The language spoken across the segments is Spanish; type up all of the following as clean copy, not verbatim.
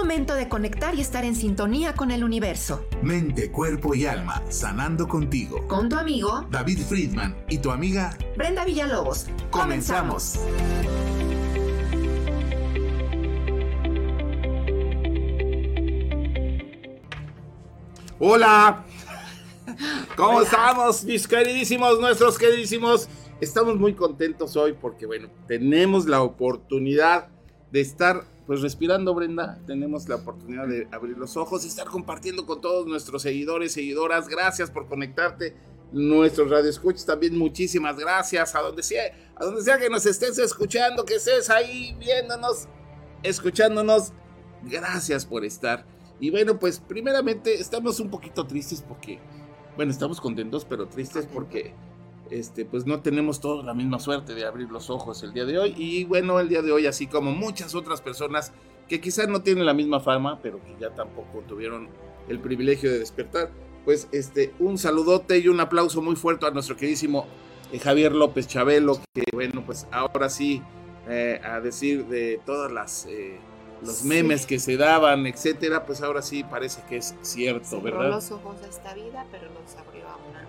momento de conectar y estar en sintonía con el universo. Mente, cuerpo y alma, sanando contigo. Con tu amigo David Friedman y tu amiga Brenda Villalobos. ¡Comenzamos! Hola, ¿cómo estamos, mis queridísimos, nuestros queridísimos? Estamos muy contentos hoy porque, bueno, tenemos la oportunidad de estar, pues, respirando, Brenda. Tenemos la oportunidad de abrir los ojos y estar compartiendo con todos nuestros seguidores, seguidoras. Gracias por conectarte. Nuestros radioescuchas también, muchísimas gracias. A donde sea que nos estés escuchando, que estés ahí viéndonos, escuchándonos. Gracias por estar. Y bueno, pues primeramente estamos un poquito tristes porque, bueno, estamos contentos pero tristes porque pues no tenemos todos la misma suerte de abrir los ojos el día de hoy. Y bueno, el día de hoy, así como muchas otras personas que quizás no tienen la misma fama, pero que ya tampoco tuvieron el privilegio de despertar, pues un saludote y un aplauso muy fuerte a nuestro queridísimo Javier López Chabelo, que bueno, pues ahora sí, a decir de todas los memes que se daban, etcétera, pues ahora sí parece que es cierto, cerró, ¿verdad? Los ojos de esta vida, pero los abrió a una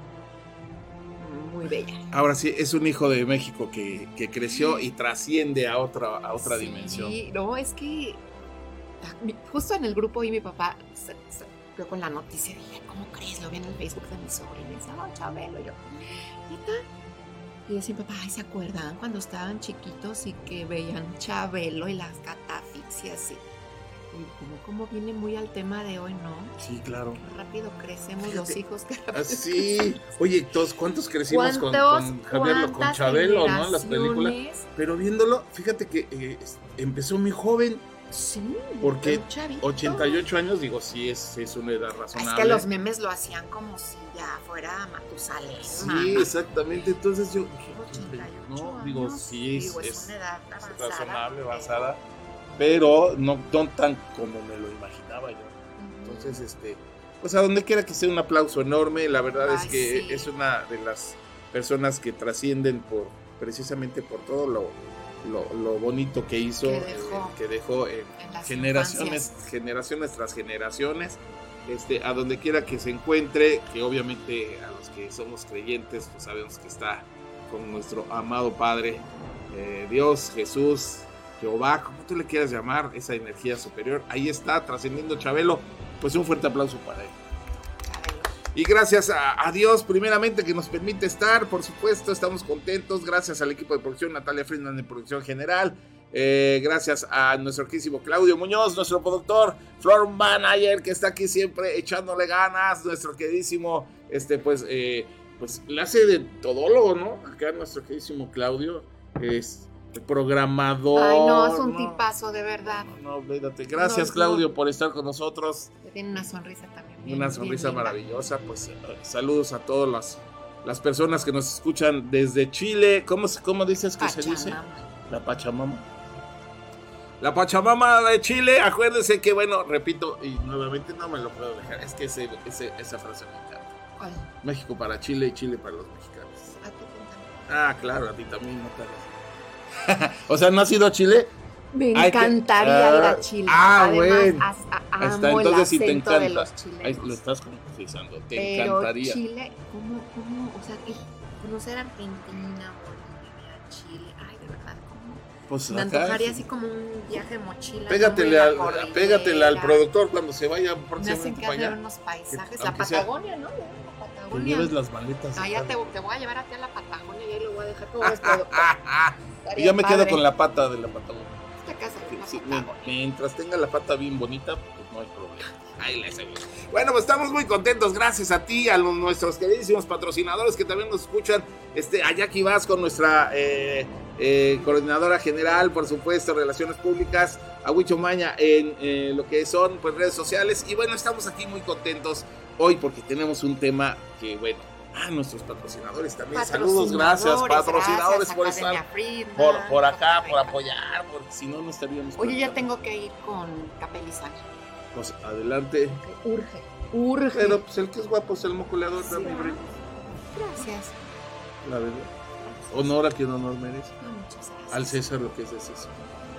muy bella. Ahora sí, es un hijo de México que creció y trasciende a otra Sí, dimensión. No, es que justo en el grupo y mi papá vio con la noticia y dije, ¿cómo crees? Lo vi en el Facebook de mi sobrina y dice, oh, Chabelo, y yo, ¿neta? Y decía mi papá, ay, ¿se acuerdan cuando estaban chiquitos y que veían Chabelo y las catafixias? Y como viene muy al tema de hoy, ¿no? Sí, claro. Qué rápido crecemos los hijos. Sí, oye, todos, ¿cuántos crecimos con Javier, con Chabelo, ¿no? En las películas. Pero viéndolo, fíjate que empezó muy joven. Sí, porque 88 años, digo, sí es una edad razonable. Es que los memes lo hacían como si ya fuera Matusalén. Sí, exactamente. Entonces yo dije, 88 no, digo, años, sí es una edad razonable, avanzada, pero no tan como me lo imaginaba yo. Entonces, pues a donde quiera que sea, un aplauso enorme. La verdad es que sí, es una de las personas que trascienden precisamente por todo lo bonito que hizo, que dejó en generaciones tras generaciones, a donde quiera que se encuentre, que obviamente a los que somos creyentes pues sabemos que está con nuestro amado Padre, Dios, Jesús, Jehová, como tú le quieras llamar, esa energía superior, ahí está trascendiendo Chabelo. Pues un fuerte aplauso para él. Y gracias a Dios, primeramente, que nos permite estar, por supuesto, estamos contentos, gracias al equipo de producción, Natalia Friedman de producción general, gracias a nuestro queridísimo Claudio Muñoz, nuestro productor, floor manager, que está aquí siempre echándole ganas, nuestro queridísimo, pues le hace de todólogo, ¿no? Acá nuestro queridísimo Claudio es programador. Ay, no, es un tipazo, de verdad. No, olvídate. Gracias, Claudio, por estar con nosotros. Tiene una sonrisa también. Una sonrisa maravillosa. Pues saludos a todas las personas que nos escuchan desde Chile. ¿Cómo dices que se dice? La Pachamama. La Pachamama de Chile. Acuérdense que, bueno, repito, y nuevamente no me lo puedo dejar. Es que esa frase me encanta. ¿Cuál? México para Chile y Chile para los mexicanos. A ti también. Ah, claro, a ti también, no te hagas. O sea, ¿no has ido a Chile? Me encantaría ir a Chile. Además, bueno. Amo entonces, si te encanta, de los chilenos. Ahí lo estás confesando, te Pero encantaría. Chile, ¿cómo? O sea, conocer Argentina, Bolivia, Chile, ay, de verdad, ¿cómo? Pues me antojaría así como un viaje de mochila. Pégatele al productor cuando se vaya Me próximamente hacen que hacer unos paisajes, la Patagonia, ¿no? Que lleves las maletas. Ya te voy a llevar a ti a la Patagonia y ahí lo voy a dejar como productor. Y yo me quedo con la pata de la Patagonia. Esta casa sí, mientras tenga la pata bien bonita, pues no hay problema. Ahí la seguimos. Bueno, pues estamos muy contentos, gracias a ti, a nuestros queridísimos patrocinadores que también nos escuchan, a Jackie Vasco, nuestra coordinadora general, por supuesto, Relaciones Públicas, a Huicho Maña en lo que son pues redes sociales. Y bueno, estamos aquí muy contentos hoy porque tenemos un tema que, bueno, nuestros patrocinadores también. Saludos, gracias, patrocinadores, por estar por acá, por apoyar, porque si no, no estaríamos. Oye, ya tengo que ir con Capelizar. Pues adelante. Urge. Pero pues el que es guapo es el moculeador, sí, Dami Brito. Gracias. La verdad. Honor a quien honor merece. No, muchas gracias. Al César lo que es de César.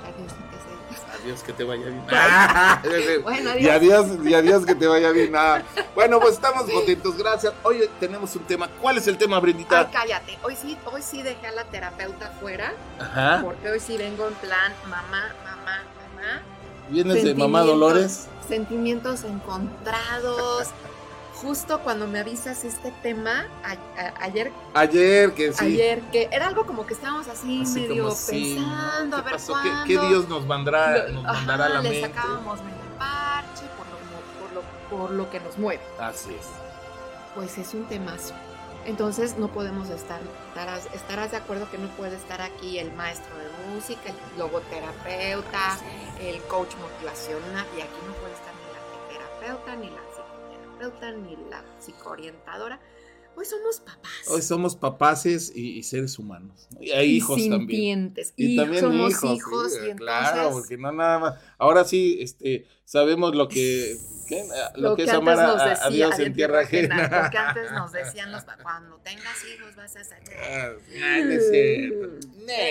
Adiós, Adiós, que te vaya bien. Bueno, y adiós, que te vaya bien. Bueno, pues estamos contentos, gracias. Hoy tenemos un tema. ¿Cuál es el tema, Brendita? Ay, cállate. Hoy sí dejé a la terapeuta fuera. Ajá. Porque hoy sí vengo en plan mamá. ¿Vienes de Mamá Dolores? Sentimientos encontrados. Justo cuando me avisas este tema, ayer que era algo como que estábamos así medio pensando, a ver cuándo. ¿Qué Dios nos mandará a la mente? Le sacábamos medio parche por lo que nos mueve. Así es. Pues es un temazo. Entonces no podemos estarás de acuerdo que no puede estar aquí el maestro de música, el logoterapeuta, el coach motivacional, y aquí no puede estar ni la terapeuta, ni la psicoterapeuta, ni la psicoorientadora. Hoy somos papás. Hoy somos papaces y seres humanos, ¿no? Y hay hijos también. Y también somos hijos. Sí, y entonces, claro, porque no nada más. Ahora sí, sabemos lo que es amar a Dios en tierra ajena. Lo que antes nos decían los papás, cuando tengas hijos vas a salir. No es cierto.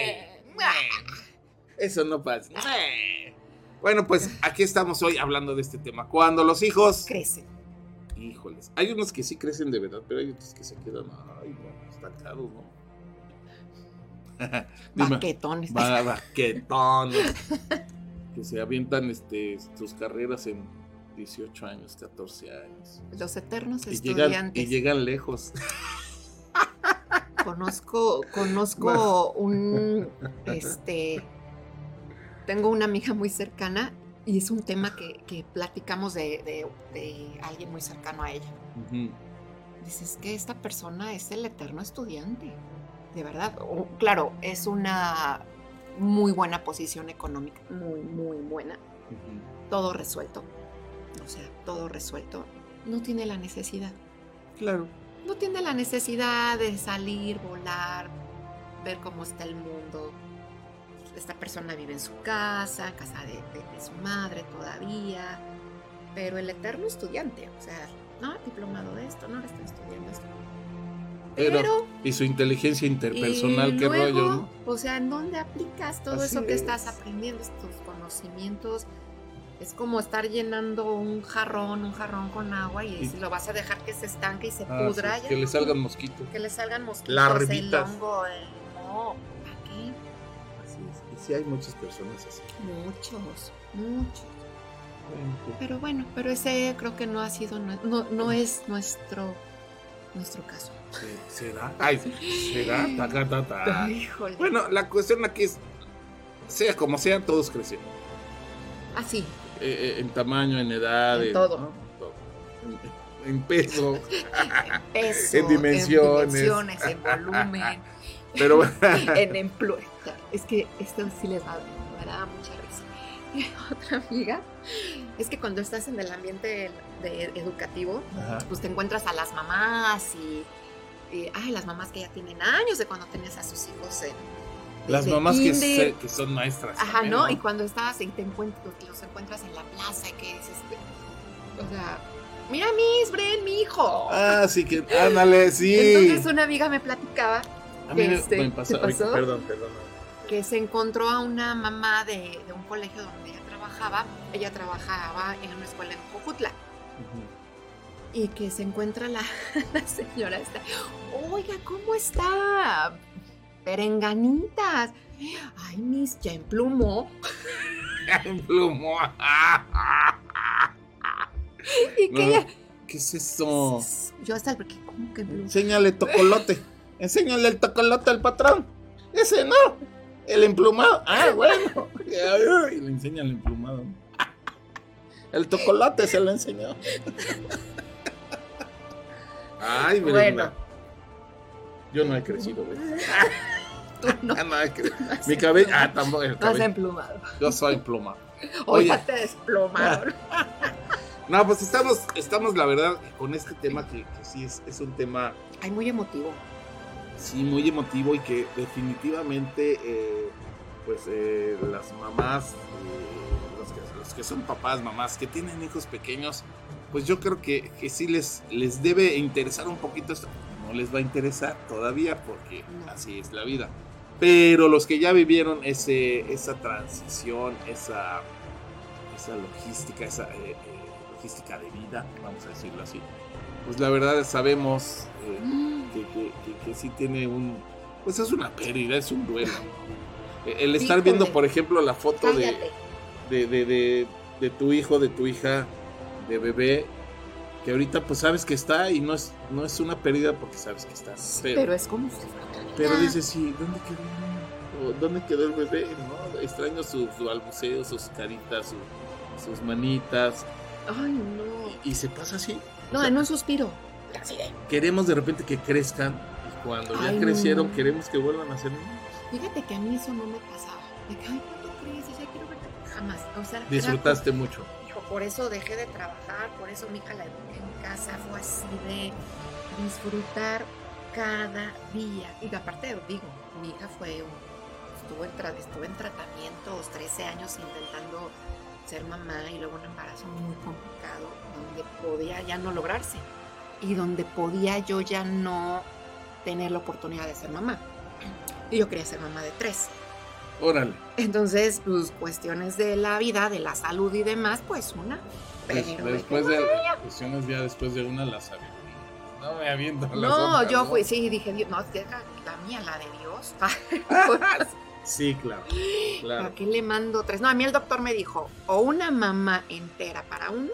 Eso no pasa. Bueno, pues aquí estamos hoy hablando de este tema. Cuando los hijos crecen. Híjoles, hay unos que sí crecen de verdad, pero hay otros que se quedan, estancados, ¿no? Baquetones. Baquetones. Que se avientan sus carreras en 18 años, 14 años. Los eternos estudiantes. Y llegan lejos. Conozco tengo una amiga muy cercana. Y es un tema que platicamos de alguien muy cercano a ella. Uh-huh. Dices que esta persona es el eterno estudiante, de verdad. Claro, es una muy buena posición económica, muy, muy buena. Uh-huh. Todo resuelto. No tiene la necesidad. Claro. No tiene la necesidad de salir, volar, ver cómo está el mundo. Esta persona vive en su casa de su madre todavía, pero el eterno estudiante, no diplomado de esto, no le está estudiando esto. Pero y su inteligencia interpersonal, qué luego, rollo, ¿no? ¿en dónde aplicas todo eso que estás aprendiendo, estos conocimientos? Es como estar llenando un jarrón con agua y lo vas a dejar que se estanque y se pudra. Sí, que le salgan mosquitos. El hongo, no. Sí, hay muchas personas así. Muchos. Pero ese creo que no ha sido, no es nuestro caso. ¿Será? ¿Será? Híjole. Bueno, la cuestión aquí es, sea como sea, todos crecen. Así. En tamaño, en edad, en todo. ¿no? En peso. En dimensiones. En volumen. Pero en empleo. Es que esto sí me da mucha risa. Y otra amiga, es que cuando estás en el ambiente educativo, pues te encuentras a las mamás y las mamás que ya tienen años de cuando tenías a sus hijos las mamás que son maestras. Ajá, también, ¿no? Y cuando estás y los encuentras en la plaza y que dices, mira mi hijo. Sí, que ándale, sí. Entonces una amiga me platicaba. A mí me pasó. Perdón. Que se encontró a una mamá de un colegio donde ella trabajaba. Ella trabajaba en una escuela en Jojutla. Uh-huh. Y que se encuentra la señora esta. Oiga, ¿cómo está? Perenganitas. Ay, Miss, ya emplumó. Y que ella... ¿Qué es eso? Yo hasta porque ¿cómo que emplumó? Enséñale tocolote. Enséñale el tocolote al patrón. Ese no. El emplumado. Bueno. Y le enseña el emplumado. El tocolote se lo enseñó. Ay, Brenda. Bueno. Yo no he crecido, güey. Tú no. Mi cabello. Tampoco. El cabello. Estás emplumado. Yo soy emplumado. Oye, te desplomaron. No, pues estamos la verdad con este tema que sí es un tema. Ay, muy emotivo. Sí, muy emotivo y que definitivamente las mamás, los que son papás, mamás, que tienen hijos pequeños, pues yo creo que sí les debe interesar un poquito esto. No les va a interesar todavía porque así es la vida. Pero los que ya vivieron esa transición, esa logística, logística de vida, vamos a decirlo así, pues la verdad sabemos que sí tiene pues es una pérdida, es un duelo. El estar viendo, por ejemplo, la foto de tu hijo, de tu hija, de bebé, que ahorita pues sabes que está y no es una pérdida porque sabes que está. Pero es como si pero dices, sí, ¿dónde quedó el bebé? ¿No? Extraño su balbuceo, sus caritas, sus manitas. Ay, no. Y se pasa así. No, en un suspiro. Queremos de repente que crezcan y cuando ya crecieron queremos que vuelvan a ser niños. Fíjate que a mí eso no me pasaba. De que, ay, ¿cuándo creces? Ya quiero verte. Jamás. O sea, disfrutaste mucho. Hijo, por eso dejé de trabajar, por eso mi hija la eduqué en casa. Fue así de disfrutar cada día. Y aparte, digo, mi hija estuvo en tratamientos 13 años intentando ser mamá y luego un embarazo muy complicado donde podía ya no lograrse y donde podía yo ya no tener la oportunidad de ser mamá. Y yo quería ser mamá de 3. Órale. Entonces, pues cuestiones de la vida, de la salud y demás, pues una. Pero después de cuestiones ya después de una la sabiduría. No me aviento las No, otras, yo ¿no? fui, sí, dije, Dios, no, deja la mía, la de Dios. Sí, claro. ¿Para qué le mando 3? No, a mí el doctor me dijo, o una mamá entera para uno,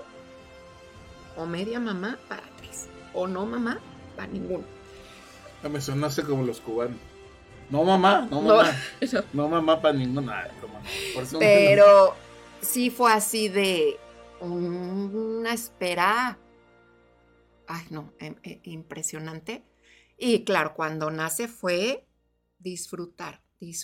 o media mamá para 3, o no mamá para ninguno. No me sonaste como los cubanos. No mamá, no mamá. No mamá para ninguno. Por eso pero sí fue así de una espera. Ay, no, impresionante. Y claro, cuando nace fue disfrutar,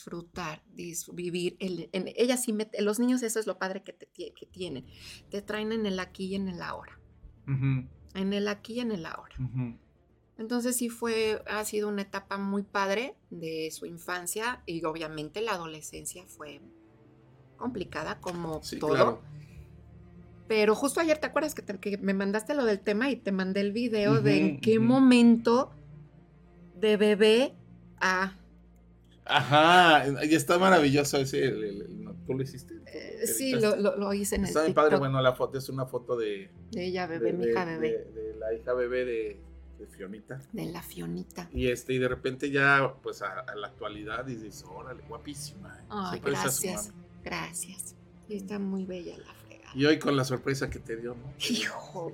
vivir. Ella sí los niños, eso es lo padre que tienen. Te traen en el aquí y en el ahora. Uh-huh. En el aquí y en el ahora. Uh-huh. Entonces sí ha sido una etapa muy padre de su infancia y obviamente la adolescencia fue complicada como todo. Claro. Pero justo ayer, ¿te acuerdas que me mandaste lo del tema y te mandé el video de en qué momento de bebé a... Ajá, y está maravilloso ese, ¿tú lo hiciste? Sí, lo hice en el TikTok. Está bien padre, bueno, la foto es una foto de ella bebé, mi hija bebé. De la hija bebé de Fionita. De la Fionita. Y de repente ya, pues a la actualidad dices, órale, guapísima. Ay, gracias. Sí, está muy bella la fregada. Y hoy con la sorpresa que te dio, ¿no? Híjole.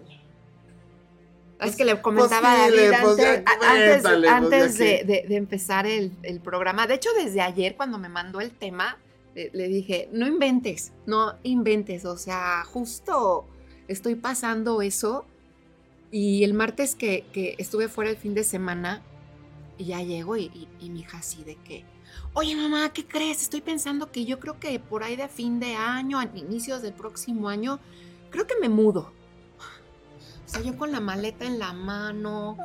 Es que le comentaba a David antes de empezar el programa. De hecho, desde ayer cuando me mandó el tema, le dije, no inventes. O sea, justo estoy pasando eso. Y el martes que estuve fuera el fin de semana, y ya llego y mi hija así de que, oye mamá, ¿qué crees? Estoy pensando que yo creo que por ahí de fin de año, a inicios del próximo año, creo que me mudo. O sea, yo con la maleta en la mano.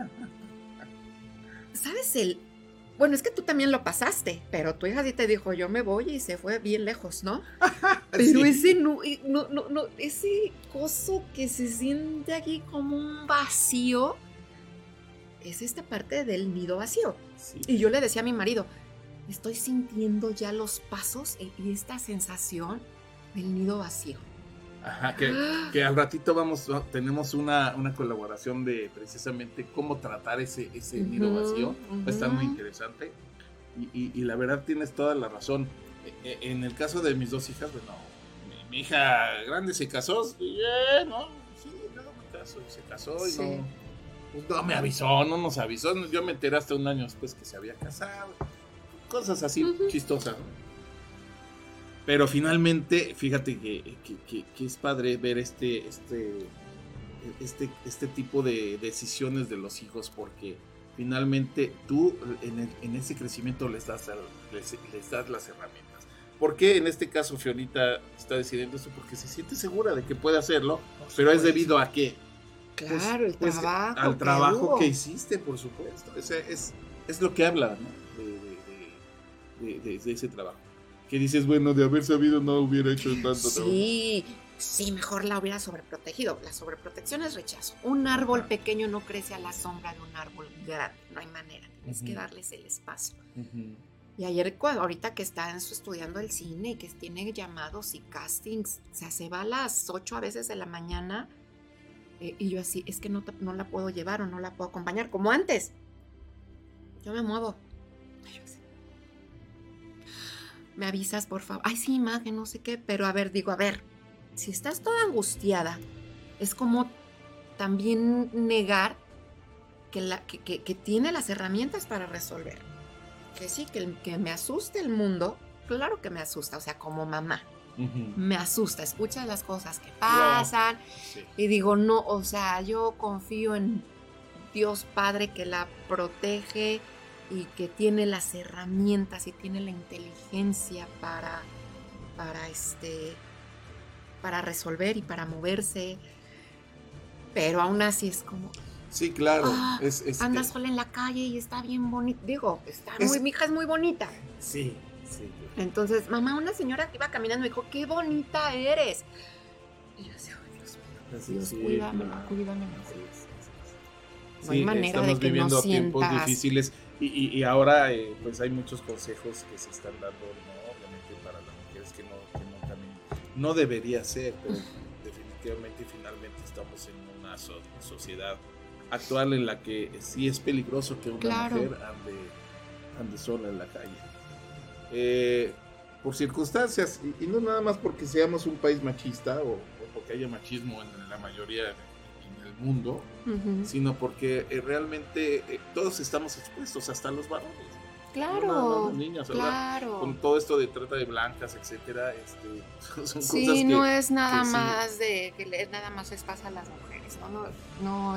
¿Sabes Bueno, es que tú también lo pasaste, pero tu hija sí te dijo, yo me voy y se fue bien lejos, ¿no? Pero sí. Ese coso que se siente aquí como un vacío, es esta parte del nido vacío. Sí. Y yo le decía a mi marido, estoy sintiendo ya los pasos y esta sensación del nido vacío. Ajá, que al ratito tenemos una colaboración de precisamente cómo tratar ese nido vacío. Va a estar muy interesante. Y la verdad tienes toda la razón. En el caso de mis 2 hijas, bueno, mi hija grande se casó, ¿no? Sí, luego me casó y se casó y no me avisó, no nos avisó. Yo me enteré hasta un año después que se había casado. Cosas así chistosas, ¿no? Pero finalmente, fíjate que es padre ver este tipo de decisiones de los hijos, porque finalmente tú en ese crecimiento les das las herramientas. ¿Por qué en este caso Fionita está decidiendo eso? Porque se siente segura de que puede hacerlo, pero es debido a qué? Claro, pues, al trabajo que hiciste, por supuesto. Es lo que habla, ¿no? de ese trabajo. Que dices, bueno, de haber sabido no hubiera hecho tanto trabajo. Sí, mejor la hubiera sobreprotegido. La sobreprotección es rechazo. Un árbol pequeño no crece a la sombra de un árbol grande. No hay manera. Tienes que darles el espacio. Y ayer, ahorita que está estudiando el cine y que tiene llamados y castings, o sea, se va a las 8 a veces de la mañana y yo así, es que no la puedo llevar o no la puedo acompañar, como antes. Yo me muevo. Y yo así, me avisas, por favor. Ay, sí, ma, que no sé qué, pero a ver, si estás toda angustiada, es como también negar que tiene las herramientas para resolver. Que sí, que me asusta el mundo, claro que me asusta, o sea, como mamá, me asusta, escuchas las cosas que pasan, sí. Y digo, no, o sea, yo confío en Dios Padre que la protege y que tiene las herramientas y tiene la inteligencia para resolver y para moverse, pero aún así es como... Sí, claro. Anda sola en la calle y está bien bonita. Digo, mi hija es muy bonita. Sí. Entonces, mamá, una señora que iba caminando me dijo, qué bonita eres. Y yo decía, Dios mío, Dios, cuídame. No hay manera de que no sientas. Estamos viviendo tiempos difíciles y ahora pues hay muchos consejos que se están dando, ¿no? Obviamente para las mujeres que no también, no debería ser, pero definitivamente finalmente estamos en una sociedad actual en la que sí es peligroso que una mujer ande sola en la calle. Por circunstancias, y no nada más porque seamos un país machista o porque haya machismo en la mayoría en el mundo, sino porque realmente todos estamos expuestos, hasta los varones. Claro, no las niñas, claro. ¿verdad? Con todo esto de trata de blancas, etcétera, son cosas que... Sí, no es nada más de que nada más les pasa a las mujeres, no,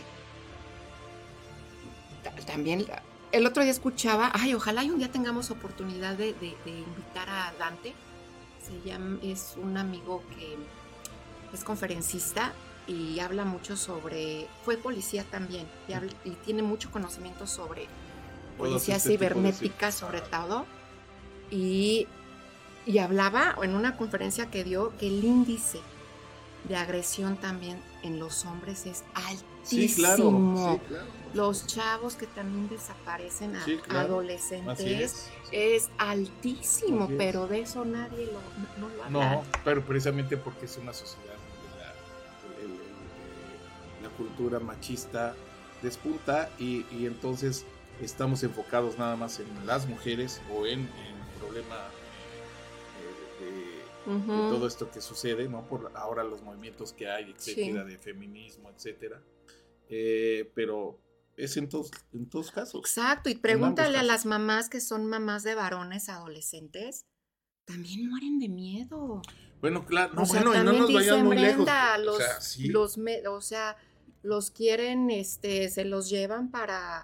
también el otro día escuchaba, ojalá y un día tengamos oportunidad de invitar a Dante. Es un amigo que es conferencista y habla mucho fue policía también y tiene mucho conocimiento sobre policía cibernética sobre todo, y hablaba en una conferencia que dio que el índice de agresión también en los hombres es altísimo. Sí, claro. Los chavos que también desaparecen adolescentes es altísimo, pero de eso nadie no lo habla. No, pero precisamente porque es una sociedad donde la cultura machista despunta y entonces estamos enfocados nada más en las mujeres o en el problema de todo esto que sucede, ¿no? Por ahora los movimientos que hay, etcétera, de feminismo, etcétera. Pero es en todos casos. Exacto, y pregúntale a las mamás que son mamás de varones adolescentes, también mueren de miedo. Bueno, claro, no, y no nos vayan muy Brenda, lejos. Los quieren, se los llevan para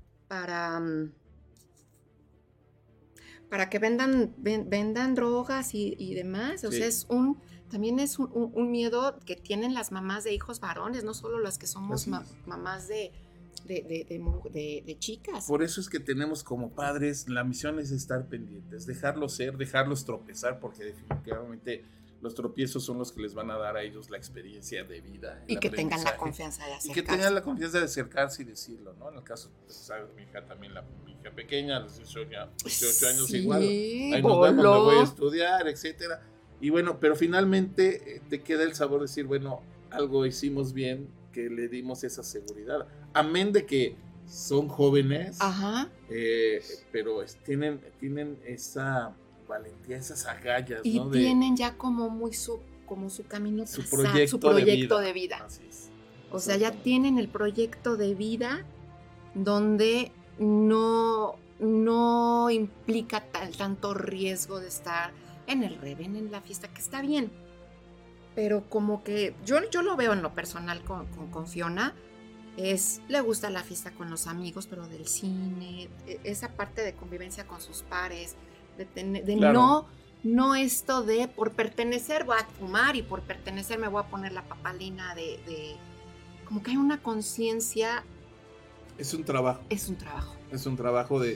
que vendan drogas y demás. O sea, también es un miedo que tienen las mamás de hijos varones, no solo las que somos mamás de chicas. Por eso es que tenemos como padres, la misión es estar pendientes, dejarlos ser, dejarlos tropezar, porque definitivamente los tropiezos son los que les van a dar a ellos la experiencia de vida. Y que tengan la confianza de acercarse. Y que tengan la confianza de acercarse y decirlo, ¿no? En el caso, sabes, mi hija también, mi hija pequeña, a los 18 años igual. Ahí nos vemos, me voy a estudiar, etcétera. Y bueno, pero finalmente te queda el sabor de decir, bueno, algo hicimos bien, que le dimos esa seguridad. Amén de que son jóvenes, pero tienen esa valentía, esas agallas, y ¿no? Tienen ya como su camino su trazado, su proyecto de vida. Así es. O sea, ya tienen el proyecto de vida donde no implica tanto riesgo de estar en el reven, en la fiesta, que está bien. Pero como que yo lo veo en lo personal con Fiona, le gusta la fiesta con los amigos, pero del cine, esa parte de convivencia con sus pares, claro. no esto de por pertenecer voy a fumar y por pertenecer me voy a poner la papalina de como que hay una conciencia. Es un trabajo. Es un trabajo. Es un trabajo de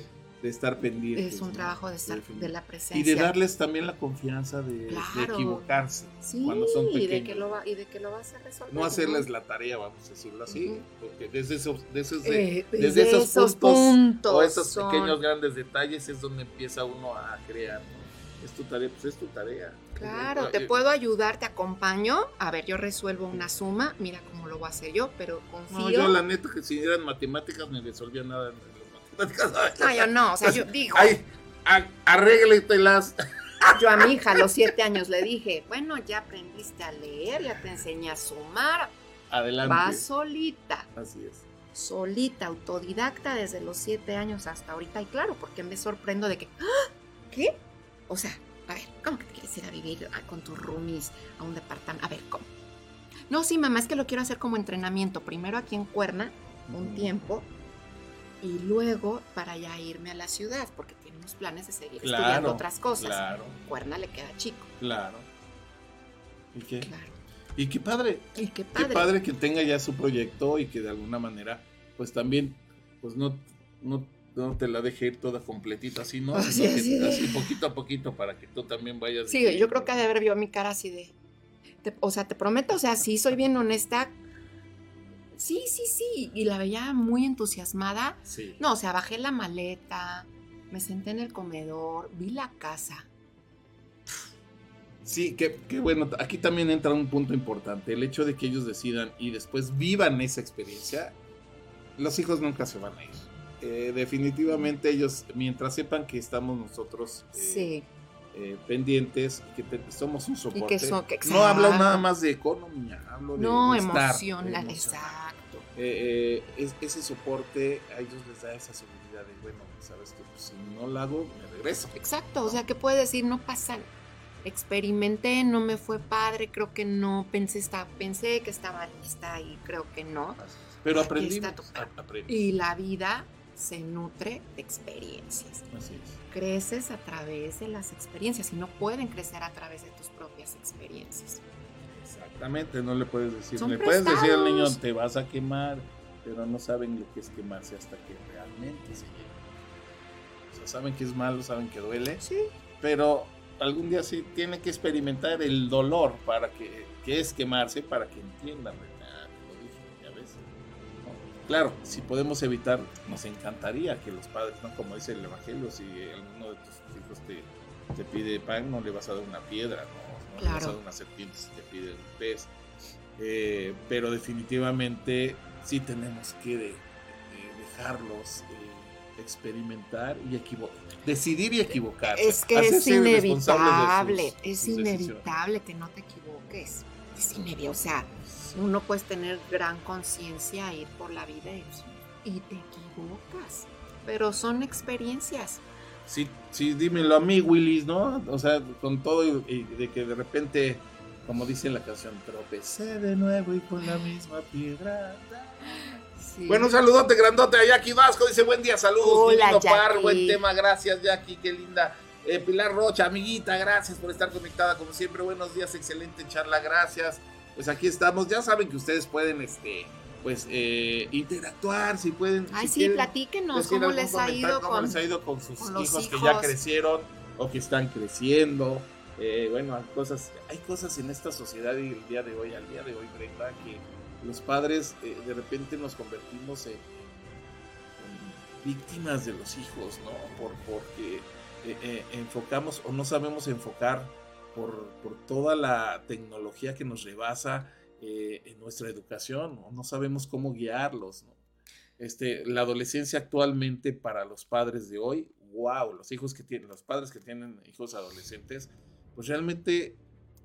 estar pendientes. Es un trabajo de estar de la presencia. Y de darles también la confianza de equivocarse cuando son pequeños. Y de que lo vas a resolver. No hacerles la tarea, vamos a decirlo así, porque desde esos puntos o esos pequeños grandes detalles es donde empieza uno a crear, ¿no? Es tu tarea, pues es tu tarea. Claro, te puedo ayudar, te acompaño. A ver, yo resuelvo una suma, mira cómo lo voy a hacer yo, pero confío. No, yo la neta que si eran matemáticas me resolvía nada en las matemáticas. No, yo no, o sea, yo digo. Ay, arréglatelas. Yo a mi hija a los 7 años le dije, bueno, ya aprendiste a leer, ya te enseñé a sumar. Adelante. Va solita. Así es. Solita, autodidacta desde los 7 años hasta ahorita. Y claro, porque me sorprendo de que, ¿ah? ¿Qué? O sea, a ver, ¿cómo que te quieres ir a vivir con tus roomies a un departamento? A ver, ¿cómo? No, sí, mamá, es que lo quiero hacer como entrenamiento. Primero aquí en Cuerna, un tiempo, y luego para ya irme a la ciudad, porque tiene unos planes de seguir estudiando otras cosas. Claro. Cuerna le queda chico. Claro. ¿Y qué? Claro. Y qué padre. Y qué padre. Qué padre que tenga ya su proyecto y que de alguna manera, pues también, pues no te la deje ir toda completita así, ¿no? Así poquito a poquito para que tú también vayas. Sí, yo creo que ha de haber vio mi cara así de... o sea, te prometo, o sea, sí, soy bien honesta. Sí. Y la veía muy entusiasmada. Sí. No, o sea, bajé la maleta, me senté en el comedor, vi la casa. Sí, que bueno, aquí también entra un punto importante. El hecho de que ellos decidan y después vivan esa experiencia, los hijos nunca se van a ir. Definitivamente ellos, mientras sepan que estamos nosotros pendientes, que somos un soporte. No hablo nada más de economía, hablo de emocional, exacto. Ese soporte a ellos les da esa seguridad de, bueno, sabes que pues, si no lo hago, me regreso. Exacto, ¿no? O sea, que puede decir, no pasa, experimenté, no me fue padre, creo que no, pensé que estaba lista y creo que no. Pero aprendí. Y la vida se nutre de experiencias. Así es. Creces a través de las experiencias y no pueden crecer a través de tus propias experiencias. Exactamente, no le puedes decir, Son le puedes decir al niño te vas a quemar, pero no saben lo que es quemarse hasta que realmente se llegue. O sea, saben que es malo, saben que duele, sí, pero algún día sí tiene que experimentar el dolor para que es quemarse, para que entiendan. Claro, si podemos evitar, nos encantaría que los padres, ¿no? Como dice el Evangelio, si alguno de tus hijos te pide pan, no le vas a dar una piedra, no le vas a dar una serpiente si te pide un pez. Pero definitivamente sí tenemos que dejarlos experimentar y decidir y equivocarse. Es que es inevitable, que no te equivoques. Es inevitable, o sea, uno puede tener gran conciencia, ir por la vida y te equivocas, pero son experiencias. Sí, dímelo a mí, Willis, ¿no? O sea, con todo y de que de repente, como dice la canción, tropecé de nuevo y con la misma piedra. Sí. Bueno, un saludote grandote a Jackie Vasco, dice buen día, saludos. Hola, lindo par, buen tema, gracias Jackie, qué linda. Pilar Rocha, amiguita, gracias por estar conectada como siempre, buenos días, excelente charla, gracias. Pues aquí estamos, ya saben que ustedes pueden interactuar, si pueden. Ay, sí, platíquenos cómo les ha ido con sus hijos que ya crecieron o que están creciendo. Bueno, hay cosas en esta sociedad y al día de hoy, Brenda, que los padres de repente nos convertimos en víctimas de los hijos, ¿no? Porque enfocamos o no sabemos enfocar por toda la tecnología que nos rebasa en nuestra educación, ¿no? No sabemos cómo guiarlos, ¿no? La adolescencia actualmente para los padres de hoy, wow, los padres que tienen hijos adolescentes, pues realmente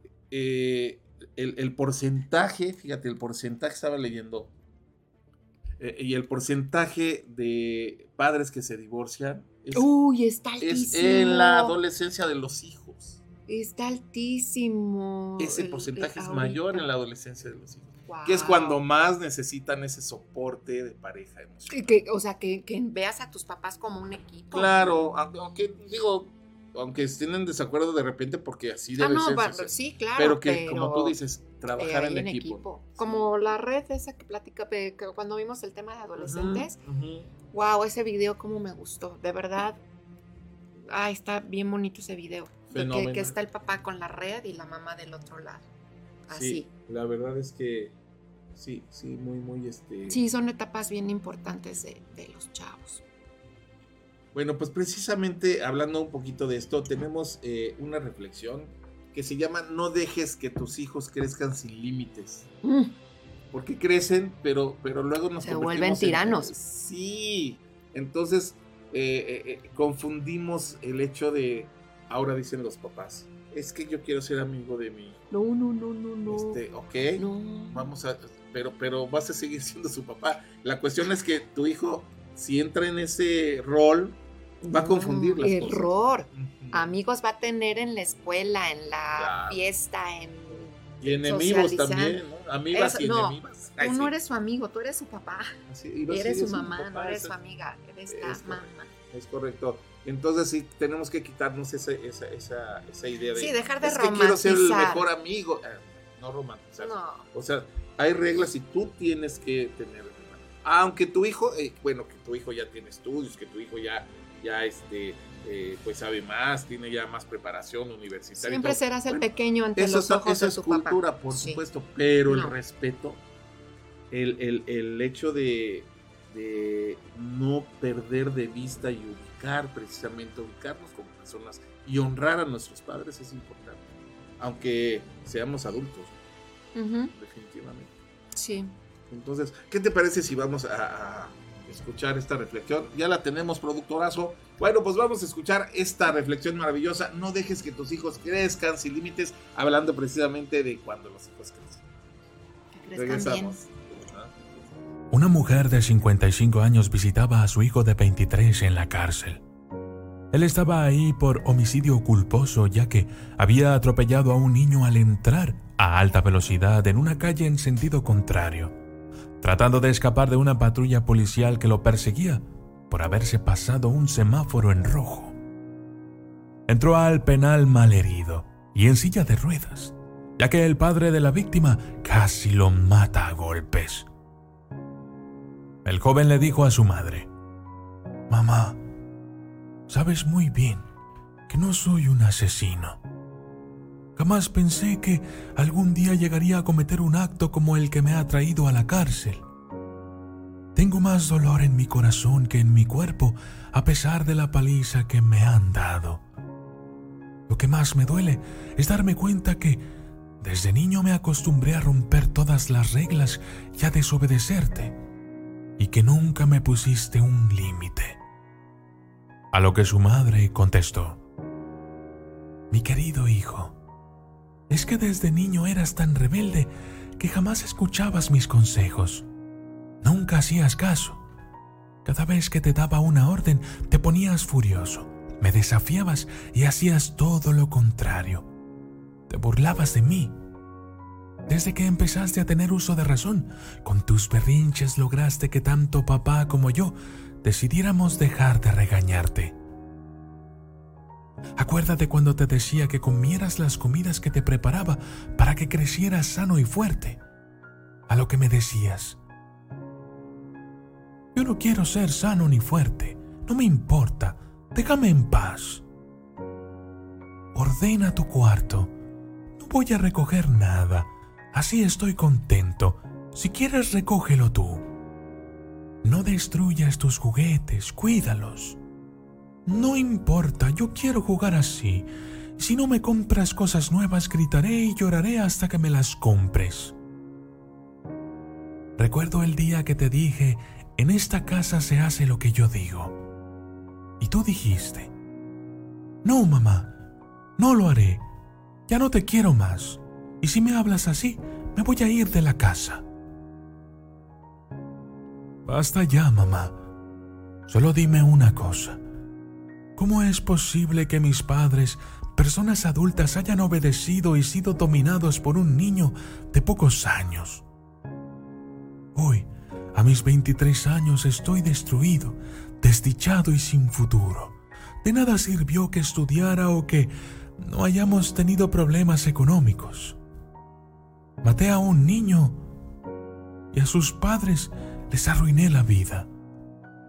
el porcentaje, fíjate, estaba leyendo, y el porcentaje de padres que se divorcian está altísimo. Es en la adolescencia de los hijos. Está altísimo. Ese porcentaje es mayor en la adolescencia de los hijos. Wow. Que es cuando más necesitan ese soporte de pareja emocional. Que veas a tus papás como un equipo. Claro, aunque estén en desacuerdo de repente, porque así debe ser. Sí, claro. Pero como tú dices, trabajar en equipo. Como la red esa que platica, que cuando vimos el tema de adolescentes. Wow, ese video cómo me gustó. De verdad, está bien bonito ese video. Fenomenal. Que está el papá con la red y la mamá del otro lado. Así. Sí, la verdad es que sí, muy Sí, son etapas bien importantes de los chavos. Bueno, pues precisamente hablando un poquito de esto, tenemos una reflexión que se llama no dejes que tus hijos crezcan sin límites. Porque crecen, pero luego nos se vuelven tiranos. Sí, entonces confundimos el hecho de, ahora dicen los papás, es que yo quiero ser amigo de mi... No. Ok, no. Vamos a... Pero vas a seguir siendo su papá. La cuestión es que tu hijo, si entra en ese rol, va a confundir las cosas. Error. Amigos va a tener en la escuela, en la fiesta, y enemigos también, ¿no? Amigas y enemigas. Tú no eres su amigo, tú eres su papá. Sí, eres su mamá, no eres su amiga, eres la mamá. Es correcto. Entonces sí, tenemos que quitarnos esa idea de... Sí, dejar de romantizar. Quiero ser el mejor amigo. No romantizar. No. O sea, hay reglas y tú tienes que tener... Aunque tu hijo, que tu hijo ya tiene estudios, que tu hijo ya pues sabe más, tiene ya más preparación universitaria. Siempre serás el pequeño ante los ojos de tu papá. Esa es cultura, por supuesto, pero el respeto, el hecho de no perder de vista y ubicarnos como personas y honrar a nuestros padres es importante, aunque seamos adultos, definitivamente. Sí. Entonces, ¿qué te parece si vamos a escuchar esta reflexión? Ya la tenemos, productorazo. Bueno, pues vamos a escuchar esta reflexión maravillosa. No dejes que tus hijos crezcan sin límites, hablando precisamente de cuando los hijos crecen. Que crezcan bien. Una mujer de 55 años visitaba a su hijo de 23 en la cárcel. Él estaba ahí por homicidio culposo, ya que había atropellado a un niño al entrar a alta velocidad en una calle en sentido contrario, tratando de escapar de una patrulla policial que lo perseguía por haberse pasado un semáforo en rojo. Entró al penal malherido y en silla de ruedas, ya que el padre de la víctima casi lo mata a golpes. El joven le dijo a su madre: «Mamá, sabes muy bien que no soy un asesino. Jamás pensé que algún día llegaría a cometer un acto como el que me ha traído a la cárcel. Tengo más dolor en mi corazón que en mi cuerpo, a pesar de la paliza que me han dado. Lo que más me duele es darme cuenta que desde niño me acostumbré a romper todas las reglas y a desobedecerte, y que nunca me pusiste un límite». A lo que su madre contestó: «Mi querido hijo, es que desde niño eras tan rebelde que jamás escuchabas mis consejos. Nunca hacías caso. Cada vez que te daba una orden, te ponías furioso, me desafiabas y hacías todo lo contrario. Te burlabas de mí. Desde que empezaste a tener uso de razón, con tus berrinches lograste que tanto papá como yo decidiéramos dejar de regañarte. Acuérdate cuando te decía que comieras las comidas que te preparaba para que crecieras sano y fuerte. A lo que me decías: yo no quiero ser sano ni fuerte, no me importa, déjame en paz. Ordena tu cuarto, no voy a recoger nada, así estoy contento, si quieres recógelo tú. No destruyas tus juguetes, cuídalos. No importa, yo quiero jugar así. Si no me compras cosas nuevas, gritaré y lloraré hasta que me las compres. Recuerdo el día que te dije: en esta casa se hace lo que yo digo. Y tú dijiste: no, mamá, no lo haré. Ya no te quiero más. Y si me hablas así, me voy a ir de la casa. Basta ya, mamá. Solo dime una cosa. ¿Cómo es posible que mis padres, personas adultas, hayan obedecido y sido dominados por un niño de pocos años? Hoy, a mis 23 años, estoy destruido, desdichado y sin futuro. De nada sirvió que estudiara o que no hayamos tenido problemas económicos. Maté a un niño y a sus padres les arruiné la vida.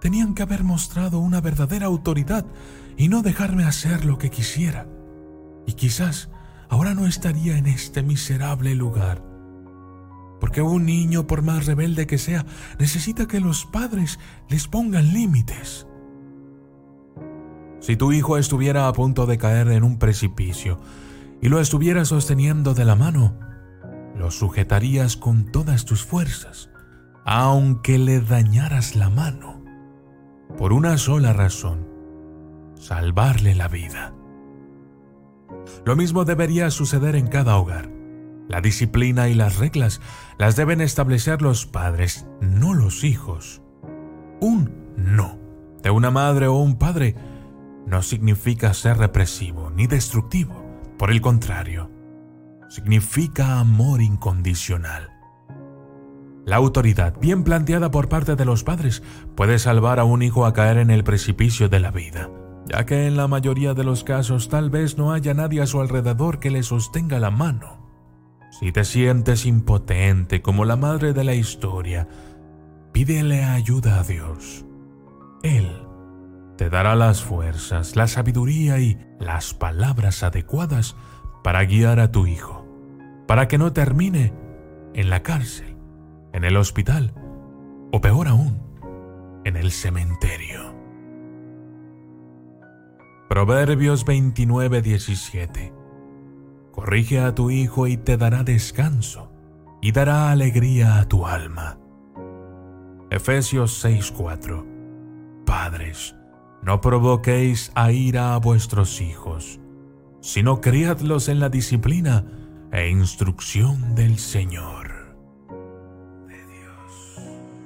tenían que haber mostrado una verdadera autoridad y no dejarme hacer lo que quisiera. Y quizás ahora no estaría en este miserable lugar. Porque un niño, por más rebelde que sea, necesita que los padres les pongan límites. Si tu hijo estuviera a punto de caer en un precipicio y lo estuvieras sosteniendo de la mano, lo sujetarías con todas tus fuerzas, aunque le dañaras la mano, por una sola razón: salvarle la vida. Lo mismo debería suceder en cada hogar. La disciplina y las reglas las deben establecer los padres, no los hijos. Un no de una madre o un padre no significa ser represivo ni destructivo. Por el contrario, significa amor incondicional. La autoridad bien planteada por parte de los padres puede salvar a un hijo a caer en el precipicio de la vida, ya que en la mayoría de los casos tal vez no haya nadie a su alrededor que le sostenga la mano. Si te sientes impotente como la madre de la historia, pídele ayuda a Dios. Él te dará las fuerzas, la sabiduría y las palabras adecuadas para guiar a tu hijo, para que no termine en la cárcel, en el hospital o peor aún, en el cementerio. Proverbios 29:17. Corrige a tu hijo y te dará descanso, y dará alegría a tu alma. Efesios 6:4. Padres, no provoquéis a ira a vuestros hijos, sino criadlos en la disciplina e instrucción del Señor. De Dios.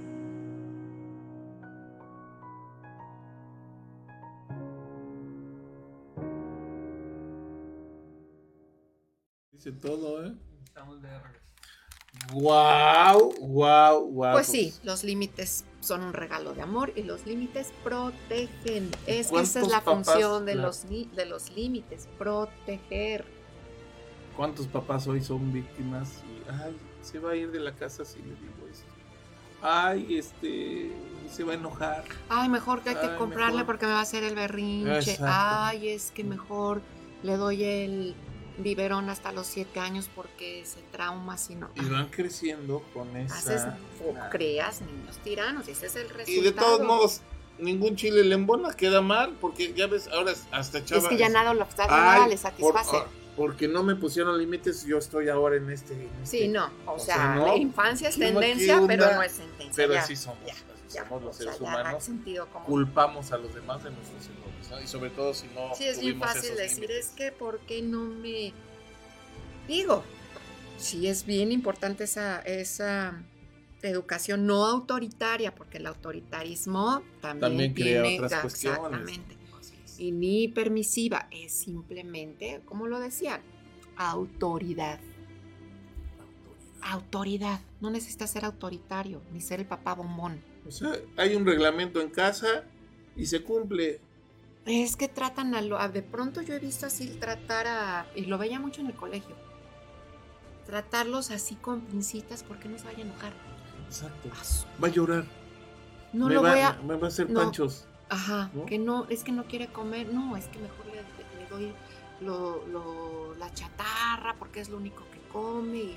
Dice todo, ¿eh? Estamos de regreso. Wow. Pues sí, los límites son un regalo de amor y los límites protegen. Es que esa es la función de los límites, proteger. ¿Cuántos papás hoy son víctimas? Y, ay, se va a ir de la casa si le digo esto. Ay, se va a enojar. Ay, mejor que hay que comprarle porque me va a hacer el berrinche. Exacto. Ay, es que mejor le doy el biberón hasta los 7 años porque se trauma si no. Y van creciendo con esa... creas niños tiranos, ese es el resultado. Y de todos modos, ningún chile le embona, queda mal, porque ya ves, ahora hasta chava... Es que ya nada le satisface. Porque no me pusieron límites, yo estoy ahora en Sí, no, o sea, no, la infancia es tendencia, pero no es sentencia. Pero ya, así somos, somos los seres humanos, como... culpamos a los demás de nuestros errores, ¿no? Y sobre todo si no sí, es bien fácil decir, límites. Es que ¿por qué no me...? Digo, sí es bien importante esa educación no autoritaria, porque el autoritarismo también crea tiene, otras cuestiones. Exactamente. Y ni permisiva, es simplemente, como lo decían, autoridad. Autoridad. No necesitas ser autoritario, ni ser el papá bombón. O sea, hay un reglamento en casa y se cumple. Es que tratan de pronto yo he visto así y lo veía mucho en el colegio, tratarlos así con pincitas porque no se vaya a enojar. Exacto. Va a llorar. No me lo va, voy a... Me va a hacer panchos. Ajá, ¿no? Que no, es que no quiere comer. No, es que mejor le doy la chatarra porque es lo único que come. Y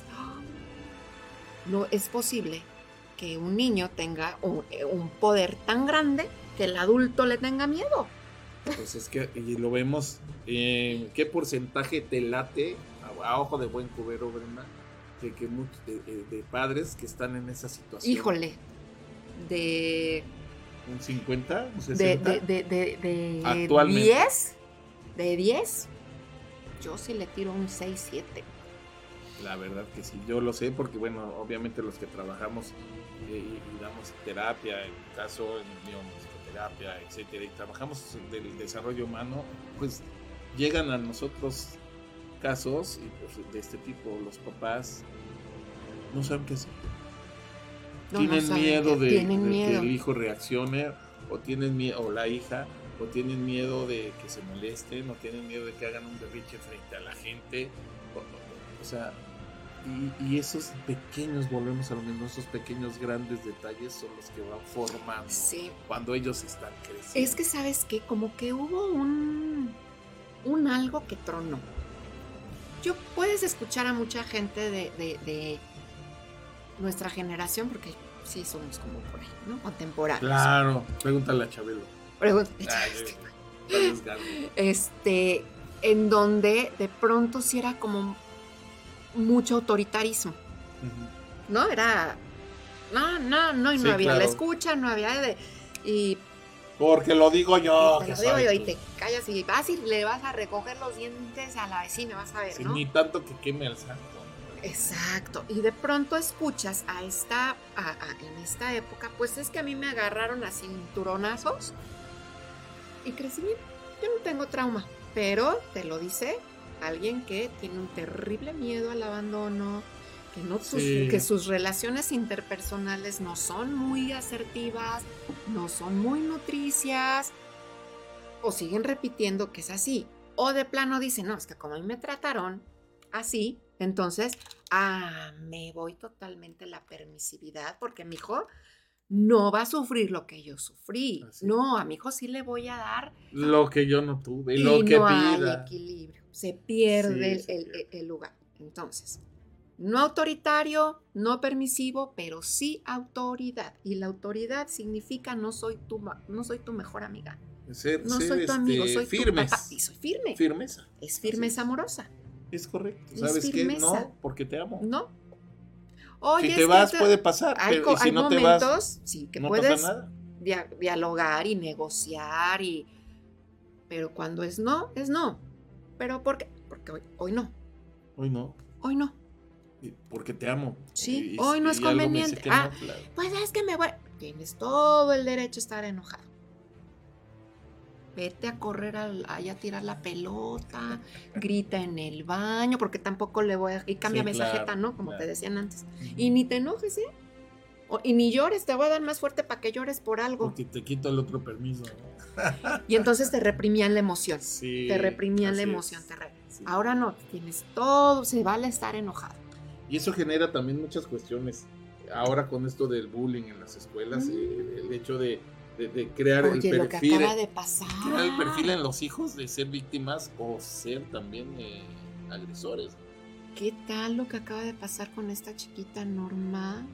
no es posible que un niño tenga un poder tan grande que el adulto le tenga miedo. Pues es que, y lo vemos, ¿qué porcentaje te late, a ojo de buen cubero, Brenda, de padres que están en esa situación? Híjole, ¿Un 50? ¿Un 60? De actualmente. 10, de 10, yo sí le tiro un 6, 7. La verdad que sí, yo lo sé porque, bueno, obviamente los que trabajamos y damos terapia, en mi caso, en psicoterapia, etcétera, y trabajamos del desarrollo humano, pues llegan a nosotros casos y pues, de este tipo, los papás no saben qué hacer. Tienen miedo de que el hijo reaccione, o tienen miedo, o la hija, o tienen miedo de que se molesten, o tienen miedo de que hagan un berrinche frente a la gente. O sea, Y esos pequeños, volvemos a lo mismo, esos pequeños grandes detalles son los que van formando cuando ellos están creciendo. Es que, ¿sabes qué? Como que hubo un algo que tronó. Puedes escuchar a mucha gente de nuestra generación, porque sí somos como por ahí, ¿no? Contemporáneos. Claro, pregúntale a Chabelo. En donde de pronto sí era como mucho autoritarismo, ¿no? Era no, y no había la escucha, no había y porque lo digo yo. Te lo digo yo, y te callas y vas y le vas a recoger los dientes a la vecina, vas a ver, ¿no? Ni tanto que queme al santo. Exacto, y de pronto escuchas en esta época, pues es que a mí me agarraron a cinturonazos y crecí bien. Yo no tengo trauma, pero te lo dice alguien que tiene un terrible miedo al abandono, que sus relaciones interpersonales no son muy asertivas, no son muy nutricias, o siguen repitiendo que es así, o de plano dicen, no, es que como a mí me trataron así, entonces, me voy totalmente la permisividad, porque mi hijo no va a sufrir lo que yo sufrí. Así. No, a mi hijo sí le voy a dar lo que yo no tuve, lo que no pida. Hay equilibrio, se pierde el lugar. Entonces, no autoritario, no permisivo, pero sí autoridad. Y la autoridad significa no soy tu mejor amiga. No soy tu amigo, soy firmes. tu papá. Y soy firme. Firmeza. Es firmeza amorosa. Es correcto. ¿Sabes qué? No, porque te amo. No. Oye, si te vas puede pasar, pero si no te vas, sí, que no puedes pasa nada. Dialogar y negociar, pero cuando es no, es no. ¿Pero por qué? Porque hoy no. Hoy no. Hoy no. Porque te amo. Sí, hoy no es conveniente. Claro. Pues es que me voy. Tienes todo el derecho a estar enojado. Vete a correr allá a tirar la pelota, grita en el baño, porque tampoco le voy a... Y cambia mensajeta, ¿no? Como te decían antes. Y ni te enojes, ¿eh? Y ni llores, te voy a dar más fuerte para que llores por algo. Porque te quito el otro permiso, ¿no? Y entonces te reprimían la emoción. Sí, te reprimían la emoción. Sí. Ahora no, tienes todo, se vale estar enojado. Y eso genera también muchas cuestiones. Ahora con esto del bullying en las escuelas, el hecho de crear el perfil. Lo que acaba de pasar. Crear el perfil en los hijos de ser víctimas o ser también agresores. ¿Qué tal lo que acaba de pasar con esta chiquita Norma?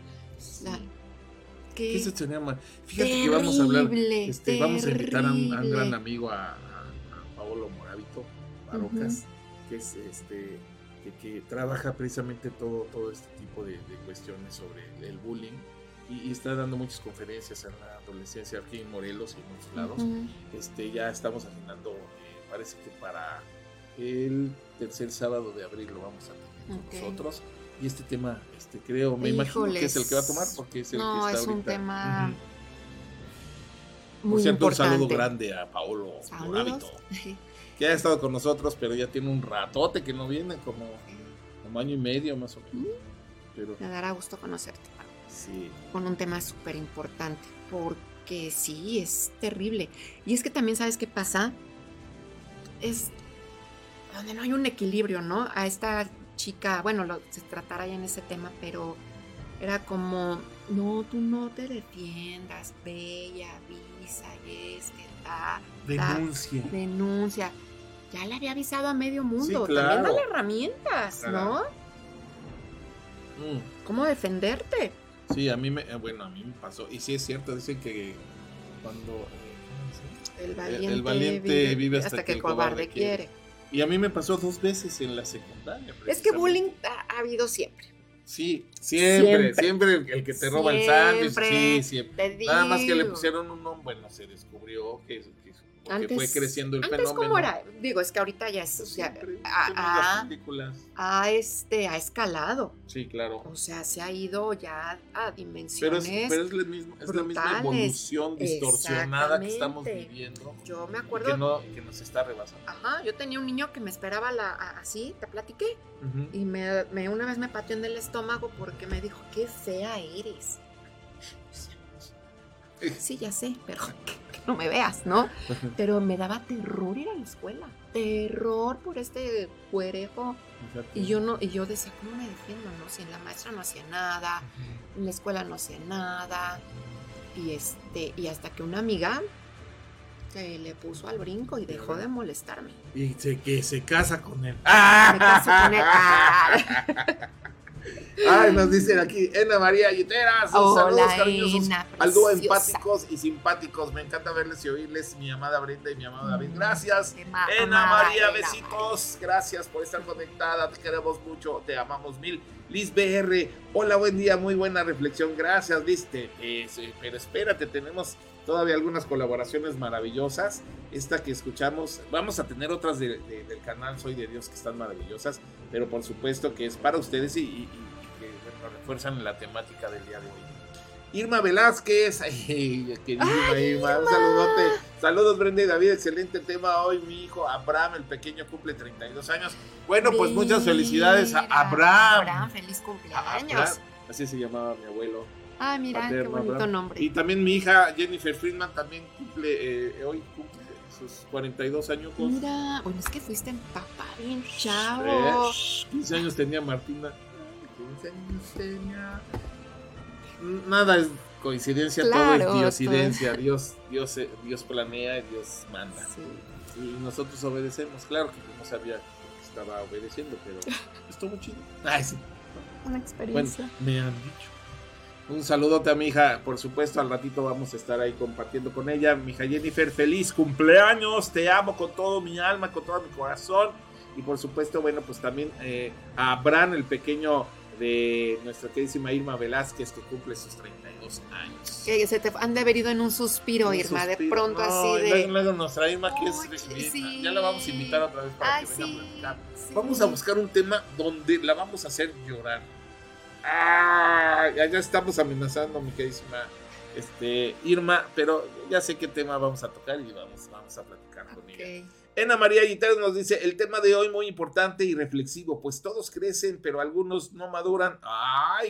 ¿Qué se tenía mal? Fíjate terrible, que vamos a hablar, vamos a invitar a un gran amigo, a Paolo Moravito Barocas, que es que trabaja precisamente todo este tipo de cuestiones sobre el bullying. Y está dando muchas conferencias en la adolescencia aquí en Morelos y en otros lados. Ya estamos agendando, parece que para el tercer sábado de abril lo vamos a tener con nosotros. Y este tema, creo, me imagino que es el que va a tomar, porque es el que está ahorita. No, es un tema muy por cierto, importante. Un saludo grande a Paolo Moravito, que ha estado con nosotros, pero ya tiene un ratote que no viene, como año y medio más o menos. Pero me dará gusto conocerte. Sí. Con un tema súper importante, porque sí, es terrible. Y es que también, ¿sabes qué pasa? Es donde no hay un equilibrio, ¿no? A esta chica, bueno, se tratará ya en ese tema, pero era como, no, tú no te defiendas, ve y avisa, y es que denuncia. Ya le había avisado a medio mundo, sí, claro. También dale herramientas, ¿no? ¿Cómo defenderte? Sí, a mí me pasó, y sí es cierto, dicen que cuando el valiente vive hasta que el cobarde quiere. Y a mí me pasó 2 veces en la secundaria. Es que bullying ha habido siempre. Sí, siempre el que te roba el sándwich, sí, siempre. Nada más que le pusieron un nombre, bueno, se descubrió que antes, fue creciendo el antes fenómeno. ¿Cómo era? Digo, es que ahorita ya es, o sea, ha escalado. Sí, claro. O sea, se ha ido ya a dimensiones pero es la misma evolución distorsionada que estamos viviendo. Yo me acuerdo que nos está rebasando. Ajá, yo tenía un niño que me esperaba así, te platiqué, y una vez me pateó en el estómago porque me dijo, qué fea eres. Sí, ya sé, pero que no me veas, ¿no? Pero me daba terror ir a la escuela. Terror por este cuerejo. Exacto. Y yo decía, ¿cómo me defiendo? No, si en la maestra no hacía nada, en la escuela no hacía nada. Y hasta que una amiga se le puso al brinco y dejó de molestarme. Y que se casa con él. Me casó con él. Ay, nos dicen aquí, Ena María Yiteras, saludos cariñosos Ena, al dúo preciosa. empáticos y simpáticos. Me encanta verles y oírles, mi amada Brenda y mi amado David. Gracias, Ena Ena María, Ena besitos. Gracias por estar conectada, te queremos mucho, te amamos mil. Liz BR, hola, buen día, muy buena reflexión. Gracias, Liz. Pero espérate, tenemos todavía algunas colaboraciones maravillosas. Esta que escuchamos, vamos a tener otras del canal Soy de Dios que están maravillosas, pero por supuesto que es para ustedes y que bueno, refuerzan la temática del día de hoy. Irma Velázquez, queridísima Irma, un saludote. Saludos, Brenda y David, excelente tema hoy. Mi hijo Abraham, el pequeño, cumple 32 años. Bueno, pues muchas felicidades a Abraham. Abraham, feliz cumpleaños. Abraham, así se llamaba mi abuelo. Ay, mira, paterno, qué bonito Abraham. nombre. Y también mi hija Jennifer Friedman también hoy cumple sus 42 años. Mira, bueno, es que fuiste en papá bien chavo. 15 años tenía Martina. 15 años tenía. Nada es coincidencia, Claro, todo es diosidencia. Dios planea y Dios manda. Sí. Y nosotros obedecemos. Claro que no sabía que estaba obedeciendo, pero estuvo chido. Ay, sí. Una Bueno, experiencia. me han dicho. Un saludote a mi hija, por supuesto, al ratito vamos a estar ahí compartiendo con ella. Mi hija Jennifer, feliz cumpleaños, te amo con todo mi alma, con todo mi corazón. Y por supuesto, bueno, pues también a Abraham, el pequeño de nuestra queridísima Irma Velázquez, que cumple sus 32 años. Que se te han de haber ido en un suspiro, Irma, de pronto No, así de... Luego nuestra Irma, que es Oye, recibida, sí. ya la vamos a invitar otra vez para Ay, que venga sí, a platicar. sí. Vamos a buscar un tema donde la vamos a hacer llorar. Ya estamos amenazando, mi queridísima Irma, pero ya sé qué tema vamos a tocar y vamos a platicar con ella. Ena María Guitarra nos dice, el tema de hoy muy importante y reflexivo, pues todos crecen, pero algunos no maduran. Ay,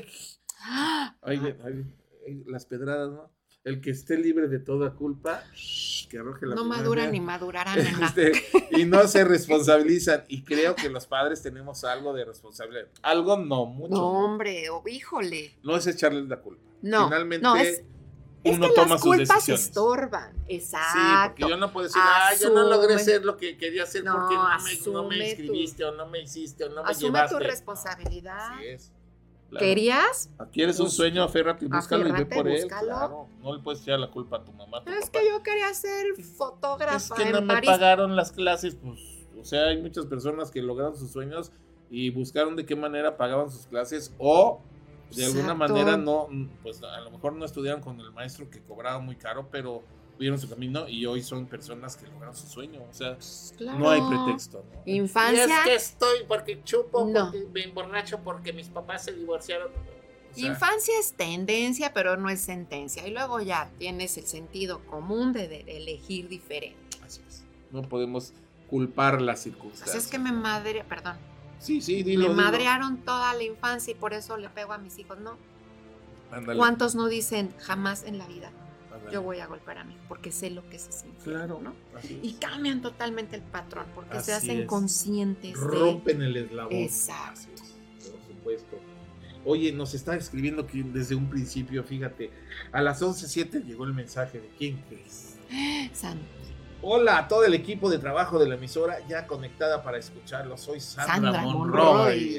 las pedradas, ¿no? El que esté libre de toda culpa, que arroje la No primera maduran piedra. ni madurarán. Nena. Y no se responsabilizan. Y creo que los padres tenemos algo de responsabilidad. Algo no, mucho. No, hombre, híjole. No es echarles la culpa. No, Finalmente, no, es uno que toma las sus culpas decisiones. estorban. Sí, Exacto. porque yo no puedo decir, yo no logré ser lo que quería hacer No, porque no me asume inscribiste o no me hiciste o no me Asume llevaste. tu responsabilidad. Así es. Claro. ¿Querías? ¿Quieres un sueño? Aférrate y búscalo y ve Aférrate, por él. búscalo. Claro. No le puedes echar la culpa a tu mamá, a tu Es papá. que yo quería ser fotógrafa Es que en no me París. pagaron las clases, pues, o sea, hay muchas personas que lograron sus sueños y buscaron de qué manera pagaban sus clases o de alguna Exacto. manera no, pues a lo mejor no estudiaron con el maestro que cobraba muy caro, pero vieron su camino y hoy son personas que lograron su sueño, o sea, Claro. no hay pretexto, ¿no? Infancia. Y es que estoy porque chupo, No. porque me emborracho, porque mis papás se divorciaron. O sea, Infancia es tendencia, pero no es sentencia. Y luego ya tienes el sentido común de elegir diferente. así es. No podemos culpar las Pues circunstancias. es que perdón, Sí, dilo. me madrearon toda la infancia y por eso le pego a mis hijos. No. Ándale, ¿Cuántos no dicen jamás en la vida ándale. yo voy a golpear a mí? Porque sé lo que se siente. Claro, ¿no? así Y es. cambian totalmente el patrón porque se Así hacen es. conscientes de... Rompen el eslabón. Exacto. Así es, por supuesto. Oye, nos está escribiendo que desde un principio, fíjate, a las 11:07 llegó el mensaje de ¿quién crees? San- Hola a todo el equipo de trabajo de la emisora, ya conectada para escucharlo. Soy Sandra Sandra Monroy. Monroy.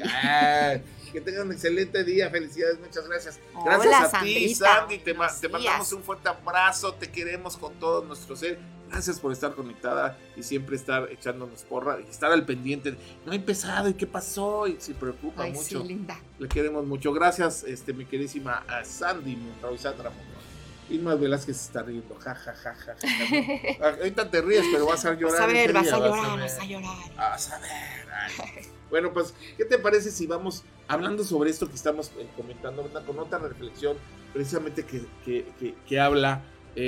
Que tengan un excelente día, felicidades, muchas gracias. Hola, Gracias a ti, Sandrita. Sandy, te Buenos mandamos días. un fuerte abrazo, te queremos con todo nuestro ser. Gracias por estar conectada y siempre estar echándonos porra y estar al pendiente. No ha empezado, ¿y qué pasó? Y se preocupa Ay, mucho. sí, linda. Le queremos mucho. Gracias, mi queridísima Sandy Monroy, Sandra Monroy. Irma Velázquez se está riendo. Ja, ja, ja, ja, ja. No. Ahorita te ríes, pero vas a llorar. Vas a ver, ese vas día, a llorar, ver. vas a llorar. Vas a ver. Ay. Bueno, pues, ¿qué te parece si vamos hablando sobre esto que estamos comentando, ¿verdad? Con otra reflexión, precisamente que habla,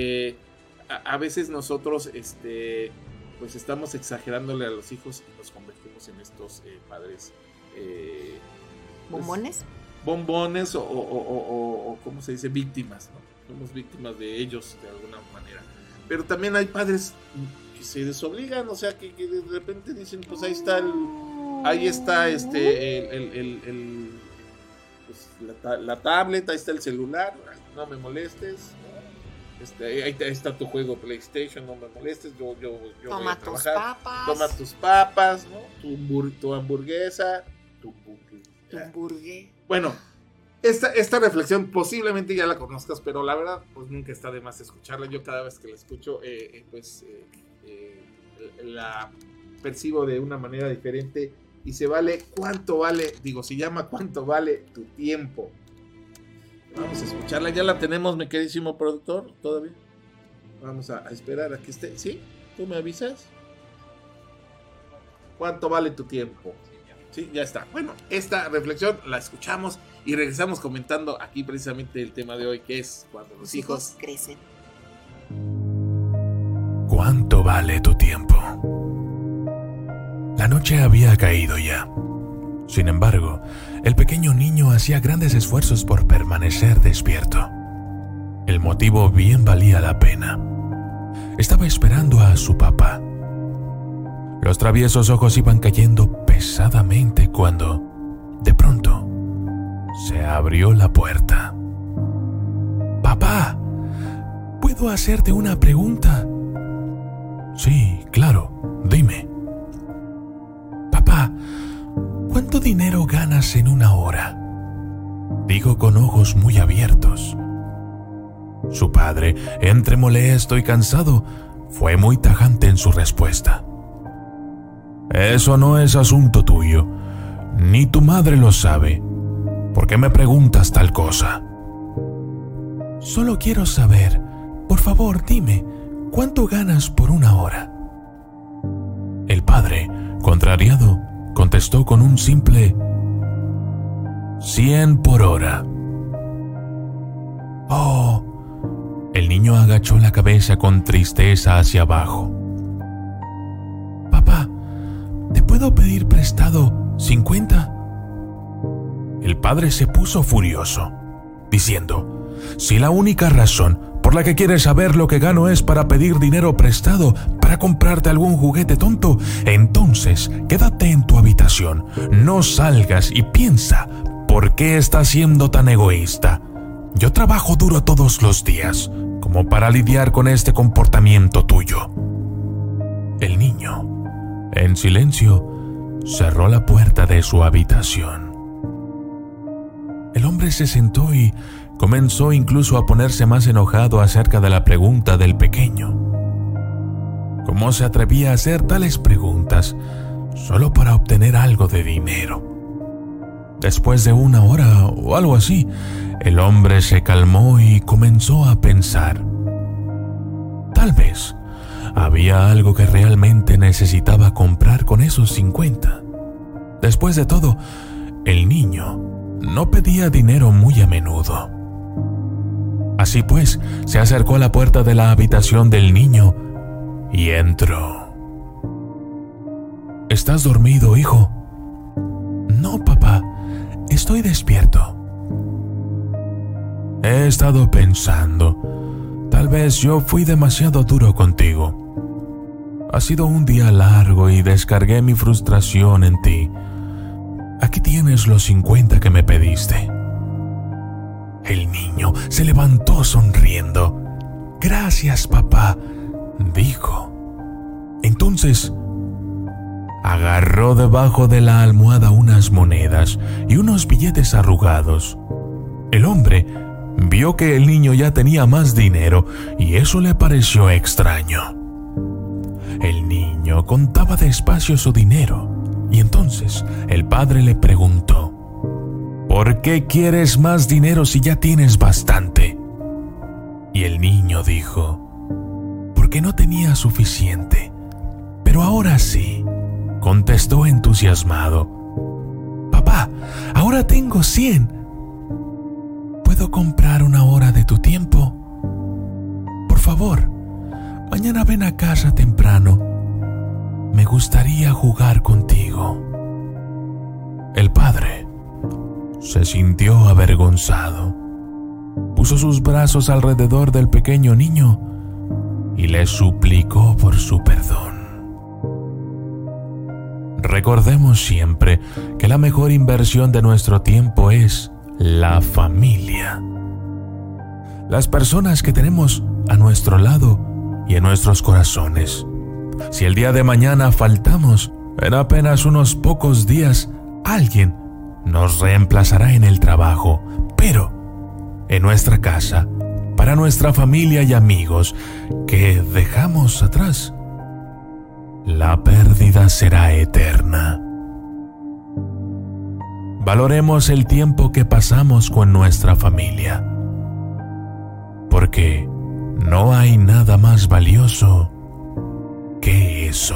a veces nosotros, pues estamos exagerándole a los hijos y nos convertimos en estos padres. Pues, ¿Bombones? bombones o ¿cómo se dice? Víctimas, ¿no? somos víctimas de ellos de alguna manera. Pero también hay padres que se desobligan, o sea, que de repente dicen, pues ahí está la tablet, ahí está el celular, no me molestes, ¿no? Ahí está tu juego PlayStation, no me molestes, yo voy a trabajar. Toma tus papas, ¿no? Tu hamburguesa, tu hamburguesa. Bueno, esta reflexión posiblemente ya la conozcas, pero la verdad, pues nunca está de más escucharla. Yo cada vez que la escucho, la percibo de una manera diferente y se llama ¿Cuánto vale tu tiempo? Vamos a escucharla, ya la tenemos, mi queridísimo productor, todavía. Vamos a esperar a que esté, ¿sí? ¿Tú me avisas? ¿Cuánto vale tu tiempo? Sí, ya está. Bueno, esta reflexión la escuchamos y regresamos comentando aquí precisamente el tema de hoy, que es cuando los hijos crecen. ¿Cuánto vale tu tiempo? La noche había caído ya. Sin embargo, el pequeño niño hacía grandes esfuerzos por permanecer despierto. El motivo bien valía la pena. Estaba esperando a su papá. Los traviesos ojos iban cayendo pesadamente cuando, de pronto, se abrió la puerta. «Papá, ¿puedo hacerte una pregunta?» «Sí, claro, dime». «Papá, ¿cuánto dinero ganas en una hora?», dijo con ojos muy abiertos. Su padre, entre molesto y cansado, fue muy tajante en su respuesta. «Eso no es asunto tuyo, ni tu madre lo sabe. ¿Por qué me preguntas tal cosa?» «Solo quiero saber, por favor, dime, ¿cuánto ganas por una hora?». El padre, contrariado, contestó con un simple 100 por hora. «Oh». El niño agachó la cabeza con tristeza hacia abajo. «Papá, ¿te puedo pedir prestado 50? El padre se puso furioso, diciendo: «Si la única razón por la que quieres saber lo que gano es para pedir dinero prestado para comprarte algún juguete tonto, entonces quédate en tu habitación, no salgas y piensa por qué estás siendo tan egoísta. Yo trabajo duro todos los días como para lidiar con este comportamiento tuyo». El niño, en silencio, cerró la puerta de su habitación. El hombre se sentó y comenzó incluso a ponerse más enojado acerca de la pregunta del pequeño. ¿Cómo se atrevía a hacer tales preguntas solo para obtener algo de dinero? Después de una hora o algo así, el hombre se calmó y comenzó a pensar. Tal vez había algo que realmente necesitaba comprar con esos 50. Después de todo, el niño no pedía dinero muy a menudo. Así pues, se acercó a la puerta de la habitación del niño y entró. «¿Estás dormido, hijo?» «No, papá, estoy despierto». «He estado pensando, tal vez yo fui demasiado duro contigo. Ha sido un día largo y descargué mi frustración en ti. Aquí tienes los 50 que me pediste». El niño se levantó sonriendo. «Gracias, papá», dijo. Entonces, agarró debajo de la almohada unas monedas y unos billetes arrugados. El hombre vio que el niño ya tenía más dinero y eso le pareció extraño. El niño contaba despacio su dinero y entonces el padre le preguntó: «¿Por qué quieres más dinero si ya tienes bastante?». Y el niño dijo: «Porque no tenía suficiente, pero ahora sí», contestó entusiasmado. «Papá, ahora tengo 100. ¿Puedo comprar una hora de tu tiempo? Por favor, mañana ven a casa temprano. Me gustaría jugar contigo». El padre se sintió avergonzado. puso sus brazos alrededor del pequeño niño y le suplicó por su perdón. Recordemos siempre que la mejor inversión de nuestro tiempo es la familia. Las personas que tenemos a nuestro lado y en nuestros corazones. Si el día de mañana faltamos, en apenas unos pocos días, alguien nos reemplazará en el trabajo, pero en nuestra casa, para nuestra familia y amigos que dejamos atrás, la pérdida será eterna. Valoremos el tiempo que pasamos con nuestra familia, porque no hay nada más valioso que eso.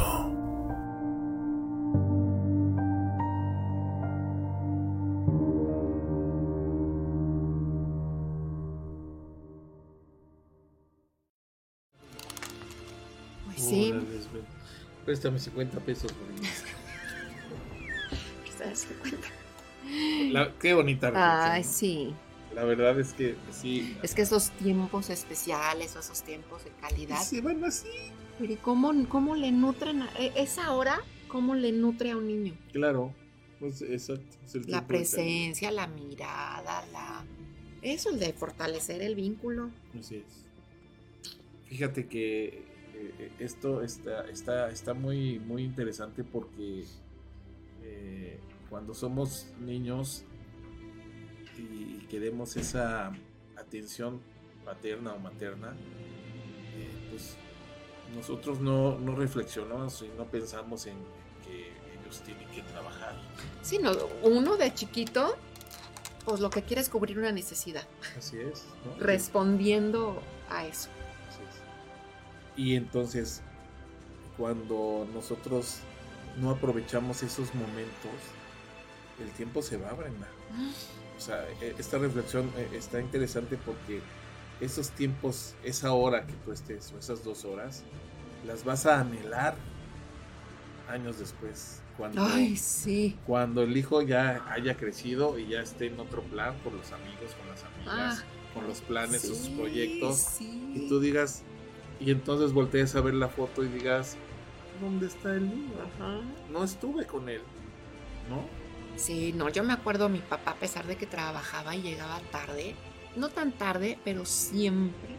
Pues sí. Préstame 50 pesos por mí. Préstame 50. Qué bonita reflexión. Ay, sí. La verdad es que sí. Es que esos tiempos especiales o esos tiempos de calidad. Sí, bueno, sí. Pero ¿cómo le nutren esa hora? ¿Cómo le nutre a un niño? Claro. Pues exacto. Es el La tiempo de presencia, la mirada, eso, el de fortalecer el vínculo. calidad. Así es. Fíjate que esto está muy, muy interesante porque cuando somos niños y queremos esa atención paterna o materna, pues nosotros no reflexionamos y no pensamos en que ellos tienen que trabajar. Sí, no, uno de chiquito, pues lo que quiere es cubrir una necesidad. Así es, ¿no? Respondiendo a eso. Así es. Y entonces, cuando nosotros no aprovechamos esos momentos, el tiempo se va, Brenda. O sea, esta reflexión está interesante porque esos tiempos, esa hora que tú estés, o esas 2 horas, las vas a anhelar años después. Ay, sí. Cuando el hijo ya haya crecido y ya esté en otro plan con los amigos, con las amigas, con los planes, sí, sus proyectos, sí. y tú digas, y entonces voltees a ver la foto y digas, ¿dónde está el niño? Ajá. No estuve con él, ¿no? Sí, no, yo me acuerdo mi papá, a pesar de que trabajaba y llegaba tarde, no tan tarde, pero siempre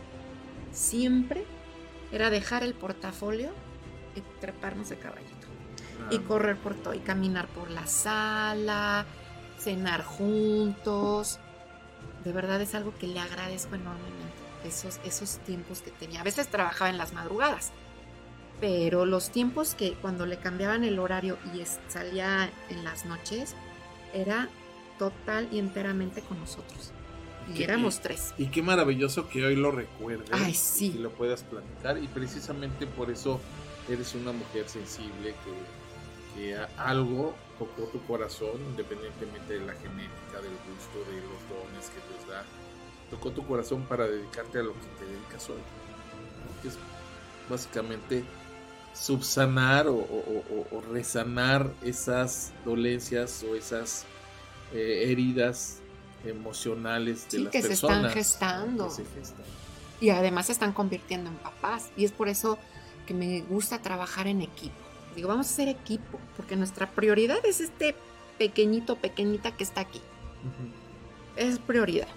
era dejar el portafolio y treparnos de caballito. Y correr por todo, y caminar por la sala, cenar juntos. De verdad es algo que le agradezco enormemente, esos tiempos que tenía. A veces trabajaba en las madrugadas, pero los tiempos que cuando le cambiaban el horario y salía en las noches, era total y enteramente con nosotros. Y éramos 3. Y qué maravilloso que hoy lo recuerdes. Ay, sí. Y que lo puedas platicar. Y precisamente por eso eres una mujer sensible que algo tocó tu corazón, independientemente de la genética, del gusto, de los dones que Dios da. Tocó tu corazón para dedicarte a lo que te dedicas hoy, ¿no? Que es básicamente subsanar o resanar esas dolencias o esas heridas emocionales de las personas. Se están gestando. Que se gestan. Y además se están convirtiendo en papás. Y es por eso que me gusta trabajar en equipo. Digo, vamos a hacer equipo, porque nuestra prioridad es este pequeñita que está aquí. Uh-huh. Es prioridad.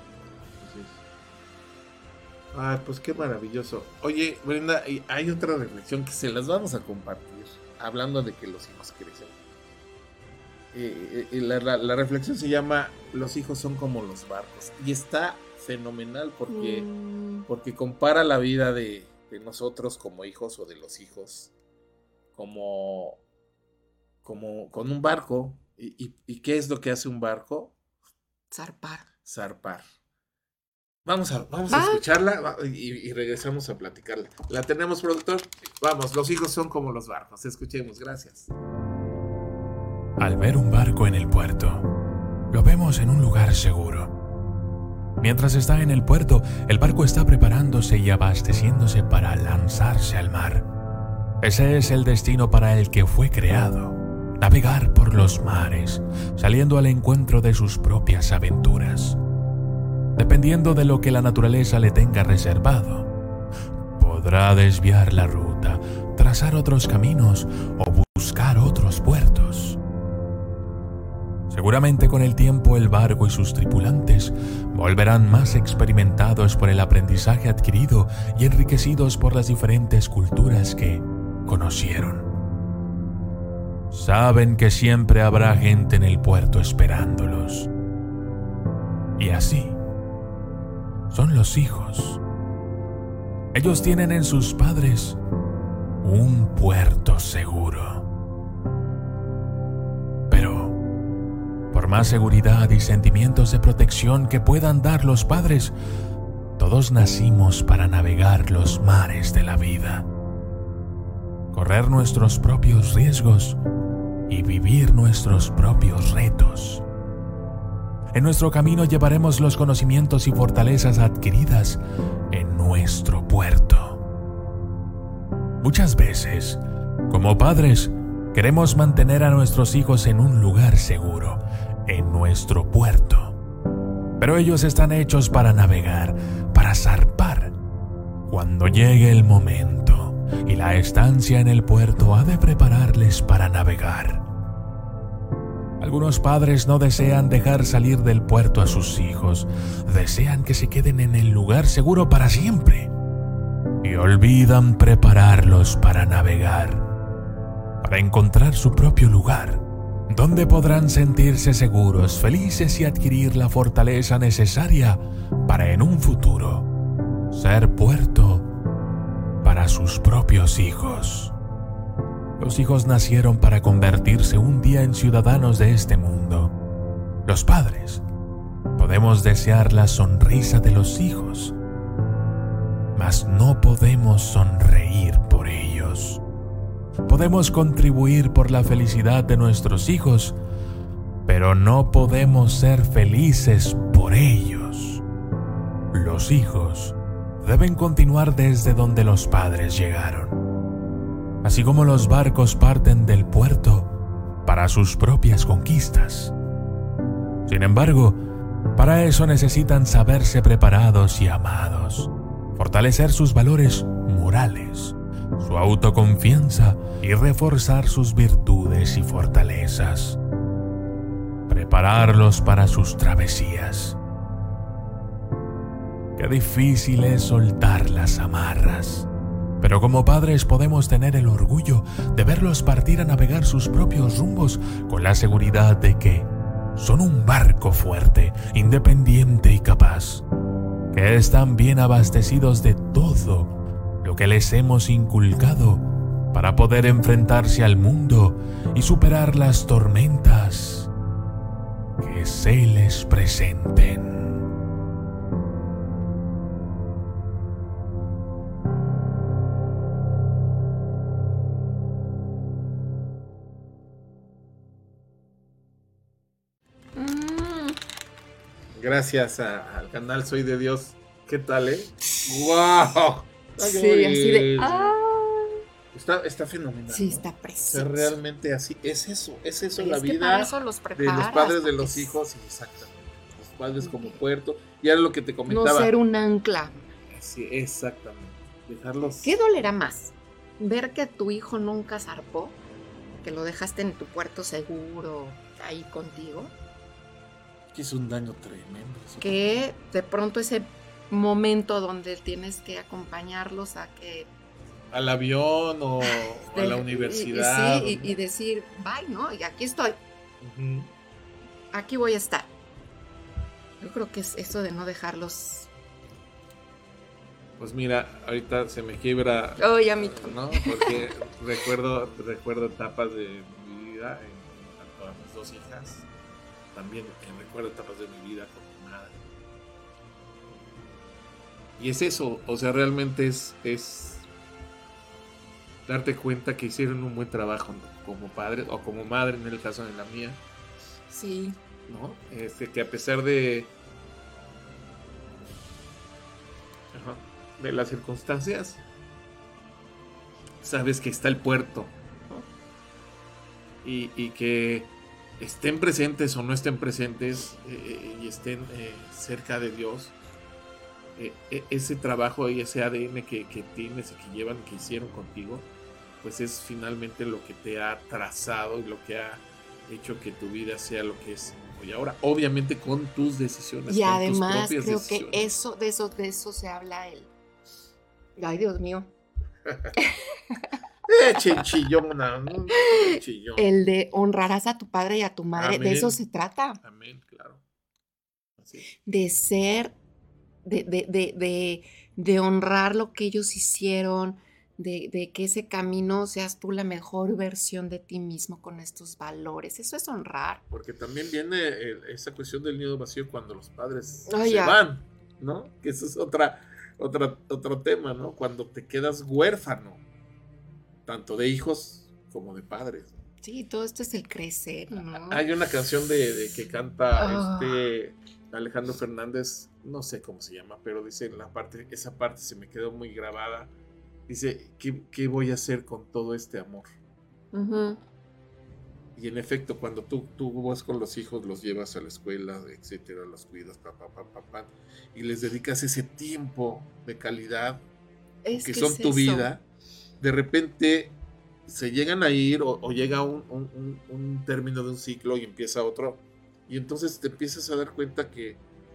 Ay, pues qué maravilloso. Oye, Brenda, hay otra reflexión que se las vamos a compartir, hablando de que los hijos crecen. La reflexión se llama Los hijos son como los barcos. Y está fenomenal porque compara la vida de nosotros como hijos o de los hijos como con un barco. ¿Y qué es lo que hace un barco? Zarpar. Vamos a escucharla y regresamos a platicarla. ¿La tenemos, productor? Vamos, los hijos son como los barcos. Escuchemos, gracias. Al ver un barco en el puerto, lo vemos en un lugar seguro. Mientras está en el puerto, el barco está preparándose y abasteciéndose para lanzarse al mar. Ese es el destino para el que fue creado: navegar por los mares, saliendo al encuentro de sus propias aventuras. dependiendo de lo que la naturaleza le tenga reservado. Podrá desviar la ruta, trazar otros caminos o buscar otros puertos. Seguramente con el tiempo el barco y sus tripulantes volverán más experimentados por el aprendizaje adquirido y enriquecidos por las diferentes culturas que conocieron. Saben que siempre habrá gente en el puerto esperándolos. Y así son los hijos. Ellos tienen en sus padres un puerto seguro. Pero, por más seguridad y sentimientos de protección que puedan dar los padres, todos nacimos para navegar los mares de la vida, correr nuestros propios riesgos y vivir nuestros propios retos. En nuestro camino llevaremos los conocimientos y fortalezas adquiridas en nuestro puerto. Muchas veces, como padres, queremos mantener a nuestros hijos en un lugar seguro, en nuestro puerto. Pero ellos están hechos para navegar, para zarpar. Cuando llegue el momento y la estancia en el puerto ha de prepararles para navegar. Algunos padres no desean dejar salir del puerto a sus hijos, desean que se queden en el lugar seguro para siempre y olvidan prepararlos para navegar, para encontrar su propio lugar, donde podrán sentirse seguros, felices y adquirir la fortaleza necesaria para en un futuro ser puerto para sus propios hijos. Los hijos nacieron para convertirse un día en ciudadanos de este mundo. Los padres podemos desear la sonrisa de los hijos, mas no podemos sonreír por ellos. Podemos contribuir por la felicidad de nuestros hijos, pero no podemos ser felices por ellos. Los hijos deben continuar desde donde los padres llegaron. Así como los barcos parten del puerto para sus propias conquistas. Sin embargo, para eso necesitan saberse preparados y amados, fortalecer sus valores morales, su autoconfianza y reforzar sus virtudes y fortalezas. Prepararlos para sus travesías. Qué difícil es soltar las amarras. Pero como padres podemos tener el orgullo de verlos partir a navegar sus propios rumbos con la seguridad de que son un barco fuerte, independiente y capaz, que están bien abastecidos de todo lo que les hemos inculcado para poder enfrentarse al mundo y superar las tormentas que se les presenten. Gracias al canal Soy de Dios. ¿Qué tal, ¡Wow! Sí, así de... Está fenomenal. Sí, está precioso. O sea, realmente así. Es eso la que vida para eso los de los padres de los hijos. Exactamente. Los padres como puerto. Y era lo que te comentaba. No ser un ancla. Sí, exactamente. Dejarlos... ¿Qué dolerá más? ¿Ver que tu hijo nunca zarpó? ¿Que lo dejaste en tu puerto seguro, ahí contigo? Que es un daño tremendo. Que de pronto ese momento donde tienes que acompañarlos a que... al avión o a la universidad. Sí, y decir, bye, ¿no? Y aquí estoy. Uh-huh. Aquí voy a estar. Yo creo que es eso de no dejarlos... Pues mira, ahorita se me quiebra... Oh, ya mi... ¿no? Porque recuerdo etapas de mi vida en cuanto a mis dos hijas. También recuerdo etapas de mi vida con mi madre. Y es eso, o sea, realmente es darte cuenta que hicieron un buen trabajo, ¿no? Como padre o como madre, en el caso de la mía. Sí. ¿No? Que a pesar de las circunstancias, sabes que está el puerto, ¿no? Y que estén presentes o no estén presentes y estén cerca de Dios, ese trabajo y ese ADN que tienes y que llevan, que hicieron contigo, pues es finalmente lo que te ha trazado y lo que ha hecho que tu vida sea lo que es hoy ahora, obviamente con tus decisiones. Y con además tus creo decisiones. que de eso se habla él. Ay, Dios mío. Chillona, ¿no? Chillón. El de honrarás a tu padre y a tu madre, Amén. de eso se trata. Amén, claro. Así es. De ser, de honrar lo que ellos hicieron, de que ese camino seas tú la mejor versión de ti mismo con estos valores. Eso es honrar. Porque también viene esa cuestión del nido vacío cuando los padres Oh, se ya. van, ¿no? Que eso es otro tema, ¿no? Cuando te quedas huérfano, tanto de hijos como de padres. Sí, todo esto es el crecer, ¿no? Hay una canción de que canta Ah. Alejandro Fernández, no sé cómo se llama, pero dice esa parte se me quedó muy grabada. Dice, ¿qué voy a hacer con todo este amor? Ujú. Y en efecto, cuando tú vas con los hijos, los llevas a la escuela, etcétera, los cuidas, y les dedicas ese tiempo de calidad Es que que son es tu eso. vida, de repente se llegan a ir o llega un término de un ciclo y empieza otro, y entonces te empiezas a dar cuenta que,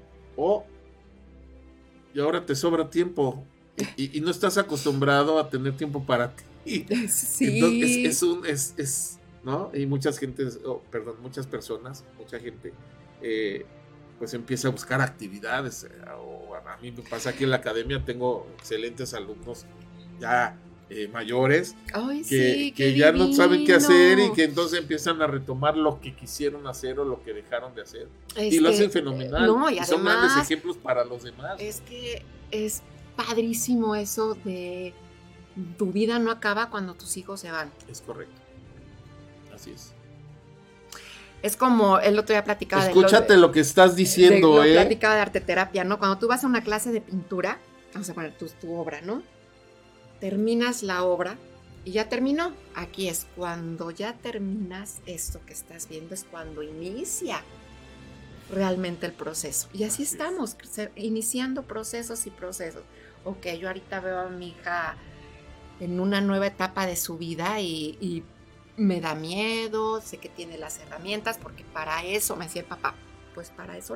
y ahora te sobra tiempo, y no estás acostumbrado a tener tiempo para ti. Sí. Entonces ¿no? Y mucha personas, mucha gente, pues empieza a buscar actividades. O a mí me pasa aquí en la academia, tengo excelentes alumnos ya mayores Ay, que sí, qué ya no saben qué divino. hacer y que entonces empiezan a retomar lo que quisieron hacer o lo que dejaron de hacer. Es Y lo que, hacen fenomenal. no, y son grandes además, ejemplos para los demás. es que es padrísimo eso de tu vida no acaba cuando tus hijos se van. Es correcto. Así es. Es como el otro día platicaba Escúchate lo que estás diciendo, platicaba de arteterapia, ¿no? Cuando tú vas a una clase de pintura, vamos a poner tu obra, ¿no? Terminas la obra y ya terminó. Aquí es cuando ya terminas esto que estás viendo, es cuando inicia realmente el proceso. Y así Así estamos, iniciando procesos y procesos. Ok, yo ahorita veo a mi hija en una nueva etapa de su vida y me da miedo, sé que tiene las herramientas, porque para eso, me decía el papá, pues para eso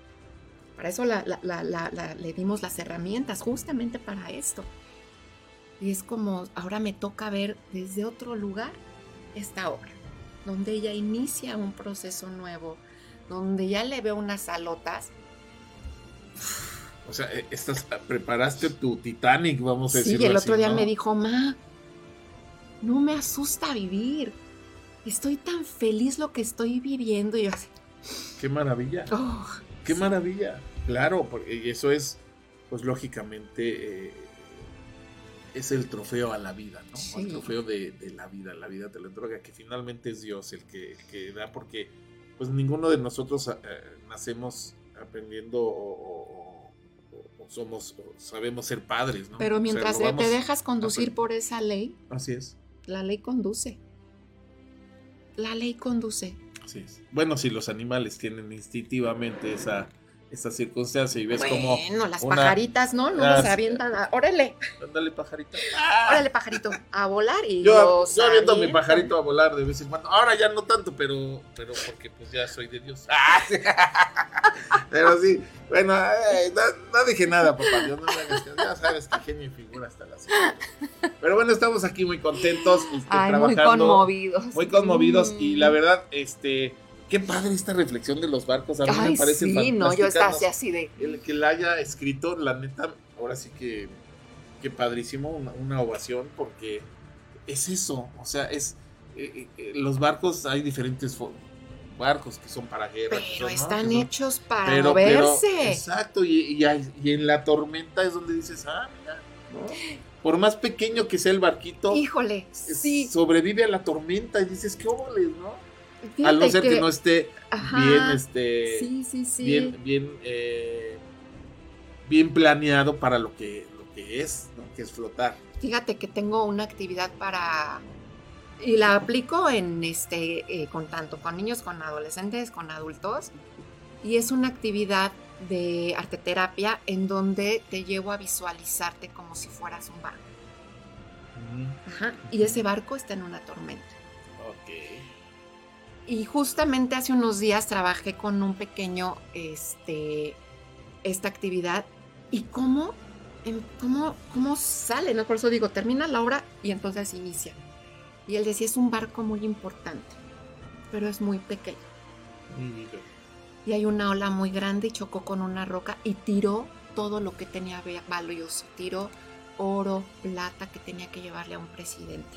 le dimos las herramientas, justamente para esto. Y es como, ahora me toca ver desde otro lugar esta obra, donde ella inicia un proceso nuevo, donde ya le veo unas alotas. O sea, preparaste tu Titanic, vamos a decirlo Sí, el así, otro día ¿no? me dijo, ma, no me asusta vivir. Estoy tan feliz lo que estoy viviendo. Y yo así, ¡Qué maravilla! oh, ¡Qué sí. maravilla! Claro, porque eso es, pues lógicamente, es el trofeo a la vida, ¿no? Sí. El trofeo de la vida te lo entrega, que finalmente es Dios el que da, porque pues ninguno de nosotros nacemos aprendiendo o sabemos ser padres, ¿no? Pero O sea, mientras lo vamos te dejas conducir aprender. por esa ley, Así es. la ley conduce. La ley conduce. Así es. Bueno, si los animales tienen instintivamente esa circunstancia y ves como Bueno, las pajaritas, ¿no? Luego se avientan a, órale, ándale pajarito. órale pajarito, a volar y Yo los aviento a mi avientan. pajarito a volar de vez en cuando. Ahora ya no tanto, pero porque pues ya soy de Dios. Pero sí, bueno, no dije nada, papá. Dios, no me hagas caso. Ya sabes que genio y figura hasta la semana. Pero bueno, estamos aquí muy contentos, Ay, muy trabajando. conmovidos. Muy conmovidos y la verdad, qué padre esta reflexión de los barcos. A mí Ay, me parece sí, fantástica. no, yo estaba así de... El que la haya escrito, la neta, ahora sí que padrísimo, una ovación, porque es eso, o sea, los barcos, hay diferentes barcos que son para guerra. Pero que son, ¿no? están Que son- hechos para pero- moverse. exacto, y en la tormenta es donde dices, mira, ¿no? Por más pequeño que sea el barquito, Híjole, sí. sobrevive a la tormenta y dices, qué óboles, ¿no? Fíjate Al no ser que no esté Ajá, bien, sí. bien planeado para lo que es, ¿no? Que es flotar. Fíjate que tengo una actividad Y la aplico en con tanto con niños, con adolescentes, con adultos. Y es una actividad de arteterapia en donde te llevo a visualizarte como si fueras un barco. Ajá. Y ese barco está en una tormenta. Ok. Y justamente hace unos días trabajé con un pequeño esta actividad y cómo sale, ¿no? Por eso digo, termina la obra y entonces inicia. Y él decía, es un barco muy importante, pero es muy pequeño. Y hay una ola muy grande y chocó con una roca y tiró todo lo que tenía valioso. Tiró oro, plata que tenía que llevarle a un presidente.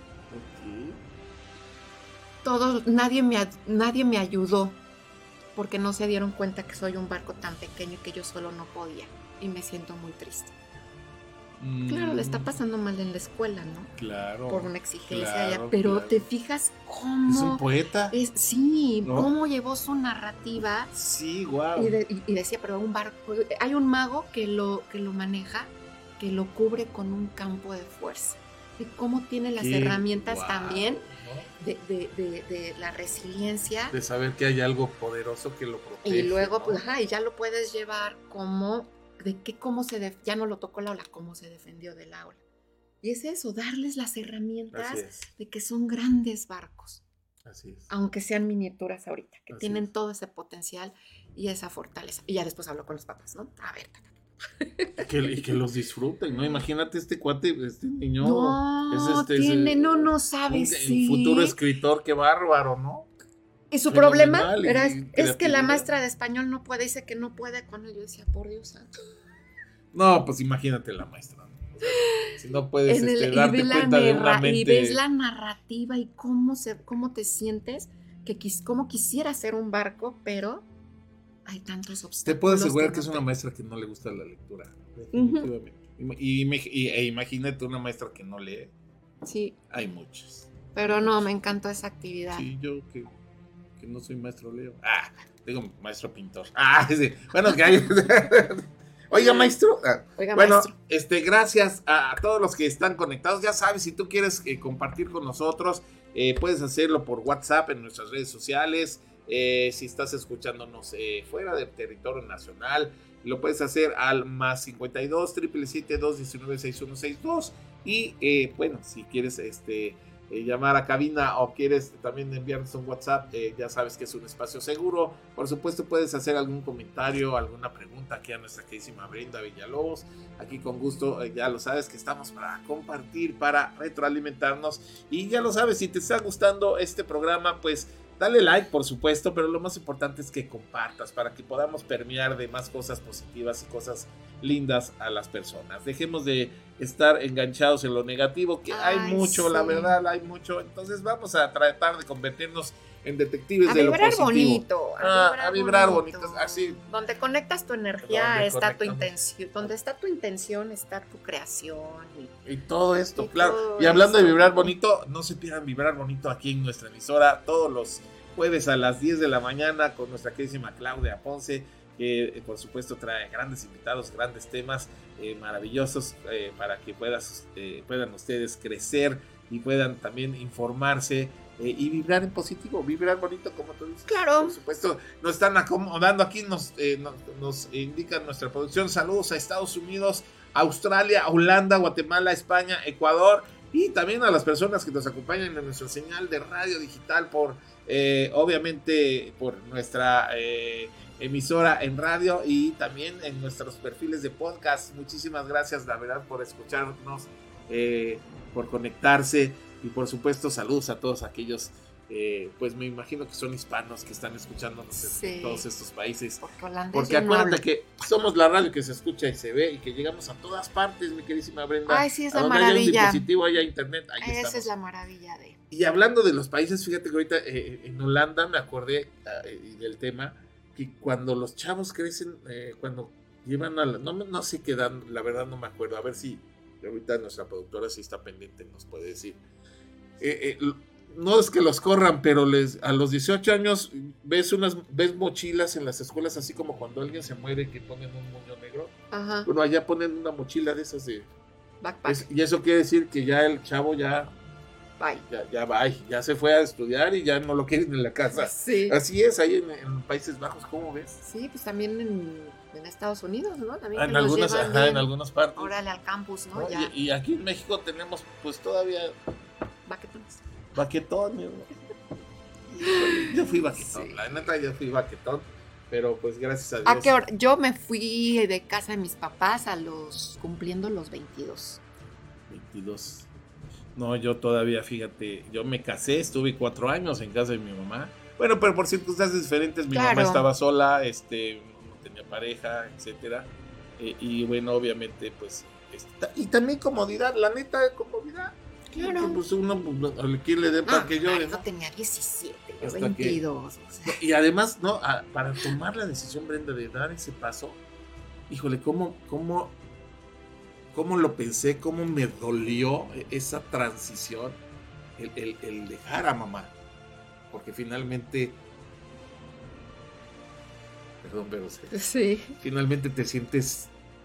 Nadie me ayudó porque no se dieron cuenta que soy un barco tan pequeño que yo solo no podía y me siento muy triste. Claro, le está pasando mal en la escuela, ¿no? Claro. Por una exigencia, pero te fijas cómo... ¿Es un poeta? Sí, ¿no? Cómo llevó su narrativa. Sí, wow. Y decía, pero un barco... Hay un mago que lo maneja, que lo cubre con un campo de fuerza. Y cómo tiene las herramientas también, ¿no? de la resiliencia. De saber que hay algo poderoso que lo protege. Y luego, ¿no? pues, y ya lo puedes llevar como... ya no lo tocó la ola, cómo se defendió de la ola. Y es eso, darles las herramientas de que son grandes barcos. Así es. Aunque sean miniaturas ahorita, que Así tienen es. todo ese potencial y esa fortaleza. Y ya después hablo con los papás, ¿no? A ver. Y que los disfruten, ¿no? Imagínate este cuate, este niño. No sabes. Un futuro escritor, qué bárbaro, ¿no? Y su problema Fenomenal, es que la maestra de español no puede, dice que no puede con él. Yo decía, por Dios santo. No, pues imagínate la maestra, ¿no? O sea, si no puedes darte ves cuenta de una mente... Y ves la narrativa y cómo te sientes, cómo quisiera ser un barco, pero hay tantos obstáculos. Te puedo asegurar que es una maestra que no le gusta la lectura, definitivamente. Y imagínate una maestra que no lee. Sí. Hay muchas. Pero no, me encantó esa actividad. Sí, yo que no soy maestro leo. Digo maestro pintor. Sí. Bueno, que hay... Oiga, maestro. Maestro. Gracias a todos los que están conectados. Ya sabes, si tú quieres compartir con nosotros, puedes hacerlo por WhatsApp en nuestras redes sociales. Si estás escuchándonos fuera del territorio nacional, lo puedes hacer al más 52 777 219 6162. Y bueno, si quieres llamar a cabina o quieres también enviarnos un WhatsApp, ya sabes que es un espacio seguro. Por supuesto, puedes hacer algún comentario, alguna pregunta aquí a nuestra queridísima Brenda Villalobos. Aquí con gusto, ya lo sabes que estamos para compartir, para retroalimentarnos. Y ya lo sabes, si te está gustando este programa, pues dale like, por supuesto, pero lo más importante es que compartas para que podamos permear de más cosas positivas y cosas lindas a las personas. Dejemos de estar enganchados en lo negativo, que hay mucho, la verdad, hay mucho. Entonces vamos a tratar de convertirnos en detectives de lo positivo. A vibrar bonito. Así. Donde conectas tu energía, está tu intención. Donde está tu intención, está tu creación. Y todo esto, claro. Y hablando de vibrar bonito, no se pierdan Vibrar Bonito aquí en nuestra emisora todos los jueves a las 10 de la mañana con nuestra queridísima Claudia Ponce, que por supuesto trae grandes invitados, grandes temas maravillosos para que puedan ustedes crecer y puedan también informarse y vibrar en positivo, vibrar bonito, como tú dices. Claro. Por supuesto, nos están acomodando aquí, nos indica nuestra producción. Saludos a Estados Unidos, Australia, Holanda, Guatemala, España, Ecuador, y también a las personas que nos acompañan en nuestra señal de radio digital por obviamente por nuestra emisora en radio y también en nuestros perfiles de podcast. Muchísimas gracias, la verdad, por escucharnos, por conectarse, y por supuesto saludos a todos aquellos, pues me imagino que son hispanos que están escuchándonos en todos estos países, porque acuérdate que somos la radio que se escucha y se ve y que llegamos a todas partes, mi queridísima Brenda. Ay, sí, es la maravilla. maravilla. Haya un dispositivo, haya internet, ahí esa estamos. Es la maravilla de... Y hablando de los países, fíjate que ahorita en Holanda me acordé del tema, que cuando los chavos crecen, cuando llevan a no sé qué edad, la verdad no me acuerdo, a ver si ahorita nuestra productora, si está pendiente, nos puede decir. No es que los corran, pero a los 18 años ves mochilas en las escuelas, así como cuando alguien se muere que ponen un moño negro. Ajá. Bueno, allá ponen una mochila de esas de backpack. y eso quiere decir que ya el chavo ya Bye. Ya bye, ya se fue a estudiar y ya no lo quieren en la casa. Sí. Así es, ahí en Países Bajos, ¿cómo ves? Sí, pues también en Estados Unidos, ¿no? También En que los algunas, llevan ajá, bien, en algunas partes. órale, al campus, ¿no? ¿no? Ya, Y aquí en México tenemos pues todavía baquetones. baquetón, mi hermano. Híjole, yo fui baquetón, Sí. la neta yo fui baquetón, pero pues gracias a Dios. ¿A qué hora? Yo me fui de casa de mis papás cumpliendo los 22. 22. No, yo todavía, fíjate, yo me casé, estuve 4 años en casa de mi mamá. Bueno, pero por circunstancias diferentes, mi mamá Claro. estaba sola, no tenía pareja, etcétera. Y bueno, obviamente, pues, y también comodidad, la neta, comodidad. Claro. Pues uno, pues, ¿quién le dé para que llore, yo no? tenía 17, yo Hasta 22. O sea, Y además, ¿no? Para tomar la decisión, Brenda, de dar ese paso, híjole, ¿cómo lo pensé? ¿Cómo me dolió esa transición? El dejar a mamá. Porque finalmente, perdón, pero sí. finalmente te sientes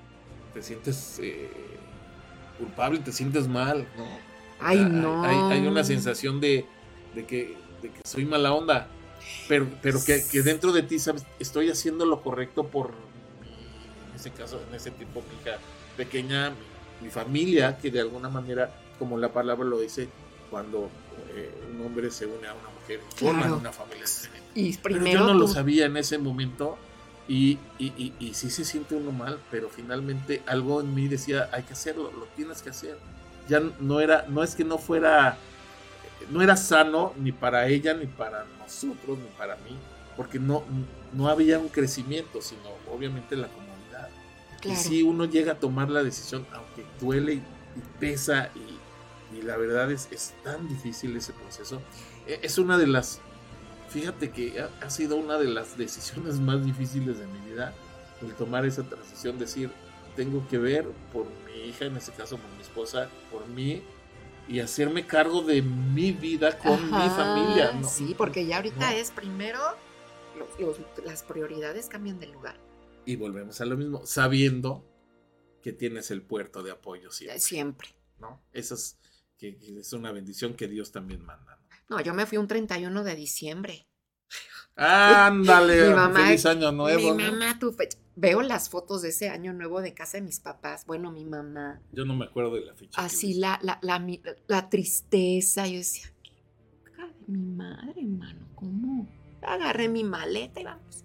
culpable, te sientes mal, ¿no? Ay, no. Hay una sensación de que soy mala onda, pero que dentro de ti, ¿sabes? Estoy haciendo lo correcto por en ese caso, en ese tipo, mi hija pequeña, mi familia, que de alguna manera, como la palabra lo dice, cuando un hombre se une a una mujer, forman Claro. una familia diferente. Y Pero primero yo no lo tú- sabía en ese momento y sí se siente uno mal, pero finalmente algo en mí decía, hay que hacerlo, lo tienes que hacer. Ya no es que no era sano ni para ella, ni para nosotros, ni para mí, porque no había un crecimiento, sino obviamente la comodidad. Claro. Y si uno llega a tomar la decisión, aunque duele y pesa, y la verdad es tan difícil ese proceso, es una de las, fíjate que ha sido una de las decisiones más difíciles de mi vida, el tomar esa transición, decir, tengo que ver por mi hija, en este caso por mi esposa, por mí, y hacerme cargo de mi vida con mi Ajá, familia. ¿no? Sí, porque ya ahorita No. es primero, las prioridades cambian de lugar. Y volvemos a lo mismo, sabiendo que tienes el puerto de apoyo siempre. Siempre. ¿No? Eso es, que es una bendición que Dios también manda. No, yo me fui un 31 de diciembre. Ándale, Mi mamá- feliz año nuevo. Mi ¿no? mamá, tu fecha. Veo las fotos de ese año nuevo de casa de mis papás. Bueno, mi mamá. Yo no me acuerdo de la fecha. que Así dice. la tristeza. Yo decía, hija de mi madre, hermano, ¿cómo? Agarré mi maleta y vamos.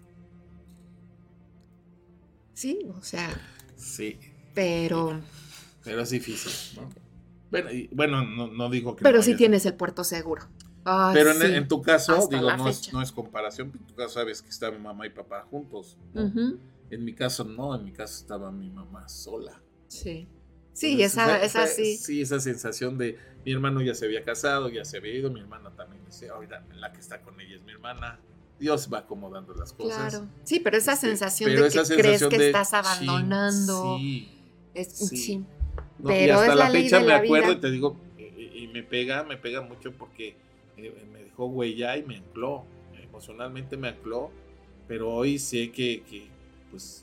Sí, o sea, Sí, pero es difícil, ¿no? Bueno, no digo que pero no sí vayas a- tienes el puerto seguro. Ay, Pero sí. en tu caso, Hasta digo, la no es fecha. comparación. En tu caso sabes que está mi mamá y papá juntos, ¿no? Ujú, En mi caso no, en mi caso estaba mi mamá sola. sí. Sí, Entonces, esa sí. Sí, esa sensación de mi hermano ya se había casado, ya se había ido, mi hermana también dice, ahorita la que está con ella es mi hermana. Dios va acomodando las cosas. Claro. Sí, pero esa sensación pero de que esa crees sensación que de, estás abandonando. Sí, sí. Sí. No, Pero y hasta es la la ley fecha de me la acuerdo vida. y te digo, y me pega mucho porque me dejó huella y me ancló, emocionalmente me ancló, pero hoy sé pues,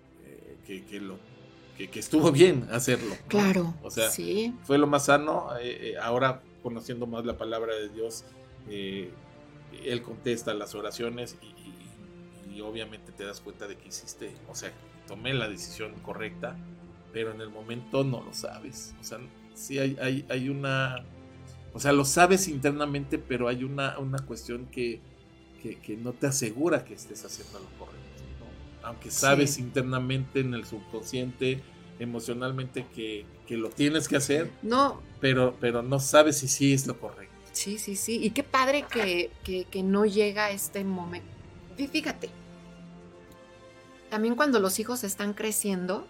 que estuvo bien hacerlo, ¿no? Claro. O sea, sí. fue lo más sano. Ahora conociendo más la palabra de Dios, Él contesta las oraciones y obviamente te das cuenta de que hiciste, o sea, tomé la decisión correcta, pero en el momento no lo sabes. O sea, sí hay una, o sea, lo sabes internamente, pero hay una cuestión que no te asegura que estés haciendo lo correcto, ¿no? Aunque sabes Sí. internamente en el subconsciente, emocionalmente que lo tienes que hacer, No, pero no sabes si sí es lo correcto. sí. Y qué padre que no llega este momento. Fíjate, también cuando los hijos están creciendo,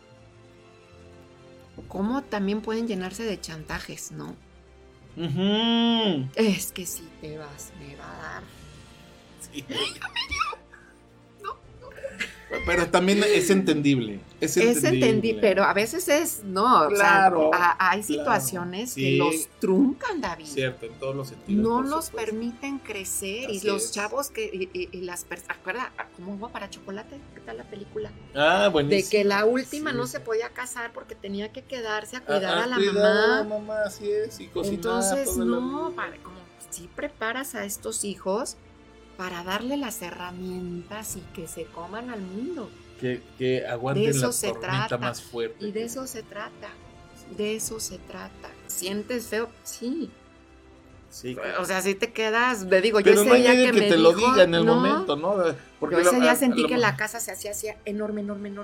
cómo también pueden llenarse de chantajes, ¿no? Ujú. Es que si te vas, me va a dar. Sí. pero también es entendible. Es entendible, pero a veces es, no, claro, o sea, hay situaciones sí, que los truncan, David. Cierto, en todos los sentidos. No los permiten crecer. Así y los es. chavos y las personas, ¿acuerdas? ¿Cómo hubo para chocolate? ¿Qué tal la película? Ah, buenísimo. De que la última Sí. no se podía casar porque tenía que quedarse a cuidar a la cuidar mamá. a la mamá, así es, y cocinar. Entonces, toda la no, vida. como si preparas a estos hijos para darle las herramientas y que se coman al mundo. Que aguanten De eso la se tormenta trata. más fuerte. Y de eso se trata. De eso se trata. ¿Sientes feo? Sí. Sí, O sea, si te quedas, le digo, yo pero ese no hay día nadie que que me te lo dijo, diga en el no, momento, ¿no? Porque yo ese día a sentí lo que mejor- la casa se hacía enorme.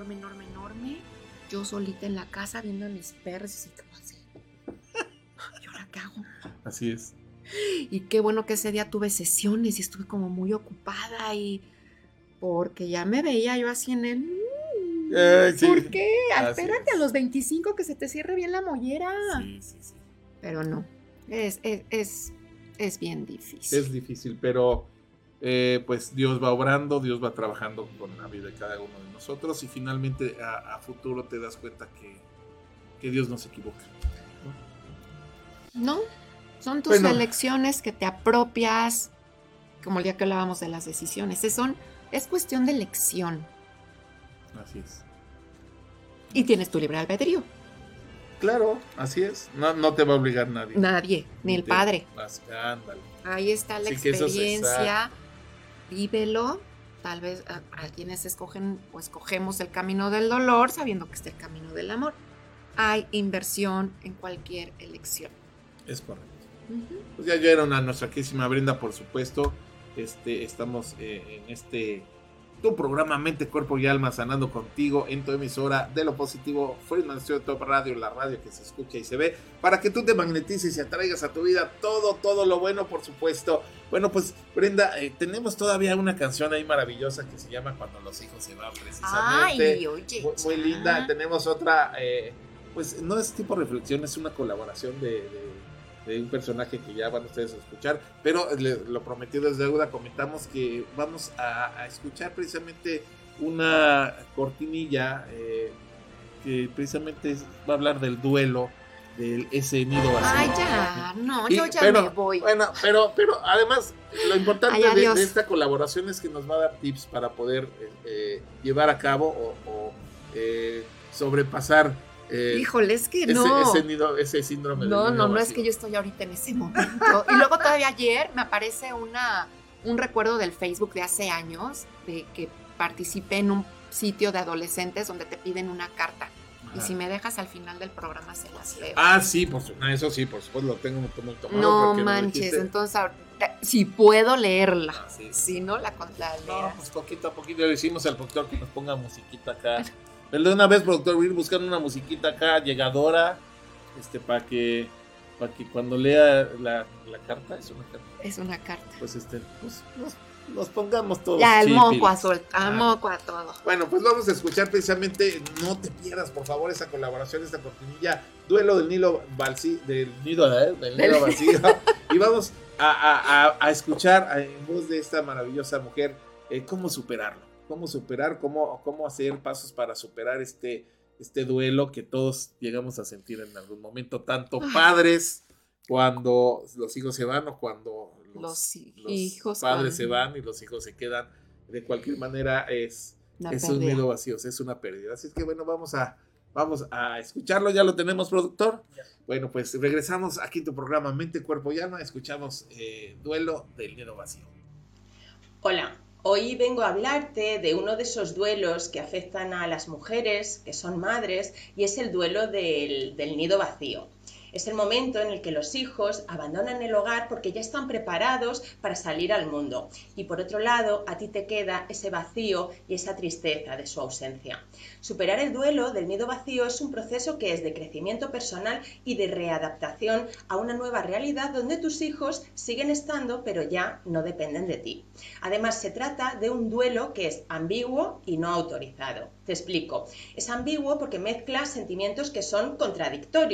Yo solita en la casa viendo a mis perros y así como así. ¿Y ahora qué hago? Así es. Y qué bueno que ese día tuve sesiones y estuve como muy ocupada y porque ya me veía yo así en el... Sí. ¿Por qué? Así Espérate es. a los 25 que se te cierre bien la mollera. Sí. Pero no, es bien difícil. Es difícil, pero pues Dios va obrando, Dios va trabajando con la vida de cada uno de nosotros y finalmente a futuro te das cuenta que Dios no se equivoca. No, son tus Bueno. elecciones que te apropias, como el día que hablábamos de las decisiones. Es cuestión de elección Así es. y tienes tu libre albedrío. Claro, así es. No te va a obligar nadie. Nadie, ni el padre. Ándale. Ahí está la Sí, que eso es experiencia, vívelo. Tal vez a quienes escogen o escogemos el camino del dolor, sabiendo que está el camino del amor. Hay inversión en cualquier elección. Es correcto. Ujú. Pues ya oyeron a nuestra querísima Brenda, por supuesto. Estamos en tu programa Mente, Cuerpo y Alma, sanando contigo en tu emisora de lo positivo, Friedman Studio Top Radio, la radio que se escucha y se ve, para que tú te magnetices y atraigas a tu vida todo lo bueno, por supuesto. Bueno, pues Brenda, tenemos todavía una canción ahí maravillosa que se llama Cuando los hijos se van, precisamente. Ay, oye, Muy ya. linda. Tenemos otra, pues no es tipo reflexión, es una colaboración de un personaje que ya van ustedes a escuchar, pero lo prometido es deuda. Comentamos que vamos a escuchar precisamente una cortinilla que precisamente va a hablar del duelo, de ese nido vacío. Ay, ya, no, Y- yo ya pero, me voy. Bueno, pero además lo importante Ay, adiós. de esta colaboración es que nos va a dar tips para poder llevar a cabo o sobrepasar Híjole, es que no. ese síndrome No, del nido no, es vacío. que yo estoy ahorita en ese momento. Y luego todavía ayer me aparece un recuerdo del Facebook de hace años de que participé en un sitio de adolescentes donde te piden una carta. Y Ajá. si me dejas al final del programa se las leo. Ah, sí, eso sí, por supuesto, lo tengo muy tomado. No porque lo manches, dijiste. entonces ahorita, si puedo leerla. Ah, sí. Si no, la No, leas. pues poquito a poquito le decimos al productor que nos ponga musiquita acá. Pero de una vez, productor, voy a ir buscando una musiquita acá, llegadora, para que cuando lea la carta, es una carta, Es una carta. pues nos pongamos todos Ya, el chipiles. moco a soltar, Ah. moco a todo. Bueno, pues vamos a escuchar precisamente, no te pierdas, por favor, esa colaboración, esta cortinilla, Duelo del Nido Vacío, del Nido Vacío. Y vamos a escuchar en voz de esta maravillosa mujer cómo superarlo, cómo hacer pasos para superar este duelo que todos llegamos a sentir en algún momento, tanto padres cuando los hijos se van o cuando Los hijos padres cuando- se van y los hijos se quedan. De cualquier manera es Una un pérdida. nido vacío, es una pérdida. Así es que bueno, vamos a escucharlo. ¿Ya lo tenemos, productor? Bueno, pues regresamos aquí en tu programa Mente, Cuerpo y Alma. Escuchamos Duelo del Nido Vacío. Hola, hoy vengo a hablarte de uno de esos duelos que afectan a las mujeres que son madres y es el duelo del nido vacío. Es el momento en el que los hijos abandonan el hogar porque ya están preparados para salir al mundo. Y por otro lado, a ti te queda ese vacío y esa tristeza de su ausencia. Superar el duelo del nido vacío es un proceso que es de crecimiento personal y de readaptación a una nueva realidad donde tus hijos siguen estando pero ya no dependen de ti. Además, se trata de un duelo que es ambiguo y no autorizado. Te explico. Es ambiguo porque mezcla sentimientos que son contradictorios,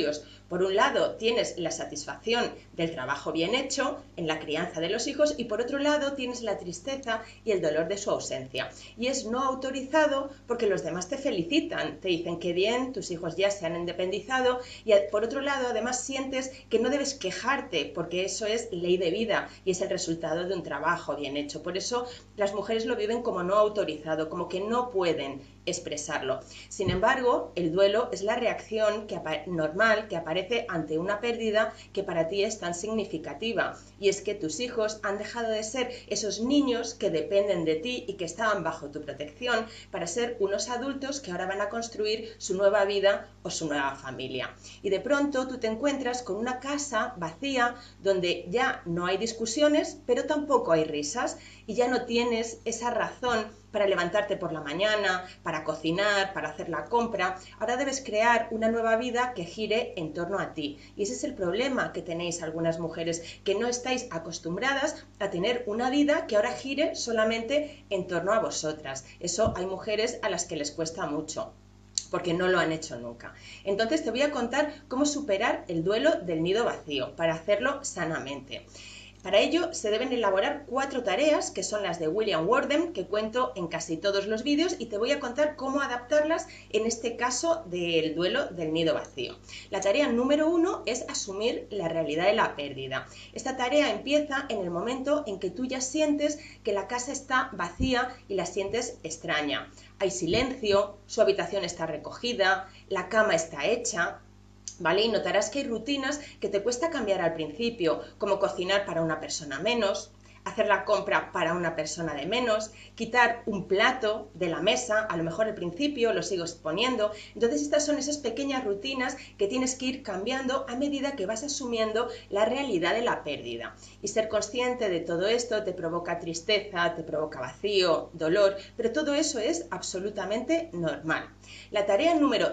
Por un lado tienes la satisfacción del trabajo bien hecho en la crianza de los hijos y por otro lado tienes la tristeza y el dolor de su ausencia. Y es no autorizado porque los demás te felicitan, te dicen que bien, tus hijos ya se han independizado y por otro lado además sientes que no debes quejarte porque eso es ley de vida y es el resultado de un trabajo bien hecho. Por eso las mujeres lo viven como no autorizado, como que no pueden expresarlo. Sin embargo, el duelo es la reacción normal que aparece ante una pérdida que para ti es tan significativa, y es que tus hijos han dejado de ser esos niños que dependen de ti y que estaban bajo tu protección para ser unos adultos que ahora van a construir su nueva vida o su nueva familia. Y de pronto tú te encuentras con una casa vacía donde ya no hay discusiones, pero tampoco hay risas y ya no tienes esa razón para levantarte por la mañana, para cocinar, para hacer la compra. Ahora debes crear una nueva vida que gire en torno a ti. Y ese es el problema que tenéis algunas mujeres, que no estáis acostumbradas a tener una vida que ahora gire solamente en torno a vosotras. Eso hay mujeres a las que les cuesta mucho, porque no lo han hecho nunca. Entonces te voy a contar cómo superar el duelo del nido vacío, para hacerlo sanamente. Para ello se deben elaborar 4 tareas, que son las de William Worden, que cuento en casi todos los vídeos, y te voy a contar cómo adaptarlas en este caso del duelo del nido vacío. La tarea número 1 es asumir la realidad de la pérdida. Esta tarea empieza en el momento en que tú ya sientes que la casa está vacía y la sientes extraña. Hay silencio, su habitación está recogida, la cama está hecha, ¿vale? Y notarás que hay rutinas que te cuesta cambiar al principio, como cocinar para una persona menos, hacer la compra para una persona de menos, quitar un plato de la mesa, a lo mejor al principio lo sigues poniendo. Entonces estas son esas pequeñas rutinas que tienes que ir cambiando a medida que vas asumiendo la realidad de la pérdida. Y ser consciente de todo esto te provoca tristeza, te provoca vacío, dolor, pero todo eso es absolutamente normal. La tarea número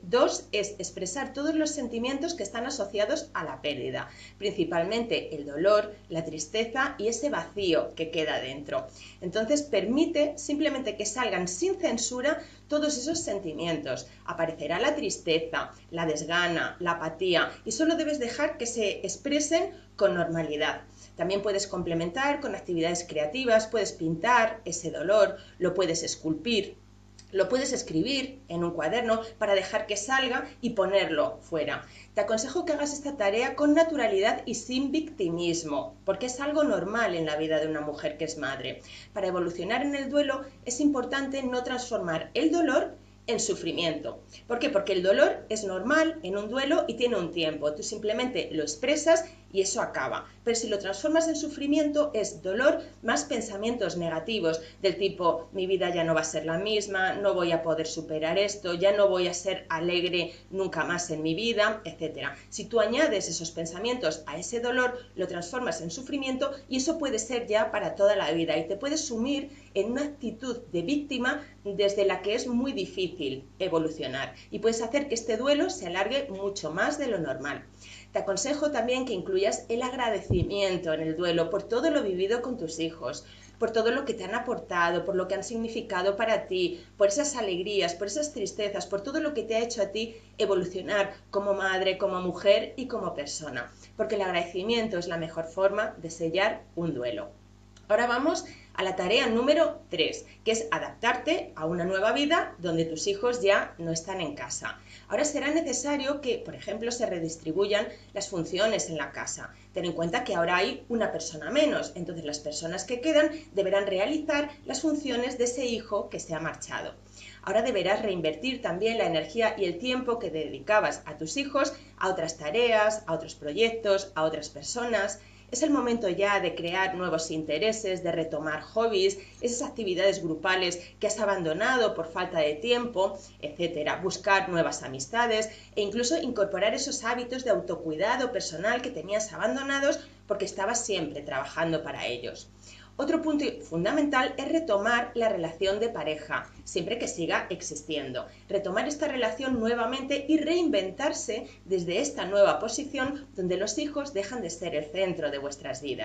2 es expresar todos los sentimientos que están asociados a la pérdida, principalmente el dolor, la tristeza y ese vacío que queda dentro. Entonces permite simplemente que salgan sin censura todos esos sentimientos. Aparecerá la tristeza, la desgana, la apatía y solo debes dejar que se expresen con normalidad. También puedes complementar con actividades creativas, puedes pintar ese dolor, lo puedes esculpir, lo puedes escribir en un cuaderno para dejar que salga y ponerlo fuera. Te aconsejo que hagas esta tarea con naturalidad y sin victimismo, porque es algo normal en la vida de una mujer que es madre. Para evolucionar en el duelo es importante no transformar el dolor en sufrimiento. ¿Por qué? Porque el dolor es normal en un duelo y tiene un tiempo. Tú simplemente lo expresas y eso acaba. Pero si lo transformas en sufrimiento es dolor más pensamientos negativos del tipo mi vida ya no va a ser la misma, no voy a poder superar esto, ya no voy a ser alegre nunca más en mi vida, etc. Si tú añades esos pensamientos a ese dolor, lo transformas en sufrimiento y eso puede ser ya para toda la vida y te puedes sumir en una actitud de víctima desde la que es muy difícil evolucionar y puedes hacer que este duelo se alargue mucho más de lo normal. Te aconsejo también que incluyas el agradecimiento en el duelo por todo lo vivido con tus hijos, por todo lo que te han aportado, por lo que han significado para ti, por esas alegrías, por esas tristezas, por todo lo que te ha hecho a ti evolucionar como madre, como mujer y como persona. Porque el agradecimiento es la mejor forma de sellar un duelo. Ahora vamos a la tarea número 3, que es adaptarte a una nueva vida donde tus hijos ya no están en casa. Ahora será necesario que, por ejemplo, se redistribuyan las funciones en la casa. Ten en cuenta que ahora hay una persona menos, entonces las personas que quedan deberán realizar las funciones de ese hijo que se ha marchado. Ahora deberás reinvertir también la energía y el tiempo que dedicabas a tus hijos a otras tareas, a otros proyectos, a otras personas. Es el momento ya de crear nuevos intereses, de retomar hobbies, esas actividades grupales que has abandonado por falta de tiempo, etc. Buscar nuevas amistades e incluso incorporar esos hábitos de autocuidado personal que tenías abandonados porque estabas siempre trabajando para ellos. Otro punto fundamental es retomar la relación de pareja, siempre que siga existiendo. Retomar esta relación nuevamente y reinventarse desde esta nueva posición donde los hijos dejan de ser el centro de vuestras vidas.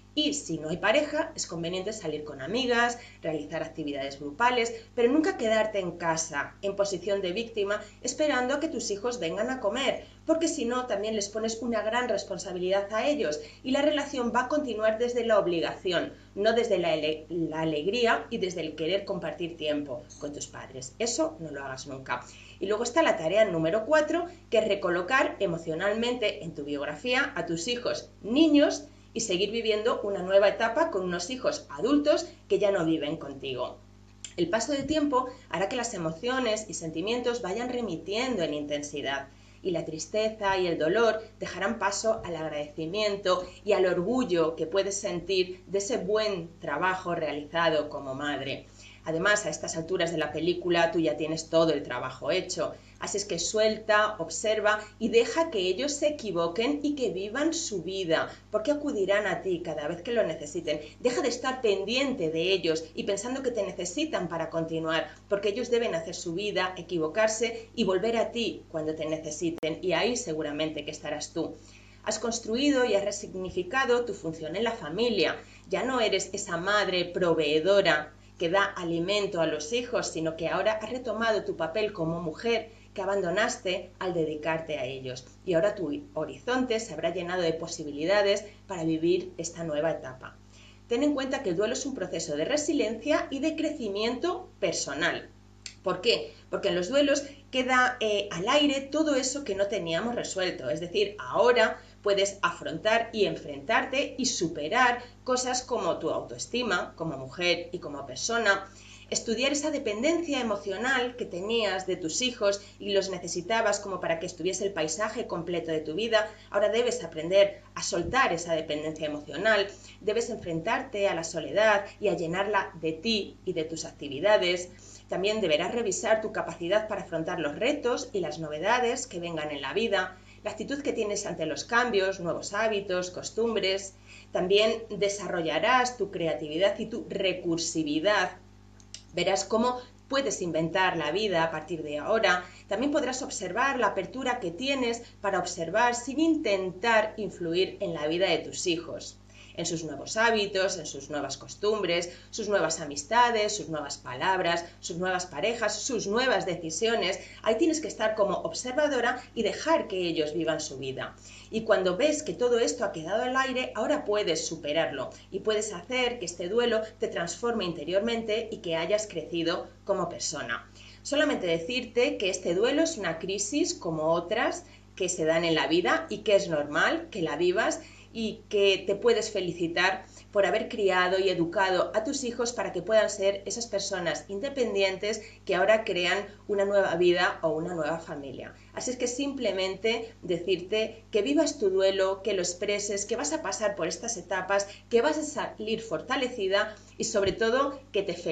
Y si no hay pareja, es conveniente salir con amigas, realizar actividades grupales, pero nunca quedarte en casa en posición de víctima esperando a que tus hijos vengan a comer, porque si no también les pones una gran responsabilidad a ellos y la relación va a continuar desde la obligación, no desde la alegría y desde el querer compartir tiempo con tus padres. Eso no lo hagas nunca. Y luego está la tarea número 4, que es recolocar emocionalmente en tu biografía a tus hijos niños y seguir viviendo una nueva etapa con unos hijos adultos que ya no viven contigo. El paso del tiempo hará que las emociones y sentimientos vayan remitiendo en intensidad y la tristeza y el dolor dejarán paso al agradecimiento y al orgullo que puedes sentir de ese buen trabajo realizado como madre. Además, a estas alturas de la película tú ya tienes todo el trabajo hecho, así es que suelta, observa y deja que ellos se equivoquen y que vivan su vida, porque acudirán a ti cada vez que lo necesiten. Deja de estar pendiente de ellos y pensando que te necesitan para continuar, porque ellos deben hacer su vida, equivocarse y volver a ti cuando te necesiten, y ahí seguramente que estarás tú. Has construido y has resignificado tu función en la familia. Ya no eres esa madre proveedora que da alimento a los hijos, sino que ahora has retomado tu papel como mujer que abandonaste al dedicarte a ellos. Y ahora tu horizonte se habrá llenado de posibilidades para vivir esta nueva etapa. Ten en cuenta que el duelo es un proceso de resiliencia y de crecimiento personal. ¿Por qué? Porque en los duelos queda al aire todo eso que no teníamos resuelto. Es decir, ahora puedes afrontar y enfrentarte y superar cosas como tu autoestima como mujer y como persona, estudiar esa dependencia emocional que tenías de tus hijos y los necesitabas como para que estuviese el paisaje completo de tu vida. Ahora debes aprender a soltar esa dependencia emocional, debes enfrentarte a la soledad y a llenarla de ti y de tus actividades. También deberás revisar tu capacidad para afrontar los retos y las novedades que vengan en la vida, la actitud que tienes ante los cambios, nuevos hábitos, costumbres. También desarrollarás tu creatividad y tu recursividad. Verás cómo puedes inventar la vida a partir de ahora. También podrás observar la apertura que tienes para observar sin intentar influir en la vida de tus hijos, en sus nuevos hábitos, en sus nuevas costumbres, sus nuevas amistades, sus nuevas palabras, sus nuevas parejas, sus nuevas decisiones. Ahí tienes que estar como observadora y dejar que ellos vivan su vida. Y cuando ves que todo esto ha quedado al aire, ahora puedes superarlo y puedes hacer que este duelo te transforme interiormente y que hayas crecido como persona. Solamente decirte que este duelo es una crisis como otras que se dan en la vida y que es normal que la vivas y que te puedes felicitar por haber criado y educado a tus hijos para que puedan ser esas personas independientes que ahora crean una nueva vida o una nueva familia. Así es que simplemente decirte que vivas tu duelo, que lo expreses, que vas a pasar por estas etapas, que vas a salir fortalecida y sobre todo que te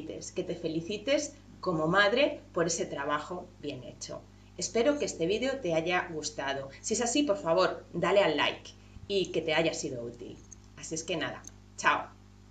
felicites como madre por ese trabajo bien hecho. Espero que este vídeo te haya gustado. Si es así, por favor, dale al like y que te haya sido útil. Así es que nada, chao.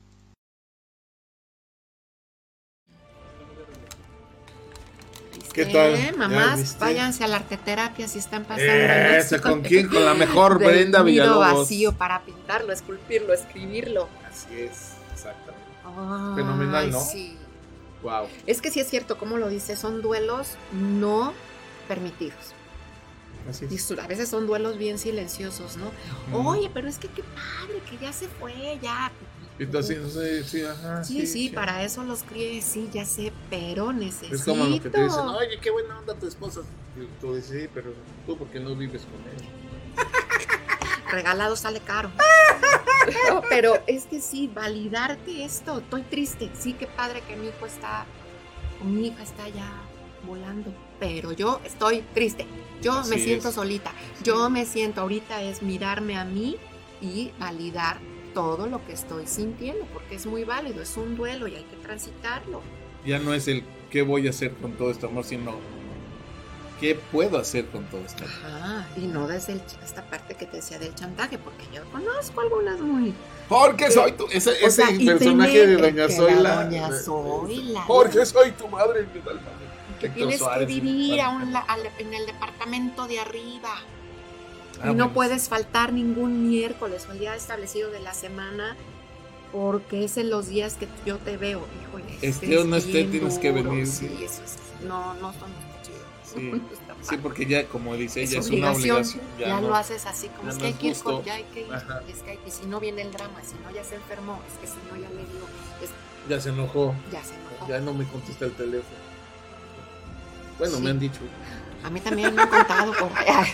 ¿Qué tal? Mamás, váyanse a la arteterapia si están pasando ¿Con quién? Con la mejor Brenda Villalobos. Nido vacío para pintarlo, esculpirlo, escribirlo. Así es, exactamente. Ay, fenomenal, ¿no? Sí. Wow. Es que sí es cierto, como lo dice, son duelos no permitidos. Así es. Y a veces son duelos bien silenciosos, ¿no? Oye, pero es que qué padre, que ya se fue, ya. Entonces, sí, ajá. Sí, para eso los crié, sí, ya sé, pero necesito. Es como lo que te dicen, oye, qué buena onda tu esposa. Y tú dices, sí, pero tú, ¿por qué no vives con él? Regalado sale caro. No, pero es que sí, validarte esto. Estoy triste. Sí, qué padre que mi hijo está, o mi hija está ya volando, pero yo estoy triste. Yo Así me siento es. solita. Yo me siento, ahorita es mirarme a mí y validar todo lo que estoy sintiendo, porque es muy válido, es un duelo y hay que transitarlo. Ya no es el qué voy a hacer con todo este amor, sino qué puedo hacer con todo esto. Ajá, y no desde esta parte que te decía del chantaje, porque yo conozco algunas muy... Porque soy tu, ese O sea, y personaje de tener Doña que Zoila. la Doña Zoila. Porque soy tu madre. Que Héctor tienes Suárez, que vivir sí. en el departamento de arriba. Y no puedes faltar ningún miércoles o el día establecido de la semana, porque es en los días que yo te veo. Híjole, esté o no esté, tienes que venir. Sí, eso es. No está chido. Sí, No está sí, porque ya, como dice ella, es obligación, una obligación. Ya no, lo haces así, como ya es no que hay es que ir, justo. ya hay que ir. Ajá. Es que si no viene el drama, si no ya se enfermó, es que si no ya le dio, Ya se enojó. ya se enojó. Ya no me contesta el teléfono. Bueno, Sí. me han dicho. A mí también me han contado por allá.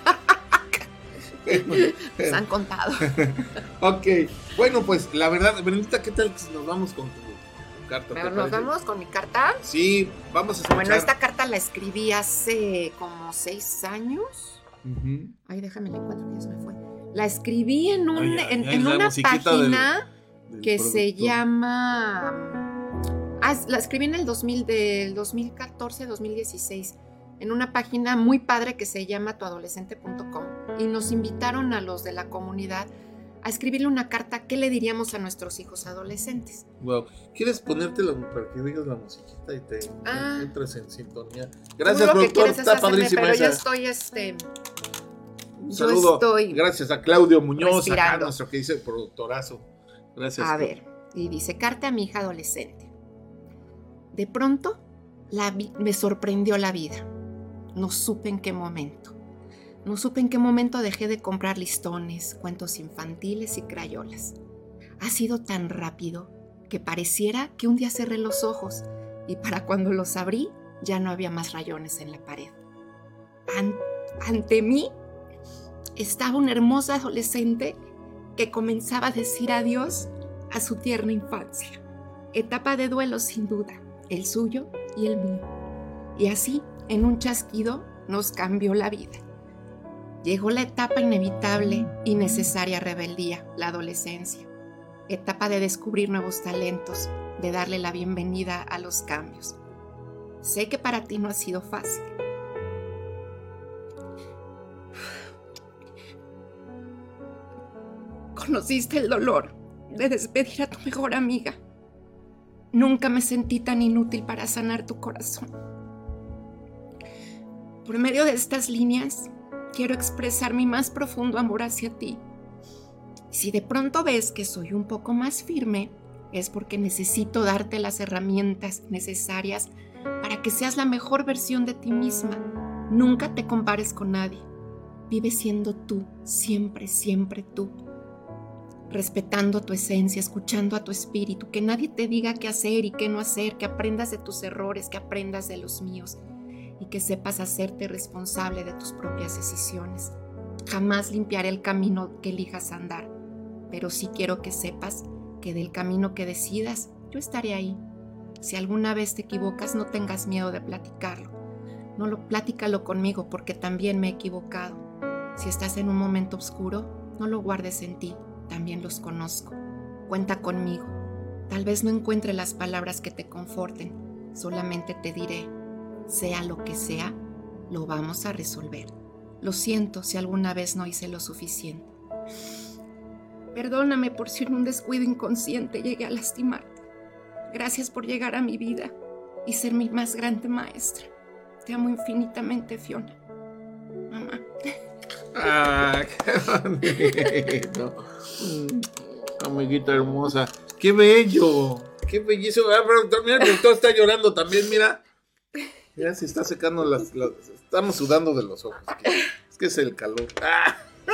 Nos han contado. Ok, bueno, pues la verdad, Brendita, ¿qué tal si nos vamos con tu carta? Pero ¿te nos parece? vamos con mi carta. Sí, vamos a escuchar. Bueno, esta carta la escribí hace como 6 años. Ujú. Ay, déjame la encuentro, que ya se me fue. La escribí en Ay, ay, ay, en la una musiquita página del que se productor. llama... la escribí en el 2014-2016, en una página muy padre que se llama tuadolescente.com, y nos invitaron a los de la comunidad a escribirle una carta. ¿Qué le diríamos a nuestros hijos adolescentes? Wow. ¿Quieres ponértela para que digas la musiquita y te Ah. entres en sintonía? Tú Gracias, lo que productor. quieres es Está hacerme, padrísima pero esa. yo estoy Un yo saludo. estoy Gracias a Claudio Muñoz, acá respirando. nuestro que dice productorazo. Gracias. A ver, y dice, carta a mi hija adolescente. De pronto, me sorprendió la vida. No supe en qué momento. No supe en qué momento dejé de comprar listones, cuentos infantiles y crayolas. Ha sido tan rápido que pareciera que un día cerré los ojos y para cuando los abrí ya no había más rayones en la pared. Ante mí estaba una hermosa adolescente que comenzaba a decir adiós a su tierna infancia. Etapa de duelo sin duda, el suyo y el mío. Y así, en un chasquido, nos cambió la vida. Llegó la etapa inevitable y necesaria rebeldía, la adolescencia. Etapa de descubrir nuevos talentos, de darle la bienvenida a los cambios. Sé que para ti no ha sido fácil. Conociste el dolor de despedir a tu mejor amiga. Nunca me sentí tan inútil para sanar tu corazón. Por medio de estas líneas, quiero expresar mi más profundo amor hacia ti. Si de pronto ves que soy un poco más firme, es porque necesito darte las herramientas necesarias para que seas la mejor versión de ti misma. Nunca te compares con nadie. Vive siendo tú, siempre, siempre tú. Respetando tu esencia, escuchando a tu espíritu, que nadie te diga qué hacer y qué no hacer, que aprendas de tus errores, que aprendas de los míos y que sepas hacerte responsable de tus propias decisiones. Jamás limpiaré el camino que elijas andar, pero sí quiero que sepas que del camino que decidas, yo estaré ahí. Si alguna vez te equivocas, no tengas miedo de platicarlo. Platícalo conmigo porque también me he equivocado. Si estás en un momento oscuro, no lo guardes en ti. También los conozco. Cuenta conmigo. Tal vez no encuentre las palabras que te conforten. Solamente te diré, sea lo que sea, lo vamos a resolver. Lo siento si alguna vez no hice lo suficiente. Perdóname por si en un descuido inconsciente llegué a lastimarte. Gracias por llegar a mi vida y ser mi más grande maestra. Te amo infinitamente, Fiona. Mamá. Ah, qué bonito. Amiguita hermosa. Qué bello. Qué bellísimo. Ah, pero mira, el doctor está llorando también, mira. Mira, se está secando estamos sudando de los ojos. Es que es el calor. Ah.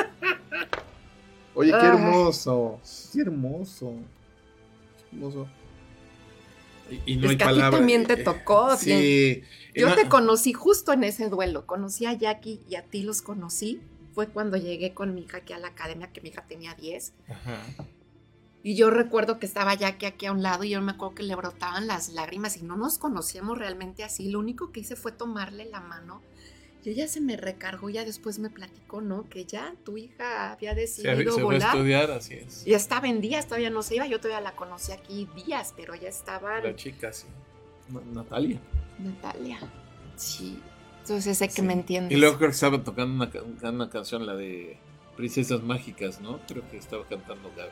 Oye, qué hermoso. Qué hermoso. Qué hermoso. Y no es hay que a ti palabras. también te tocó. Sí. Yo te conocí justo en ese duelo. Conocí a Jackie y a ti los conocí. Fue cuando llegué con mi hija aquí a la academia, que mi hija tenía 10. Ajá. Y yo recuerdo que estaba Jackie aquí a un lado y yo me acuerdo que le brotaban las lágrimas y no nos conocíamos realmente así. Lo único que hice fue tomarle la mano y ella se me recargó. Ya después me platicó, ¿no? Que ya tu hija había decidido se volar. fue a estudiar, así es. Ya estaba en días, todavía no se iba. Yo todavía la conocí aquí días, pero ya estaba... La chica, sí. Natalia. Natalia. Sí. Entonces sé que Sí. me entiendes. Y luego creo que estaba tocando una canción, la de Princesas Mágicas, ¿no? Creo que estaba cantando Gaby.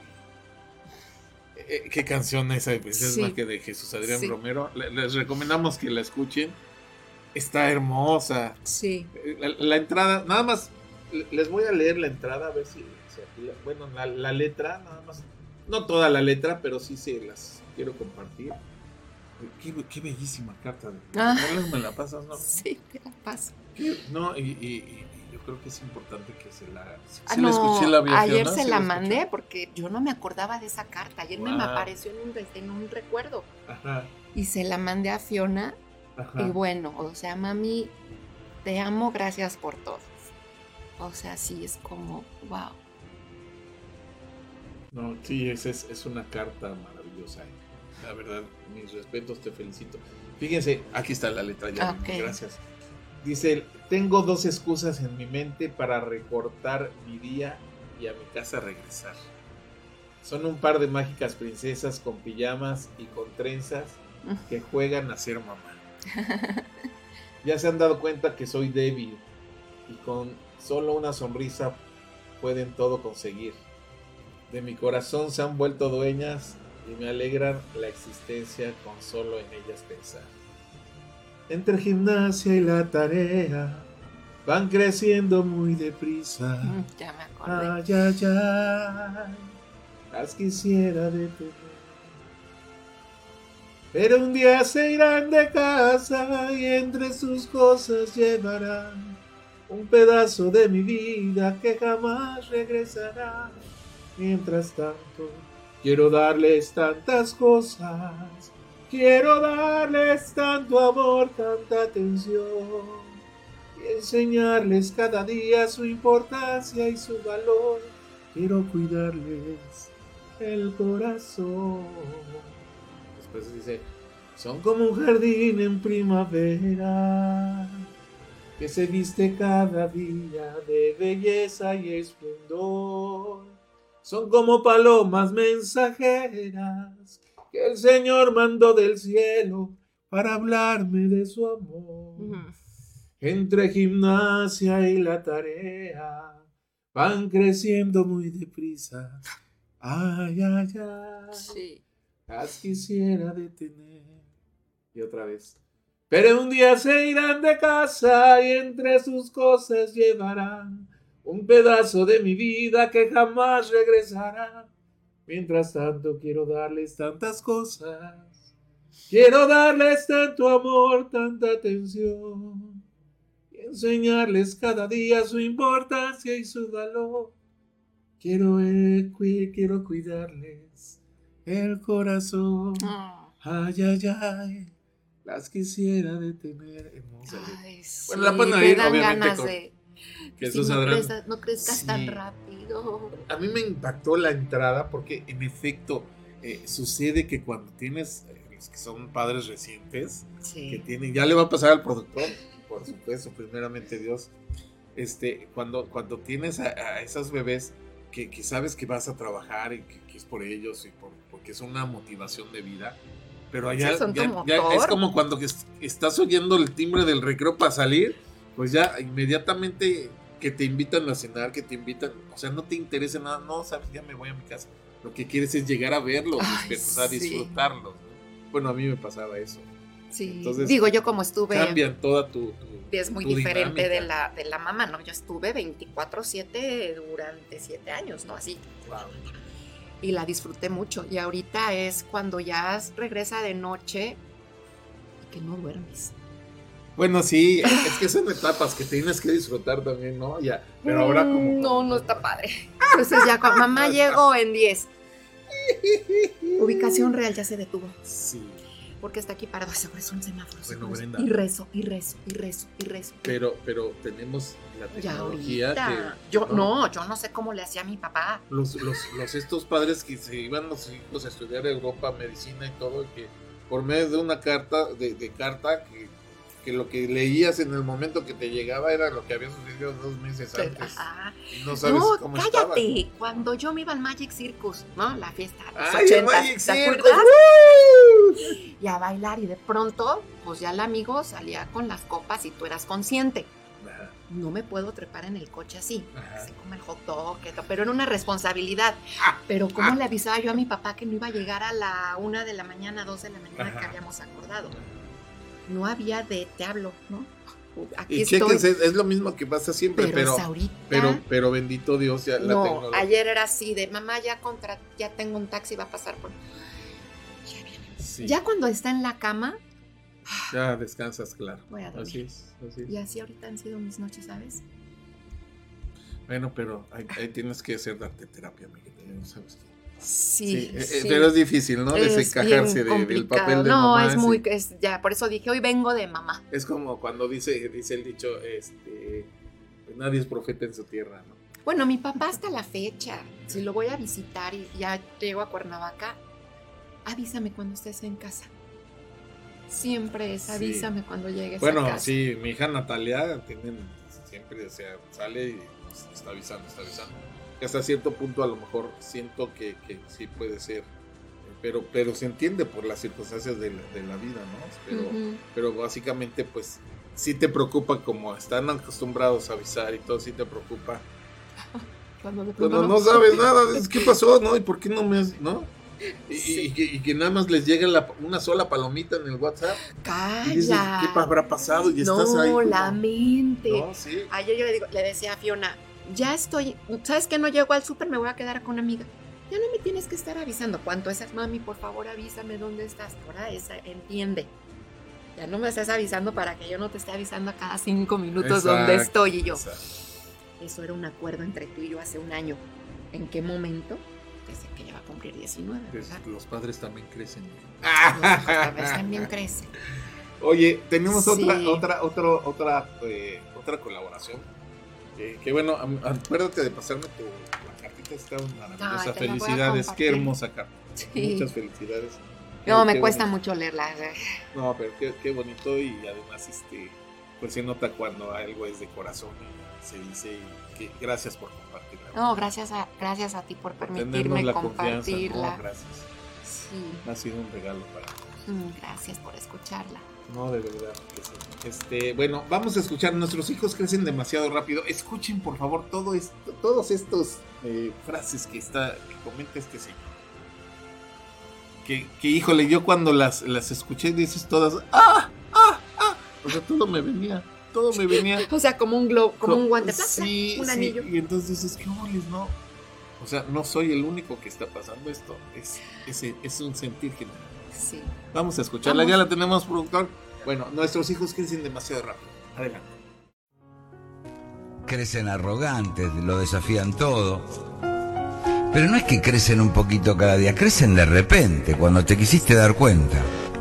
¿Qué canción es esa de Princesas Mágicas de Jesús Adrián Romero? Les recomendamos que la escuchen. Está hermosa. Sí. La entrada, nada más les voy a leer la entrada a ver si aquí bueno, la letra, nada más. No toda la letra, pero sí se las quiero compartir. Qué bellísima carta. ¿No me la pasas, no? Sí, te la paso. No, y yo creo que es importante que se la... No, escuché la vía ayer Fiona, se la escuché. mandé porque yo no me acordaba de esa carta. Ayer me apareció en un recuerdo. Ajá. Y se la mandé a Fiona. Ajá. Y bueno, o sea, mami, te amo, gracias por todo. O sea, sí, es como, wow. No, sí, es una carta maravillosa. La verdad, mis respetos, te felicito. Fíjense, aquí está la letra ya. Okay. Gracias. Dice, tengo 2 excusas en mi mente para recortar mi día y a mi casa regresar. Son un par de mágicas princesas con pijamas y con trenzas que juegan a ser mamá. Ya se han dado cuenta que soy débil y con solo una sonrisa pueden todo conseguir. De mi corazón se han vuelto dueñas y me alegran la existencia con solo en ellas pensar. Entre gimnasia y la tarea van creciendo muy deprisa. Ya me acordé. Ay, ay, ay, las quisiera detener. Pero un día se irán de casa y entre sus cosas llevarán un pedazo de mi vida que jamás regresará. Mientras tanto, quiero darles tantas cosas, quiero darles tanto amor, tanta atención, y enseñarles cada día su importancia y su valor. Quiero cuidarles el corazón. Después dice, son como un jardín en primavera, que se viste cada día de belleza y esplendor. Son como palomas mensajeras que el Señor mandó del cielo para hablarme de su amor. Entre gimnasia y la tarea van creciendo muy deprisa. Ay, ay, ay. Sí. Las quisiera detener. Y otra vez. Pero un día se irán de casa y entre sus cosas llevarán un pedazo de mi vida que jamás regresará. Mientras tanto quiero darles tantas cosas, quiero darles tanto amor, tanta atención, y enseñarles cada día su importancia y su valor. Quiero cuidarles el corazón. Ay, ay, ay, las quisiera detener. Hermosa. Ay, sí, bueno, la pueden oír, dan obviamente, ganas con... de... que si no crezcas sí. tan rápido. A mí me impactó la entrada porque en efecto sucede que cuando tienes los que son padres recientes, sí. que tienen, ya le va a pasar al productor, por supuesto, primeramente Dios, cuando tienes a esos bebés que sabes que vas a trabajar y que es por ellos y porque es una motivación de vida, pero allá ya es como cuando estás oyendo el timbre del recreo para salir, pues ya inmediatamente que te invitan a cenar, que te invitan, o sea, no te interesa nada, no, sabes, ya me voy a mi casa. Lo que quieres es llegar a verlos, disfrutarlos, ¿no? Bueno, a mí me pasaba eso. Sí. Entonces, digo, yo como estuve... Cambian toda tu es muy tu diferente dinámica. de la mamá, ¿no? Yo estuve 24/7 durante 7 años, ¿no? Así. Wow. Y la disfruté mucho. Y ahorita es cuando ya regresa de noche y que no duermes. Bueno, sí, es que son etapas que tienes que disfrutar también, ¿no? Ya, pero ahora como... No está padre. Entonces ya cuando mamá llegó en 10. Ubicación real ya se detuvo. Sí. Porque está aquí parado sobre un semáforo. Bueno, Brenda. Y rezo. Pero tenemos la tecnología ya ahorita, yo no sé cómo le hacía a mi papá. Estos padres que se iban los hijos a estudiar a Europa, medicina y todo, que por medio de una carta, de carta que lo que leías en el momento que te llegaba era lo que había sucedido 2 meses antes. Ajá. Y no sabes cómo estaba. Cállate. Cuando yo me iba al Magic Circus, ¿no? La fiesta de los ¡Ay, 80, el Magic ¿te Circus! acuerdas? Y a bailar y de pronto, pues ya el amigo salía con las copas y tú eras consciente. Ajá. No me puedo trepar en el coche así, Ajá. así como el hot dog, pero era una responsabilidad. Pero ¿cómo le avisaba yo a mi papá que no iba a llegar a la 1 de la mañana, 2 de la mañana Ajá. que habíamos acordado? No había de te hablo, ¿no? aquí Y estoy. chéquense, es lo mismo que pasa siempre, Pero pero bendito Dios, ya la no, tecnología. ayer era así de mamá, ya tengo un taxi, va a pasar por. Ya viene. Sí, Ya cuando está en la cama, ya descansas, claro. voy a dormir. Así es. Y así ahorita han sido mis noches, ¿sabes? Bueno, pero ahí tienes que darte terapia, Miguel, ¿sabes qué? Sí, Pero es difícil, ¿no? Es Desencajarse bien del complicado. papel de no, mamá. es muy, ya, por eso dije, hoy vengo de mamá. Es como cuando dice el dicho, nadie es profeta en su tierra, ¿no? Bueno, mi papá hasta la fecha, si lo voy a visitar y ya llego a Cuernavaca, avísame cuando estés en casa. Siempre es avísame cuando llegues a casa. Bueno, sí, mi hija Natalia siempre, o sea, sale y pues, está avisando. Y hasta cierto punto a lo mejor siento que sí puede ser, pero se entiende por las circunstancias de la vida, ¿no? Pero básicamente pues sí te preocupa, como están acostumbrados a avisar y todo, sí te preocupa. Cuando no sabes nada, ¿qué pasó? ¿No? ¿Y por qué no me has, no? Y que nada más les llega una sola palomita en el WhatsApp. ¡Calla! Y dices, ¿qué habrá pasado? Y estás ahí. No, la mente. No, sí. Ayer yo le decía a Fiona, ya estoy, ¿sabes qué? No llego al súper, me voy a quedar con una amiga. Ya no me tienes que estar avisando. ¿Cuánto esas, mami? Por favor, avísame dónde estás. Ahora esa entiende. Ya no me estás avisando para que yo no te esté avisando a cada 5 minutos dónde estoy. Y yo, eso era un acuerdo entre tú y yo hace un año. ¿En qué momento? Desde que ya va a cumplir 19, ¿verdad? Los padres también crecen. Los padres también crecen. Oye, tenemos Sí. otra colaboración. Que bueno, acuérdate de pasarme la cartita, está maravillosa. Ay, te la voy a Felicidades, qué compartir. hermosa carta. Sí. Muchas felicidades. No, me Qué cuesta bonito. mucho leerla. No, pero qué bonito, y además pues se nota cuando algo es de corazón y se dice que gracias por compartirla. No, gracias a ti por Tenernos permitirme la confianza, compartirla. no, gracias. Sí. Ha sido un regalo para todos. Gracias por escucharla. No, de verdad que sí. Bueno, vamos a escuchar. Nuestros hijos crecen demasiado rápido. Escuchen, por favor, todos estos frases que comenta este señor. Que híjole, yo cuando las escuché, dices todas, o sea, todo me venía. O sea, como un globo, como un guante, sí, un anillo. Y entonces dices, qué boles, ¿no? O sea, no soy el único que está pasando esto. Es un sentir general. Sí. Vamos a escucharla. Ya la tenemos, productor. Bueno, nuestros hijos crecen demasiado rápido. Adelante. Crecen arrogantes, lo desafían todo. Pero no es que crecen un poquito cada día, crecen de repente, cuando te quisiste dar cuenta.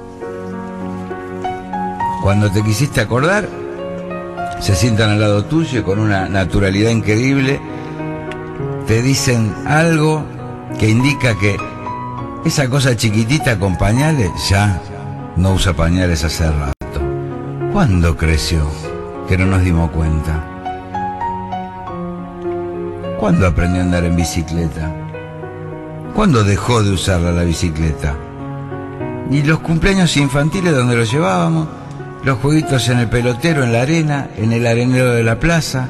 Cuando te quisiste acordar, se sientan al lado tuyo y con una naturalidad increíble te dicen algo que indica que esa cosa chiquitita con pañales ya no usa pañales hace rato. ¿Cuándo creció que no nos dimos cuenta? ¿Cuándo aprendió a andar en bicicleta? ¿Cuándo dejó de usarla la bicicleta? Y los cumpleaños infantiles donde los llevábamos, los jueguitos en el pelotero, en la arena, en el arenero de la plaza.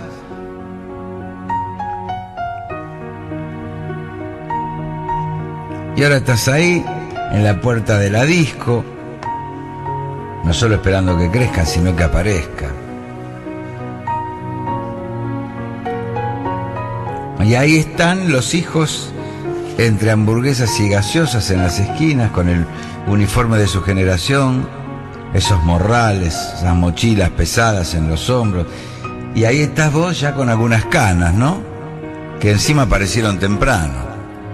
Y ahora estás ahí, en la puerta de la disco, no solo esperando que crezcan, sino que aparezcan. Y ahí están los hijos entre hamburguesas y gaseosas en las esquinas, con el uniforme de su generación, esos morrales, esas mochilas pesadas en los hombros. Y ahí estás vos ya con algunas canas, ¿no? Que encima aparecieron temprano.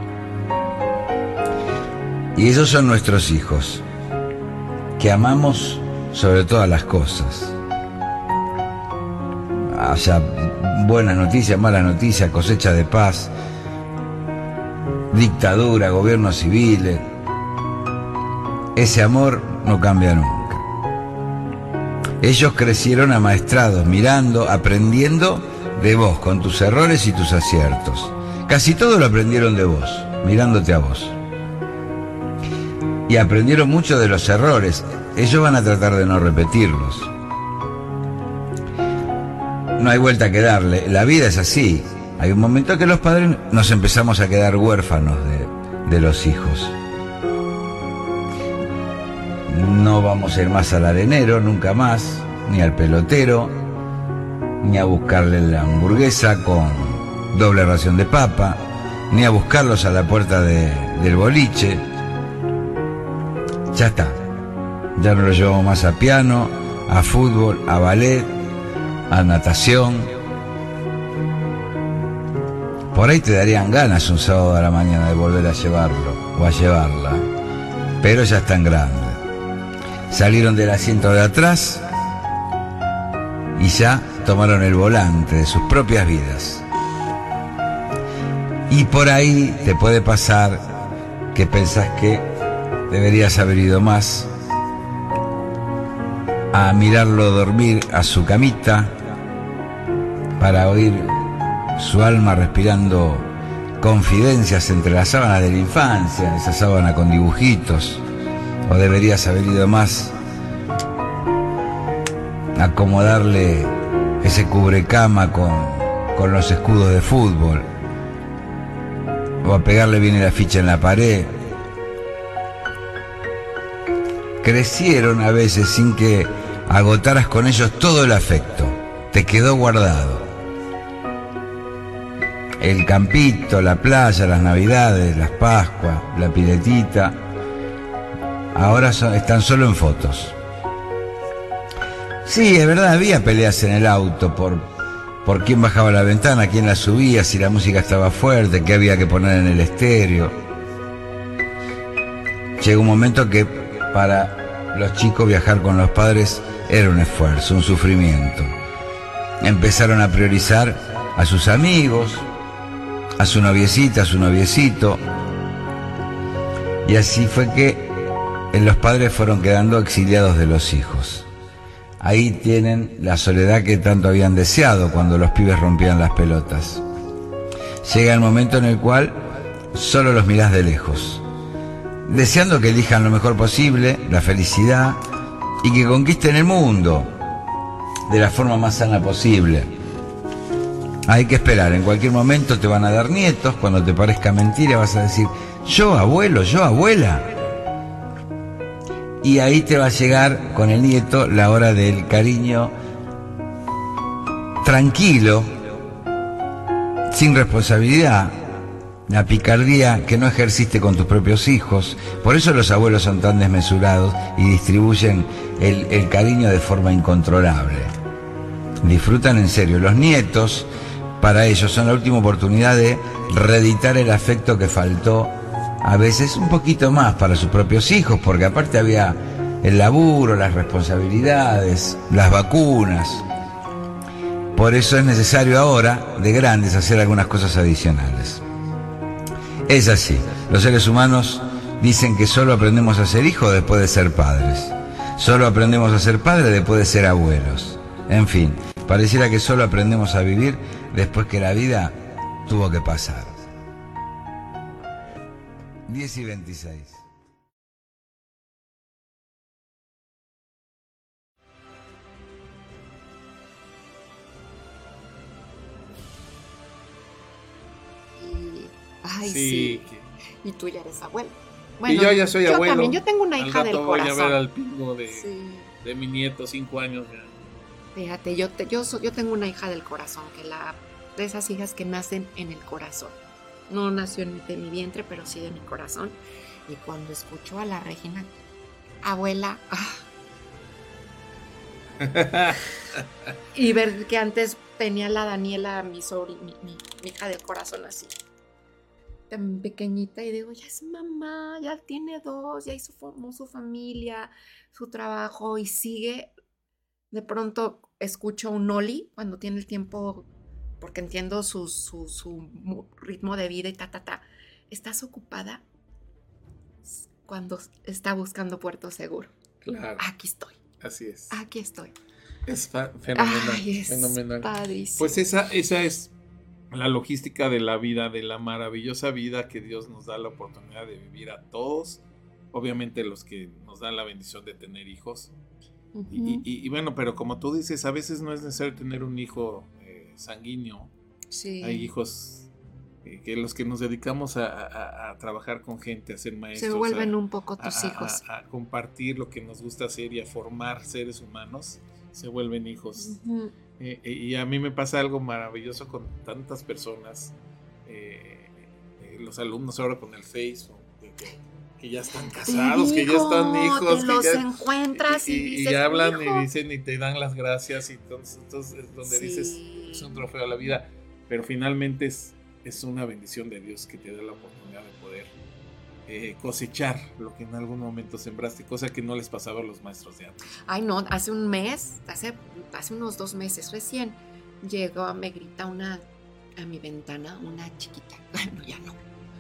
Y ellos son nuestros hijos, que amamos sobre todas las cosas. Haya buenas noticias, malas noticias, cosecha de paz, dictadura, gobiernos civiles. Ese amor no cambia nunca. Ellos crecieron amaestrados, mirando, aprendiendo de vos, con tus errores y tus aciertos. Casi todo lo aprendieron de vos, mirándote a vos. Y aprendieron mucho de los errores. Ellos van a tratar de no repetirlos. No hay vuelta que darle. La vida es así. Hay un momento que los padres nos empezamos a quedar huérfanos de los hijos. No vamos a ir más al arenero, nunca más. ni al pelotero, ni a buscarle la hamburguesa con doble ración de papa, ni a buscarlos a la puerta del boliche. Ya está. Ya no los llevamos más a piano, a fútbol, a ballet, a natación. Por ahí te darían ganas un sábado a la mañana de volver a llevarlo o a llevarla, pero ya están grandes. Salieron del asiento de atrás y ya tomaron el volante de sus propias vidas. Y por ahí te puede pasar que pensás que deberías haber ido más a mirarlo dormir a su camita para oír su alma respirando confidencias entre las sábanas de la infancia, esa sábana con dibujitos. O deberías haber ido más a acomodarle ese cubrecama con los escudos de fútbol, o a pegarle bien la ficha en la pared. Crecieron a veces sin que agotaras con ellos todo el afecto. Te quedó guardado. El campito, la playa, las navidades, las pascuas, la piletita, ahora están solo en fotos. Sí, es verdad, había peleas en el auto por quién bajaba la ventana, quién la subía, si la música estaba fuerte, qué había que poner en el estéreo. Llegó un momento que para los chicos viajar con los padres era un esfuerzo, un sufrimiento. Empezaron a priorizar a sus amigos, a su noviecita, a su noviecito, y así fue que los padres fueron quedando exiliados de los hijos. Ahí tienen la soledad que tanto habían deseado cuando los pibes rompían las pelotas. Llega el momento en el cual solo los mirás de lejos, deseando que elijan lo mejor posible, la felicidad, y que conquisten el mundo de la forma más sana posible. Hay que esperar, en cualquier momento te van a dar nietos, cuando te parezca mentira vas a decir, yo abuelo, yo abuela. Y ahí te va a llegar con el nieto la hora del cariño tranquilo, sin responsabilidad, la picardía que no ejerciste con tus propios hijos. Por eso los abuelos son tan desmesurados y distribuyen el cariño de forma incontrolable. Disfrutan en serio. Los nietos, para ellos, son la última oportunidad de reeditar el afecto que faltó, a veces un poquito más para sus propios hijos, porque aparte había el laburo, las responsabilidades, las vacunas. Por eso es necesario ahora, de grandes, hacer algunas cosas adicionales. Es así, los seres humanos dicen que solo aprendemos a ser hijos después de ser padres. Solo aprendemos a ser padres después de ser abuelos. En fin, pareciera que solo aprendemos a vivir después que la vida tuvo que pasar. 10:26. Ay, Sí, sí. que- Y tú ya eres abuelo. Y yo ya soy yo abuelo. También, yo tengo una Al hija del rato voy a corazón. ver al pingo Sí. de mi nieto, 5 años ya. Fíjate, yo tengo una hija del corazón, de esas hijas que nacen en el corazón. No nació de mi vientre, pero sí de mi corazón. Y cuando escuchó a la Regina, abuela, y ver que antes tenía la Daniela, mi hija del corazón así, tan pequeñita, y digo, ya es mamá, ya tiene 2, ya formó su familia, su trabajo, y sigue. De pronto escucho un Oli cuando tiene el tiempo, porque entiendo su ritmo de vida y ¿Estás ocupada? Cuando está buscando puerto seguro. Claro, Aquí estoy. así es. Aquí estoy. Es fenomenal. Ay, es fenomenal. padrísimo. Pues esa es la logística de la vida, de la maravillosa vida que Dios nos da la oportunidad de vivir a todos. Obviamente los que nos dan la bendición de tener hijos. Uh-huh. Y bueno, pero como tú dices, a veces no es necesario tener un hijo sanguíneo. Sí. Hay hijos que los que nos dedicamos a trabajar con gente, a ser maestros, se vuelven un poco tus hijos. A compartir lo que nos gusta hacer y a formar seres humanos. se vuelven hijos. Ujú. Y a mí me pasa algo maravilloso con tantas personas, los alumnos ahora con el Facebook, que ya están casados, que ya están hijos, te que los ya encuentras y dices, hablan "Hijo". y dicen y te dan las gracias, y entonces es donde Sí. dices, es un trofeo a la vida, pero finalmente es una bendición de Dios que te da la oportunidad de poder cosechar lo que en algún momento sembraste, cosa que no les pasaba a los maestros de antes. Ay, no, hace un mes, hace unos 2 meses recién, llegó, me grita a mi ventana una chiquita. Ay, no, ya no.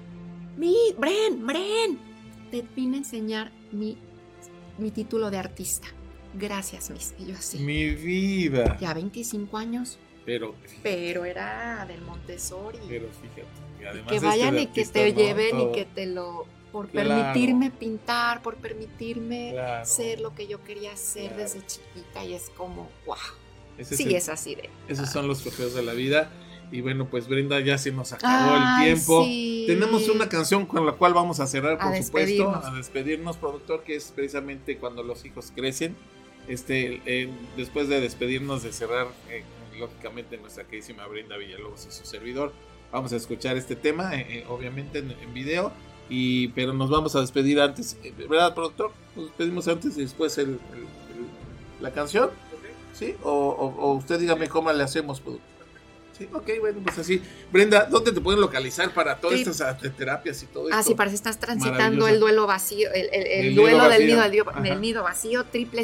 Bren, te vine a enseñar mi título de artista. Gracias, Miss. Y yo así. Mi vida. Ya 25 años, Pero era del Montessori. fíjate. Y además Que vayan de y que artista, te ¿no? lleven Todo. y que te lo... Por Claro. permitirme pintar, por permitirme Claro. ser lo que yo quería ser Claro. desde chiquita. Y es como, wow. Ese Sí, el- es así de... Esos son los trofeos de la vida. Y bueno, pues Brenda, ya se nos acabó el Ay, tiempo. sí. Tenemos una canción con la cual vamos a cerrar, por supuesto, despedirnos. a despedirnos, productor, que es precisamente cuando los hijos crecen. Después de despedirnos, de cerrar, lógicamente, nuestra queridísima Brenda Villalobos y su servidor, vamos a escuchar este tema, obviamente en video, pero nos vamos a despedir antes, ¿verdad, productor? Nos despedimos antes y después la canción, ¿sí? O usted dígame cómo le hacemos, productor. Sí, ok, bueno, pues así. Brenda, ¿dónde te pueden localizar para todas Sí. estas terapias y todo esto? Ah, sí, para si estás transitando Maravilloso. el duelo vacío, el nido duelo del vacío. nido, Ajá. del nido vacío,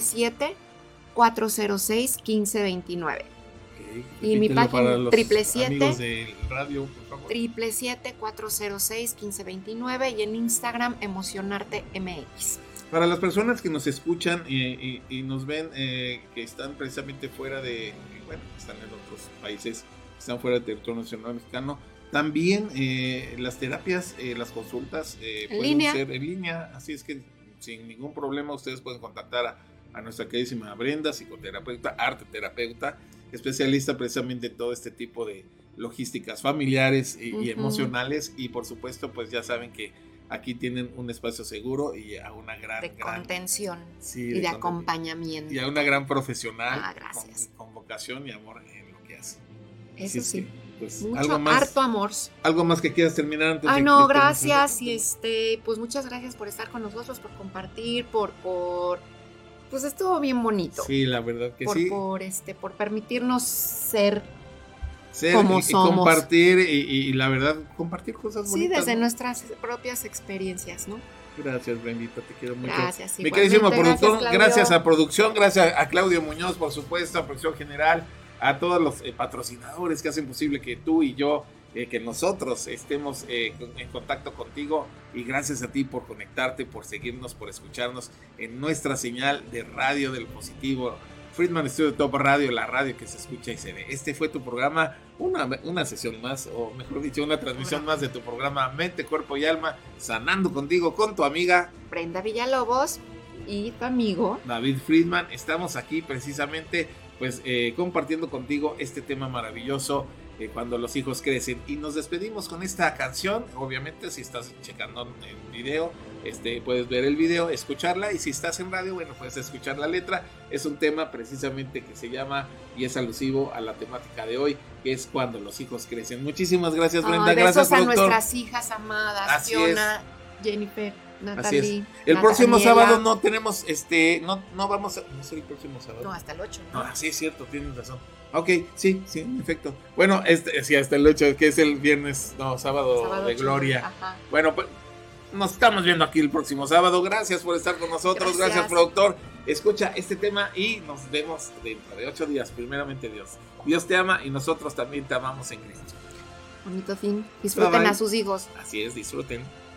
777-406-1529. Ok, Y mi repítelo página, para los 777. amigos del radio, por favor. 777-406-1529 y en Instagram Emocionarte MX. Para las personas que nos escuchan y nos ven, que están precisamente fuera de, bueno, están en otros países, están fuera del territorio nacional mexicano, también las terapias, las consultas pueden línea. ser en línea, así es que sin ningún problema ustedes pueden contactar a nuestra queridísima Brenda, psicoterapeuta, arte terapeuta, especialista precisamente en todo este tipo de logísticas familiares y Ujú. emocionales, y por supuesto pues ya saben que aquí tienen un espacio seguro y a una De contención sí, y de contención. acompañamiento. Y a una gran profesional Gracias. con vocación y amor en lo que hace. Eso Así es sí. que, pues, Mucho, harto amor. algo más que quieras terminar antes Ay, de no, que gracias. Y pues muchas gracias por estar con nosotros, por compartir, pues estuvo bien bonito. Sí, la verdad que por, sí. por permitirnos ser Como como somos. compartir y la verdad, compartir cosas sí, bonitas. desde ¿no? nuestras propias experiencias, ¿no? Gracias, Brendita, te quiero mucho. Gracias, Mi igualmente. queridísimo productor, Claudio. gracias a producción, gracias a Claudio Muñoz, por supuesto, a producción general, a todos los patrocinadores que hacen posible que tú y yo, que nosotros estemos en contacto contigo, y gracias a ti por conectarte, por seguirnos, por escucharnos en nuestra señal de radio del positivo. Friedman Studio Top Radio, la radio que se escucha y se ve. Este fue tu programa, una sesión más, o mejor dicho, una transmisión más de tu programa Mente, Cuerpo y Alma, sanando contigo, con tu amiga Brenda Villalobos y tu amigo David Friedman. Estamos aquí precisamente pues compartiendo contigo este tema maravilloso, cuando los hijos crecen, y nos despedimos con esta canción. Obviamente si estás checando el video, puedes ver el video, escucharla, y si estás en radio, bueno, puedes escuchar la letra. Es un tema precisamente que se llama y es alusivo a la temática de hoy, que es cuando los hijos crecen. Muchísimas gracias, Brenda. Ay, besos Gracias, a productor. nuestras hijas amadas, Así Fiona, Jennifer, Así es. Natalie. El próximo Nataniela. sábado no tenemos, no vamos a, no sé el próximo sábado. No, hasta el 8, ¿no? No, sí es cierto, tienes razón. Ok, sí, en efecto. Bueno, sí, hasta el 8, que es el viernes, no, sábado de 8, gloria. ajá. Bueno, pues nos estamos viendo aquí el próximo sábado. Gracias por estar con nosotros, gracias productor. Escucha este tema y nos vemos dentro de 8 días, primeramente Dios. Dios te ama y nosotros también te amamos en Cristo. Bonito fin. Disfruten Bye, bye. a sus hijos. Así es, disfruten.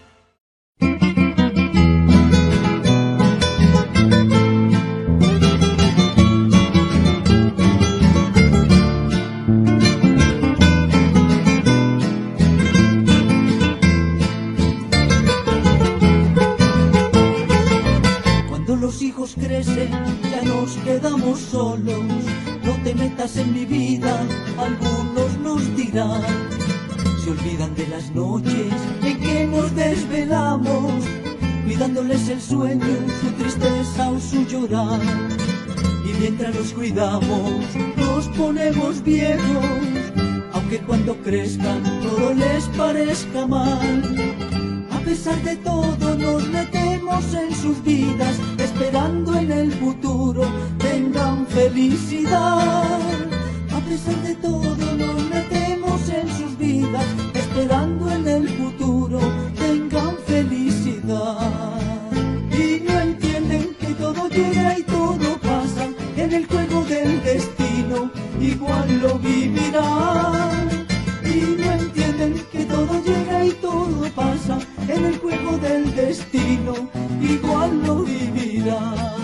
Cuando los hijos crecen ya nos quedamos solos. No te metas en mi vida, algunos nos dirán. Se olvidan de las noches en que nos cuidándoles el sueño, su tristeza o su llorar. Y mientras los cuidamos, nos ponemos viejos, aunque cuando crezcan todo les parezca mal. A pesar de todo nos metemos en sus vidas, esperando en el futuro tengan felicidad. A pesar de todo nos metemos en sus vidas, esperando en el futuro tengan felicidad. Y no entienden que todo llega y todo pasa, en el juego del destino igual lo vivirán. Y no entienden que todo llega y todo pasa, en el juego del destino igual lo vivirán.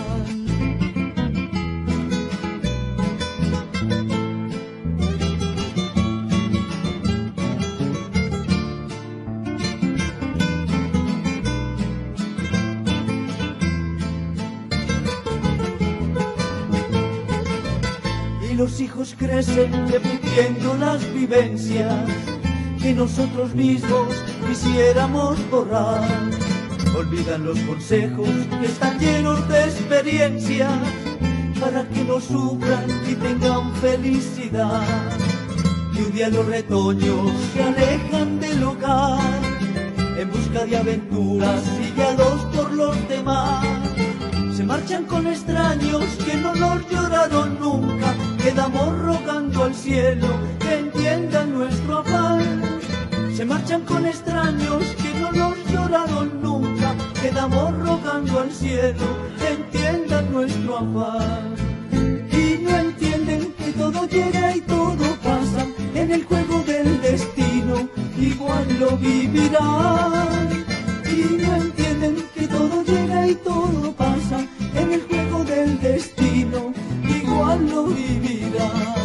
Y los hijos crecen repitiendo las vivencias que nosotros mismos quisiéramos borrar. Olvidan los consejos que están llenos de experiencia para que no sufran y tengan felicidad. Y un día los retoños se alejan del hogar en busca de aventuras y guiados por los demás. Se marchan con extraños que no los lloraron nunca. Quedamos rogando al cielo que entiendan nuestro afán. Se marchan con extraños que no nos lloraron nunca. Quedamos rogando al cielo que entiendan nuestro afán. Y no entienden que todo llega y todo pasa, en el juego del destino igual lo vivirán. Y no entienden que todo llega y todo pasa, en el juego del destino igual lo vivirán.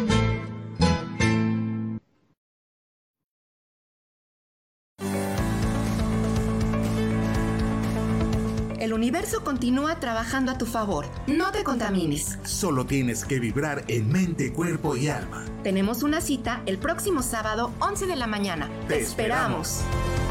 El universo continúa trabajando a tu favor. No te contamines. Solo tienes que vibrar en mente, cuerpo y alma. Tenemos una cita el próximo sábado, 11 de la mañana. Te esperamos.